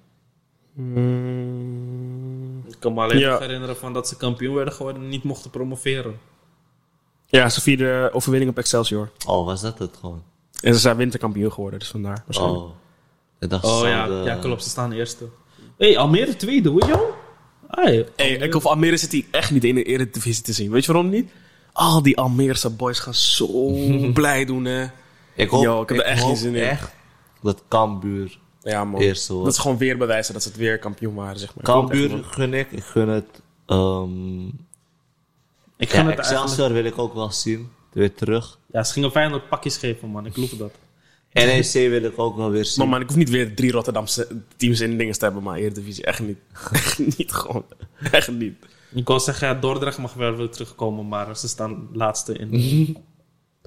Mm. Ik kan me alleen Ja. nog herinneren van dat ze kampioen werden geworden en niet mochten promoveren. Ja, ze vierden overwinning op Excelsior. Oh, was dat het gewoon? En ze zijn winterkampioen geworden, dus vandaar. Waarschijnlijk. Oh. Ik dacht, Oh ze ja, zouden- ja, klopt, ze staan eerste. Hé, hey, Almere tweede, hoor joh? Hey, Hey, ik hoef Almere City echt niet in de Eredivisie te zien. Weet je waarom niet? Al die Almeerse boys gaan zo blij doen, hè. Ik hoop, Yo, ik heb er echt hoop geen zin in. echt dat Cambuur Ja, man. eerste wordt. Dat is gewoon weer bewijzen dat ze het weer kampioen waren, zeg maar. Cambuur Klopt echt, gun ik. Ik gun het... ehm ik ja, ga het Excelsior eigenlijk... wil ik ook wel zien. Weer terug. Ja, ze gingen Feyenoord pakjes geven, man. Ik geloof dat. N E C wil ik ook wel weer man. zien. Man, man, ik hoef niet weer drie Rotterdamse teams in dingen te hebben, maar Eredivisie echt niet. Echt niet, gewoon. Echt niet. Ik wil zeggen, ja, Dordrecht mag wel weer terugkomen, maar ze staan laatste in.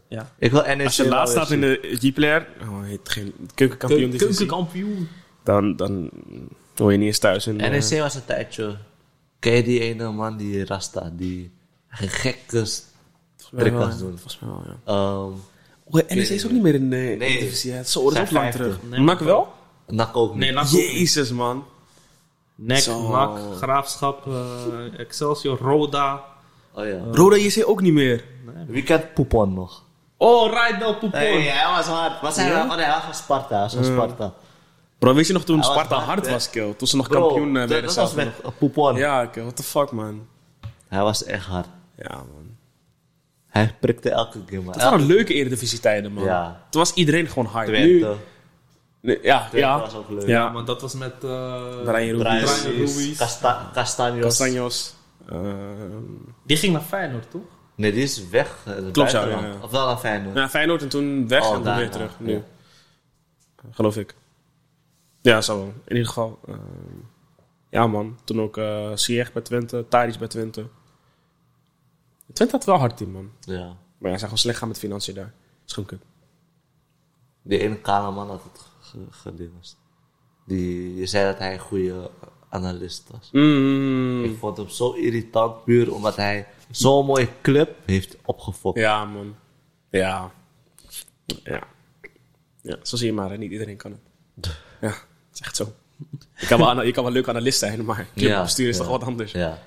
Ja. Ik wil N E C Als je wel laatst weer staat in zien. de G-player, oh, heet geen keukenkampioen divisie, Keukenkampioen. dan, dan hoor je niet eens thuis. In, N E C was een tijdje... Ken je die ene man, die Rasta, die geen gekke trickers doen? Volgens mij wel, ja. Ehm Oh, N E C is ook niet meer in de, in de Nee. divisie. Hè. Zo, dat is Zijn ook lang vijfde. terug. Nee, Nak wel? Nak ook niet. Nee, Nak ook niet. Jezus, man. Nek, Zo. Nak, Graafschap, eh, Excelsior, Roda. Oh ja. Roda J C ook niet meer. Wie kent Poupon nog? Oh, Rijdel Poupon. Nee, hij was hard. Was hij, oh nee, hij was van Sparta. Hij was van Sparta. Bro, weet je nog toen Hij was Sparta hard, hard hè? was, kill? Toen ze nog Bro, kampioen uh, dat, werden dat zelf was nog. met Poupon. Ja, kill. What the fuck, man. Hij was echt hard. Ja, man. Hij prikte elke game. Dat waren leuke eredivisietijden, man. Ja. Toen was iedereen gewoon hard. Twente. Nu, nee, ja, Twente ja. was ook leuk. Ja. Ja, maar dat was met... uh, Brian Brian Ruiz, Ruiz. Ruiz, Casta Castanjos. Castanjos. Uh, Die ging naar Feyenoord, toch? Nee, die is weg. eh, het Klopt, ja, buitenland. ja, ja. Of wel naar Feyenoord. ja, Feyenoord en toen weg Oh, en toen daarna, weer terug. ja. Nu. Geloof ik. Ja, zo. In ieder geval. Uh, ja, man. Toen ook uh, Ziyech bij Twente. Tadic bij Twente. Twente had wel een hard team, man. Ja. Maar ja, ze zijn gewoon slecht gaan met financiën daar. Dat is gewoon kut. Die ene kale man had het ge- gedingest. Die je zei dat hij een goede analist was. Mm. Ik vond hem zo irritant, puur omdat hij zo'n mooie club heeft opgefokt. Ja, man. Ja. Ja. Ja, zo zie je maar. Hè. Niet iedereen kan het. Ja, het is echt zo. Je kan wel, ana- je kan wel leuk analist zijn, maar clubbestuur is Ja, toch ja. wat anders. Ja.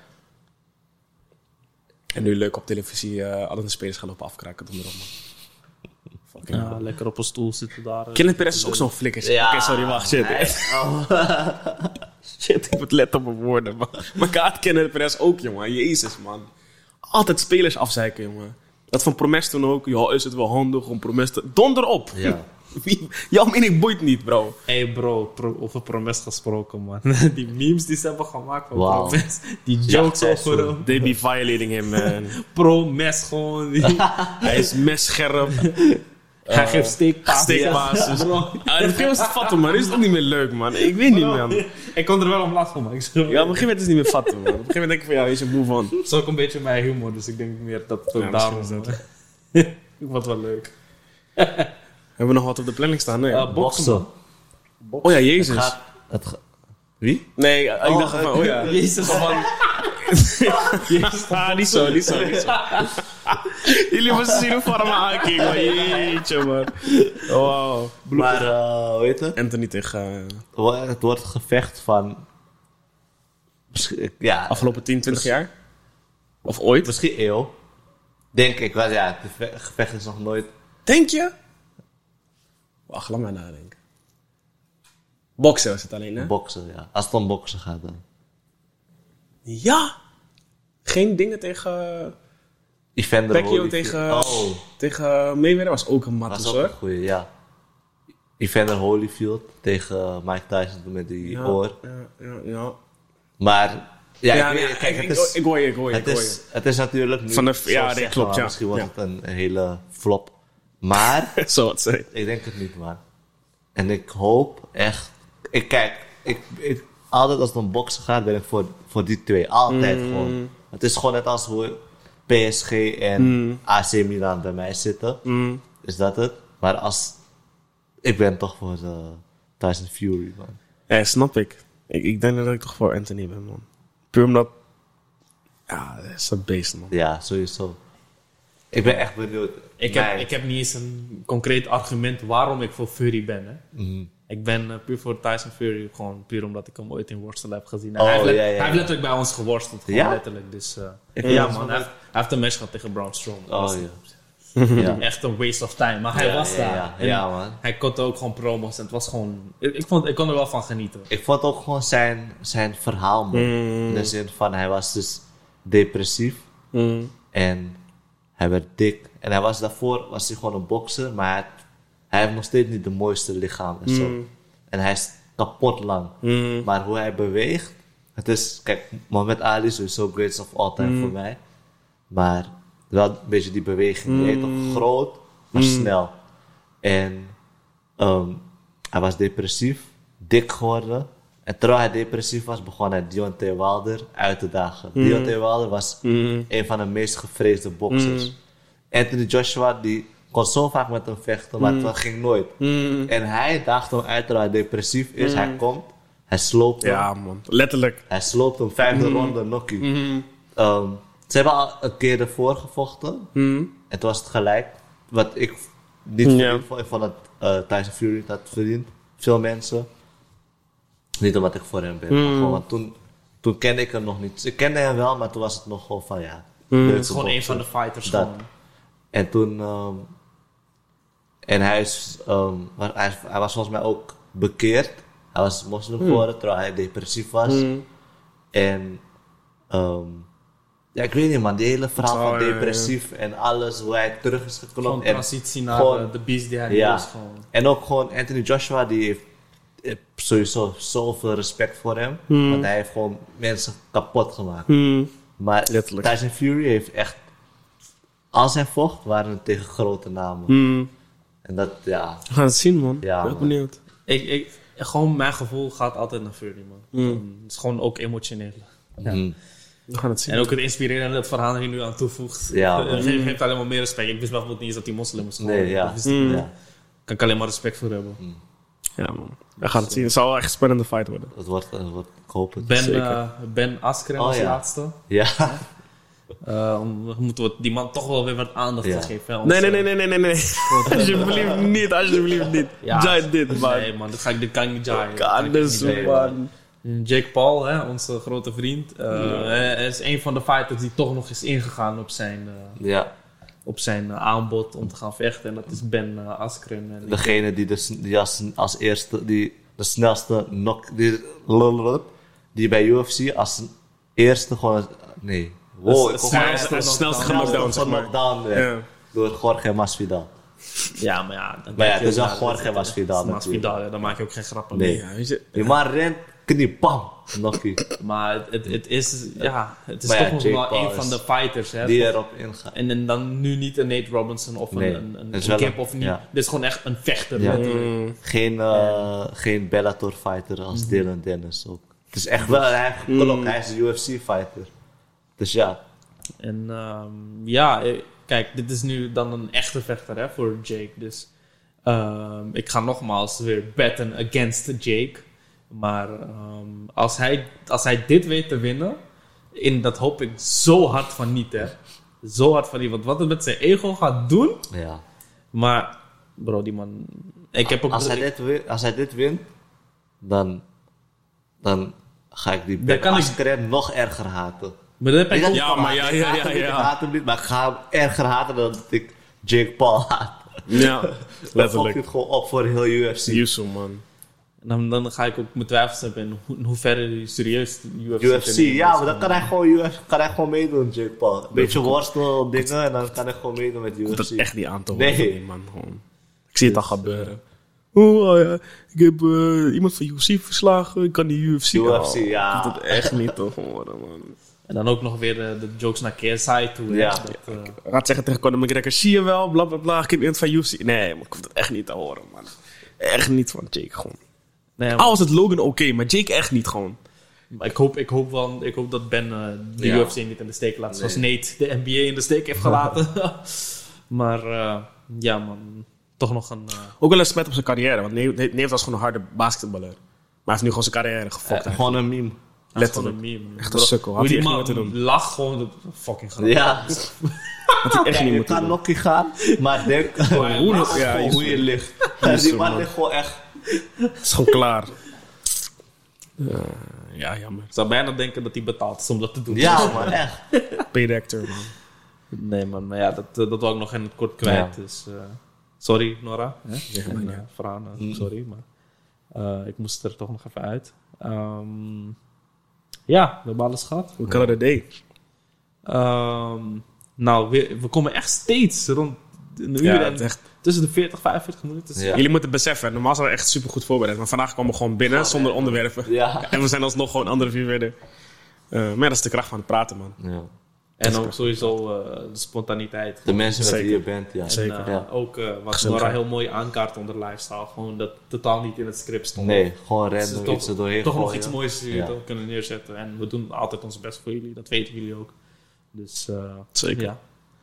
En nu leuk op televisie uh, alle de spelers gaan lopen afkraken. Doe maar op, man. Fucking Ja, lekker op een stoel zitten daar. eh. Kenneth Perez is ook zo'n flikker. Ja. Oké, sorry, wacht. Shit. Hij- Shit, ik moet letten op mijn woorden, man. Maar ik haat Kenneth Perez ook, jongen. Jezus, man. Altijd spelers afzeiken, jongen. Dat van Promes toen ook. Ja, is het wel handig om Promes te... Donder op. Ja. Wie- Jouw mening boeit niet, bro. Hey bro, pro, over Promes gesproken, man. Die memes die ze hebben gemaakt van Wauw. Promes. Die Ja, jokes zij over zo. hem. They be violating him, man. Promes gewoon. Die, Hij is messcherp. hij geeft steekpaas. Steekbasis. Bro. Ah, op een gegeven moment is het vatten, man. Is het ook niet meer leuk, man. Ik weet niet, man. Ik kon er wel om lachen, man. Ik zeg, Ja, op een gegeven moment is het niet meer vatten, man. Op een gegeven moment denk ik van, ja, is een move on. Het is ook een beetje mijn humor, dus ik denk meer dat het ook Ja, daarom is. misschien Ik vond het wel leuk. Hebben we nog wat op de planning staan? Nee. Uh, boksen. Boksen. Oh ja, Jezus. Gaat, het ga- Wie? Nee, ik Oh, dacht van, oh ja. Jezus, man. Jezus, ah, niet zo, niet zo, niet zo. Jullie moesten zien hoe Farma aankeek, man. Jeetje, man. Wow. Maar, uh, hoe heet het? Anthony tegen uh, Het wordt een gevecht van... Misschien, ja, afgelopen tien, twintig jaar? Of ooit? misschien eeuw. Denk ik. Want ja, het ve- gevecht is nog nooit... Denk je? Wacht, laat maar nadenken. Boksen was het alleen, hè? Boksen, ja. Als het om boksen gaat dan. Ja! Geen dingen tegen... Evander Pacquiao Holyfield. tegen, Oh, tegen Mayweather was ook een was mattus, ook hoor. een goeie, ja. Evander Holyfield tegen Mike Tyson met die Ja, oor. ja, ja, ja. Maar, ja, Ja, ik, nee, weet- kijk, ik, het ik, is... ik hoor je, ik hoor je, Het ik hoor is, je. het is natuurlijk nu Van de- zo ja, nee, zeggen, klopt, maar ja. Misschien wordt Ja. het een hele flop. Maar, Zo wat zei. ik denk het niet, man. En ik hoop echt... Ik kijk, ik, ik, altijd als het om boksen gaat, ben ik voor, voor die twee. Altijd Mm. gewoon. Het is gewoon net als hoe P S G en Mm. A C Milan bij mij zitten. Is dat het? Maar als... Ik ben toch voor uh, Tyson Fury, man. Ja, snap ik. ik. Ik denk dat ik toch voor Anthony ben, man. Puur omdat... Ja, dat is een beest, man. Ja, sowieso. Ik ben echt benieuwd. Ik heb, Mij- ik heb niet eens een concreet argument waarom ik voor Fury ben. Hè. Mhm. Ik ben eh, puur voor Tyson Fury, gewoon puur omdat ik hem ooit in worstelen heb gezien. En Oh, hij, heeft, let- ja, ja, ja. hij heeft letterlijk bij ons geworsteld, gewoon Ja? letterlijk. Dus uh, Ik ja, vind man, hij heeft, hij heeft een match gehad tegen Braun Strowman. Dat Oh, was ja. ja. echt een waste of time, maar hij Ja, was ja, daar. ja. En Ja, man. Hij kon ook gewoon promos en het was gewoon... Ik, ik, vond, ik kon er wel van genieten. Ik vond ook gewoon zijn, zijn verhaal, man. In de zin van, hij was dus depressief. Mm. En hij werd dik. En hij was daarvoor was hij gewoon een bokser. Maar hij, had- hij heeft nog steeds niet de mooiste lichaam en zo. En hij is kapot lang. Mm. Maar hoe hij beweegt. Het is, kijk, Muhammad Ali is sowieso greatest of all time voor mij. Maar wel een beetje die beweging. Hij is toch groot, maar snel. En ehm, hij was depressief, dik geworden. En terwijl hij depressief was, begon hij Deontay Wilder uit te dagen. Deontay Wilder was een van de meest gevreesde boxers. Anthony Joshua, die kon zo vaak met hem vechten, maar Mm. het ging nooit. Mm. En hij daagt hem uit terwijl hij depressief is. Hij komt, hij sloopt hem. Ja, man. Letterlijk. Hij sloopt hem, vijfde ronde, nokkie. Mm. Ehm, ze hebben al een keer ervoor gevochten. Mm. En toen was het gelijk. Wat ik niet Ja. verdiend vond. Ik vond dat uh, Tyson Fury dat verdient. Veel mensen. Niet omdat ik voor hem ben. Maar gewoon, want toen, toen kende ik hem nog niet. Ik kende hem wel, maar toen was het nog gewoon van ja. Mm. Het is gewoon een van de fighters. Dat. Gewoon. En toen... ehm, en hij, is, ehm, wa- hij, is- hij was volgens mij ook bekeerd. Hij was moslim geworden, terwijl hij depressief was. Mm. En... ehm, ja, ik weet niet man, die hele verhaal Oh, van ja, ja, ja. depressief en alles, hoe hij terug is Gewoon geklopt. En, transitie naar gewoon- de, de beast die hij Ja. is. Gewoon. en ook gewoon Anthony Joshua, die heeft eh, sowieso zoveel respect voor hem. Hmm. Want hij heeft gewoon mensen kapot gemaakt. Mm. Maar Letterlijk. Tyson Fury heeft echt... Als hij vocht, waren het tegen grote namen. Mm. En dat, ja... We gaan het zien, man. Ja, Ik ben man. benieuwd. Ik, ik, gewoon mijn gevoel gaat altijd naar Fury, man. Mm. Het is gewoon ook emotioneel. Ja. mm, We gaan het zien. En ook het inspirerende dat Farhan er nu aan toevoegt. Ja, Eh, man. Geeft geeft alleen maar meer respect. Ik wist bijvoorbeeld niet eens dat hij moslim is. Nee, ja. Dat wist ik Mm. niet. ja. Kan ik alleen maar respect voor hebben. Ja, man. We gaan het zien. Het zal echt een spannende fight worden. Het wordt, het wordt, ik hoop het. Ben, Zeker. eh, ben Askren Oh, als ja. laatste. Ja. Eh, om- moeten we die man toch wel weer wat aandacht Ja. te geven. hè, Nee, ons, nee, eh, nee, nee, nee, nee. nee. Alsjeblieft niet, alsjeblieft niet. Ja. Jai dit, man. Nee, man, dit, ga ik, dit kan ik niet jaaien. Dat kan Kan ik dus, niet jaaien. man. Jake Paul, hè, onze grote vriend, eh, hij is een van de fighters die toch nog is ingegaan op zijn, eh, Ja. op zijn eh, aanbod om te gaan vechten. En dat is Ben uh, Askren. En Degene die, dus, die als, als eerste, die de snelste knock, die, die bij U F C als eerste gewoon, nee. Wow, ik Het kom snelste- gewoon- Het snelste knockdown. knockdown, zeg maar. knockdown werd Ja. door Jorge Masvidal. Ja, maar ja... dan Maar ja, kijk je het is wel naar- Jorge dat- Masvidal dat is natuurlijk. Masvidal, ja, daar maak je ook geen grappen Nee. mee. Ja, weet je. Die man rent, knie, pam, knockie. Maar het, het, het is, ja, het is Maar ja, toch nog Jake wel Paul een van is- de fighters. Hè, Die Toch- erop ingaat. En, en dan nu niet een Nate Robinson of een, Nee, een, een, het is een wel Kip een- of niet. ja. Dit is gewoon echt een vechter. Ja. letterlijk. Mm. Geen, eh, geen Bellator fighter als Mhm. Dylan Dennis ook. Het is echt wel, hij, klok, hij is een U F C fighter. Dus ja, En ehm, ja, eh, kijk, dit is nu dan een echte vechter hè, voor Jake. Dus ehm, ik ga nogmaals weer betten against Jake. Maar ehm, als, hij, als hij dit weet te winnen, in, dat hoop ik zo hard van niet. Hè. Zo hard van niet. Want wat het met zijn ego gaat doen. ja. Maar, bro, die man. Ik heb ook. Als hij dit, win- als hij dit wint, dan, dan ga ik die Dan Ben kan ik- Askren nog erger haten. maar dat heb ik Ik ook. Ja, maar ja, ik ja, haat ja, hem niet, ja. Ik haat hem niet, maar ik ga hem erger haten dan dat ik Jake Paul haat. Ja, Dan fok letterlijk. je het gewoon op voor heel U F C. Yusu, man. En dan, dan ga ik ook mijn twijfels hebben in hoe, in hoeverre hij serieus de U F C U F C, te nemen ja, is. maar dan kan hij gewoon, U F C, kan hij gewoon meedoen, Jake Paul. Een beetje worstel dingen en dan kan hij gewoon meedoen met U F C. Dat is echt niet aan te horen Nee. van die man, gewoon. Ik zie het al gebeuren. Oh, oh ja, ik heb eh, iemand van U F C verslagen, ik kan die U F C... U F C, Oh, ja. Ik vind het echt niet te horen, man. En dan ook nog weer de, de jokes naar Keerside toe. hè. Ja. Dat, eh, Hij gaat zeggen tegen Conor McGregor, zie je wel, bla bla bla, ik heb iemand van U F C... Nee, maar ik hoef het echt niet te horen, man. Echt niet van Jake, gewoon. nee, Al was het Logan oké, maar Jake echt niet, gewoon. maar ik hoop, ik, hoop wel, ik hoop dat Ben eh, de Ja. U F C niet in de steek laat. Zoals Nate de N B A in de steek heeft gelaten. maar eh, ja, man. Toch nog een... eh, Ook wel een smet op zijn carrière, want Nate Nate was gewoon een harde basketballer. Maar hij heeft nu gewoon zijn carrière gefokt. Eh, gewoon een meme. letterlijk. gewoon een meme. Echt een Bro, sukkel. Had Hoe hij die echt man niet moeten doen. lag gewoon... Dat, fucking grappig. Ja, Had hij echt ja niet je moeten kan doen. nokkie gaan, maar denk hoe hoe, nog- ja, gewoon je- hoe je ligt. Jezus, Die man man. ligt gewoon echt... Het is gewoon klaar. Eh, ja, jammer. Ik zou bijna denken dat hij betaald is om dat te doen. Ja, man, echt. Paid actor, man. Nee, man. Maar ja, dat, eh, dat wil ik nog in het kort kwijt. Ja. Dus, eh, sorry, Nora. Hè? Ja, En, ja. eh, Fran, eh, Mm. sorry. Maar eh, ik moest er toch nog even uit. Ehm, ja, we hebben alles gehad. We call it a day. Ehm, nou, we, we komen echt steeds rond een uur Ja, en het is echt. tussen de veertig, vijfenveertig minuten. Dus Ja. Jullie moeten beseffen, normaal zijn we echt super goed voorbereid. Maar vandaag komen we gewoon binnen zonder onderwerpen. Ja. En we zijn alsnog gewoon andere vier verder. Eh, maar ja, dat is de kracht van het praten, man. Ja. En ook sowieso eh, de spontaniteit. De mensen met wie Zeker. je bent, ja. En, Zeker. eh, Ja. ook eh, wat Gezellig. Nora heel mooi aankaart onder lifestyle. Gewoon dat totaal niet in het script stond. Nee, gewoon Dus random toch, iets er doorheen toch nog gooien. iets moois Ja. ja. kunnen neerzetten. En we doen altijd ons best voor jullie. Dat weten jullie ook. Dus eh, Zeker. ja.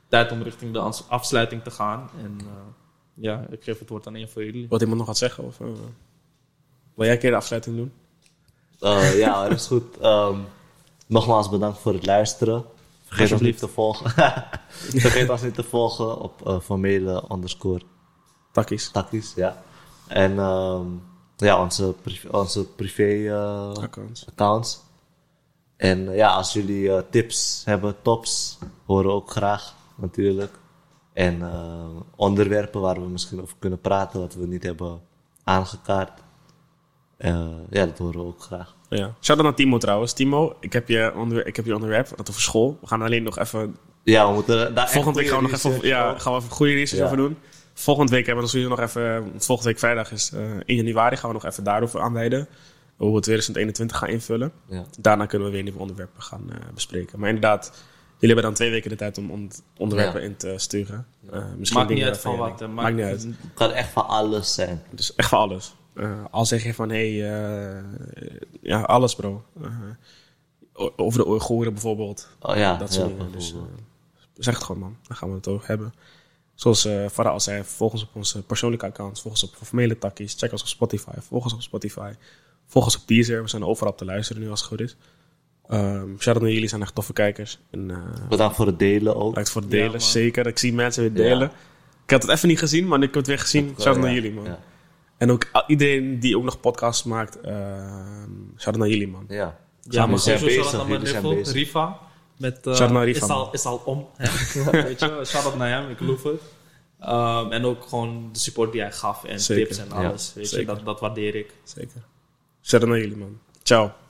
tijd om richting de ans- afsluiting te gaan. En uh, ja, ik geef het woord aan een van jullie. Wat iemand nog gaat zeggen? Of, uh, wil jij een keer de afsluiting doen? Uh, ja, dat is goed. Um, nogmaals bedankt voor het luisteren. Vergeet ons niet te volgen. Vergeet ons niet te volgen op uh, formele underscore Takkies. takkies, ja. En um, ja, onze, privé, onze privé uh, Accounts. accounts. En uh, ja, als jullie uh, tips hebben, tops, horen we ook graag natuurlijk. En uh, onderwerpen waar we misschien over kunnen praten, wat we niet hebben aangekaart. Uh, ja, dat horen we ook graag. Ja. Shout-out naar Timo trouwens. Timo, ik heb je, onder, ik heb je onderwerp, dat over school. We gaan alleen nog even... Ja, we moeten daar Volgende week gaan we nog even, ja, gaan we even goede research Ja. over doen. Volgende week hebben we dus nog even... Volgende week vrijdag is uh, in januari gaan we nog even daarover aanwijden. Hoe we twintig eenentwintig gaan invullen. Ja. Daarna kunnen we weer nieuwe onderwerpen gaan uh, bespreken. Maar inderdaad, jullie hebben dan twee weken de tijd om on- onderwerpen Ja. in te sturen. Uh, misschien Maakt niet dingen uit van waarvan wat. je hè. denkt, Maakt niet uit. Het kan echt van alles zijn. Dus echt van alles. Uh, al zeg je van, hé, hey, uh, ja, alles bro. Uh, o- over de Oeigoeren bijvoorbeeld. Oh ja, Dat ja, soort dingen. Dus uh, bijvoorbeeld. zeg het gewoon, man. Dan gaan we het over hebben. Zoals uh, Farah al zei, volg ons op onze persoonlijke accounts. Volg ons op formele takkies. Check ons op Spotify. Volg ons op Spotify. Volg ons op Deezer. We zijn overal op te luisteren nu als het goed is. Um, shout-out naar jullie, zijn echt toffe kijkers. En, uh, Bedankt voor het delen ook. bedankt voor het delen, Ja, man. zeker. Ik zie mensen weer delen. Ja. Ik had het even niet gezien, maar ik heb het weer gezien. Shout-out Ja, naar jullie, man. Ja. En ook a- iedereen die ook nog podcasts maakt. Uh, shout-out naar jullie, man. ja. Ja, Jullie maar zijn sowieso bezig, shout-out naar jullie zijn Riffel, bezig. Riva. Met, uh, Shout-out naar Riva, is, man. al, is al om. Hè? Weet je, shout-out naar hem, ik loof het. Um, en ook gewoon de support die hij gaf en Zeker. tips en Ja, alles. Weet je, zeker. dat, dat waardeer ik. Zeker. Shout-out naar jullie, man. Ciao.